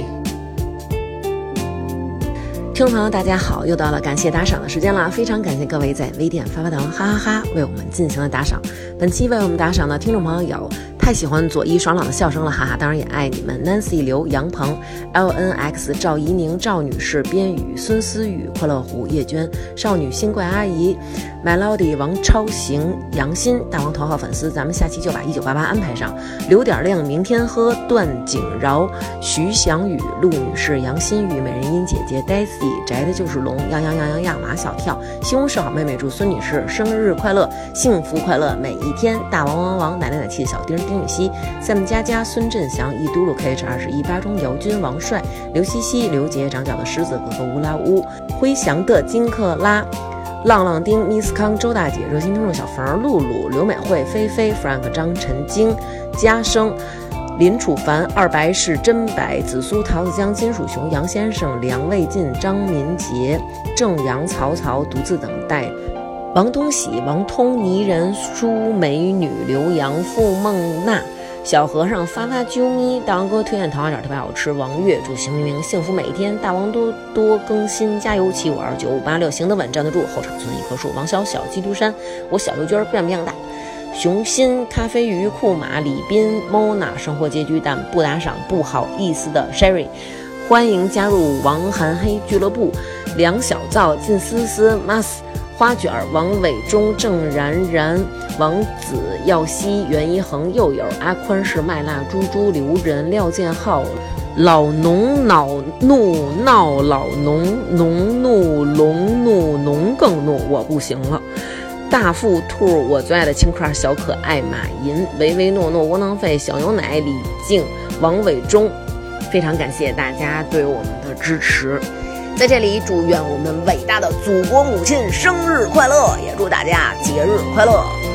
Speaker 1: 听众朋友大家好，又到了感谢打赏的时间了，非常感谢各位在微店发发糖哈哈哈为我们进行了打赏。本期为我们打赏的听众朋友有太喜欢左一爽朗的笑声了，哈哈，当然也爱你们 Nancy 刘杨鹏 L N X 赵怡宁赵女士边宇孙思雨快乐湖叶娟少女新怪阿姨 Melody 王超行杨鑫大王头号粉丝，咱们下期就把一九八八安排上。刘点亮明天喝段景饶徐翔宇陆女士杨新宇美人音姐姐 Daisy 宅的就是龙样样样样样马小跳西红柿好妹妹祝孙女士生日快乐幸福快乐每一天大王王王奶奶奶气的小丁丁禹兮 Sam 佳佳孙振祥一嘟噜 K H 二十一八中姚军王帅刘西西刘杰长角的狮子哥哥乌拉乌辉翔的金克拉浪浪丁 Miss 康周大姐热心听众小冯露露刘美惠菲菲 Frank 张晨晶嘉生林楚凡二白是真白紫苏桃子江金属熊杨先生梁卫进张民杰郑阳曹操独自等待王东喜王通泥人舒美女刘洋付梦娜小和尚发发啾咪大王哥推荐糖花卷特别好吃王月祝行明明幸福每一天大王多多更新加油七五二九五八六行得稳站得住后场村一棵树王小小基督山我小刘娟变变大熊心咖啡鱼库马李斌 Mona 生活拮据但不打赏不好意思的 Sherry 欢迎加入王寒黑俱乐部梁小灶靳思思 Mas 花卷王伟忠郑然然王子耀西袁一恒又有阿宽是麦辣猪猪刘仁廖建浩老农恼怒闹老农农怒龙怒农更怒我不行了大腹兔我最爱的轻块小可爱马银唯唯诺诺窝囊废小牛奶李静王伟忠非常感谢大家对我们的支持在这里祝愿我们伟大的祖国母亲生日快乐也祝大家节日快乐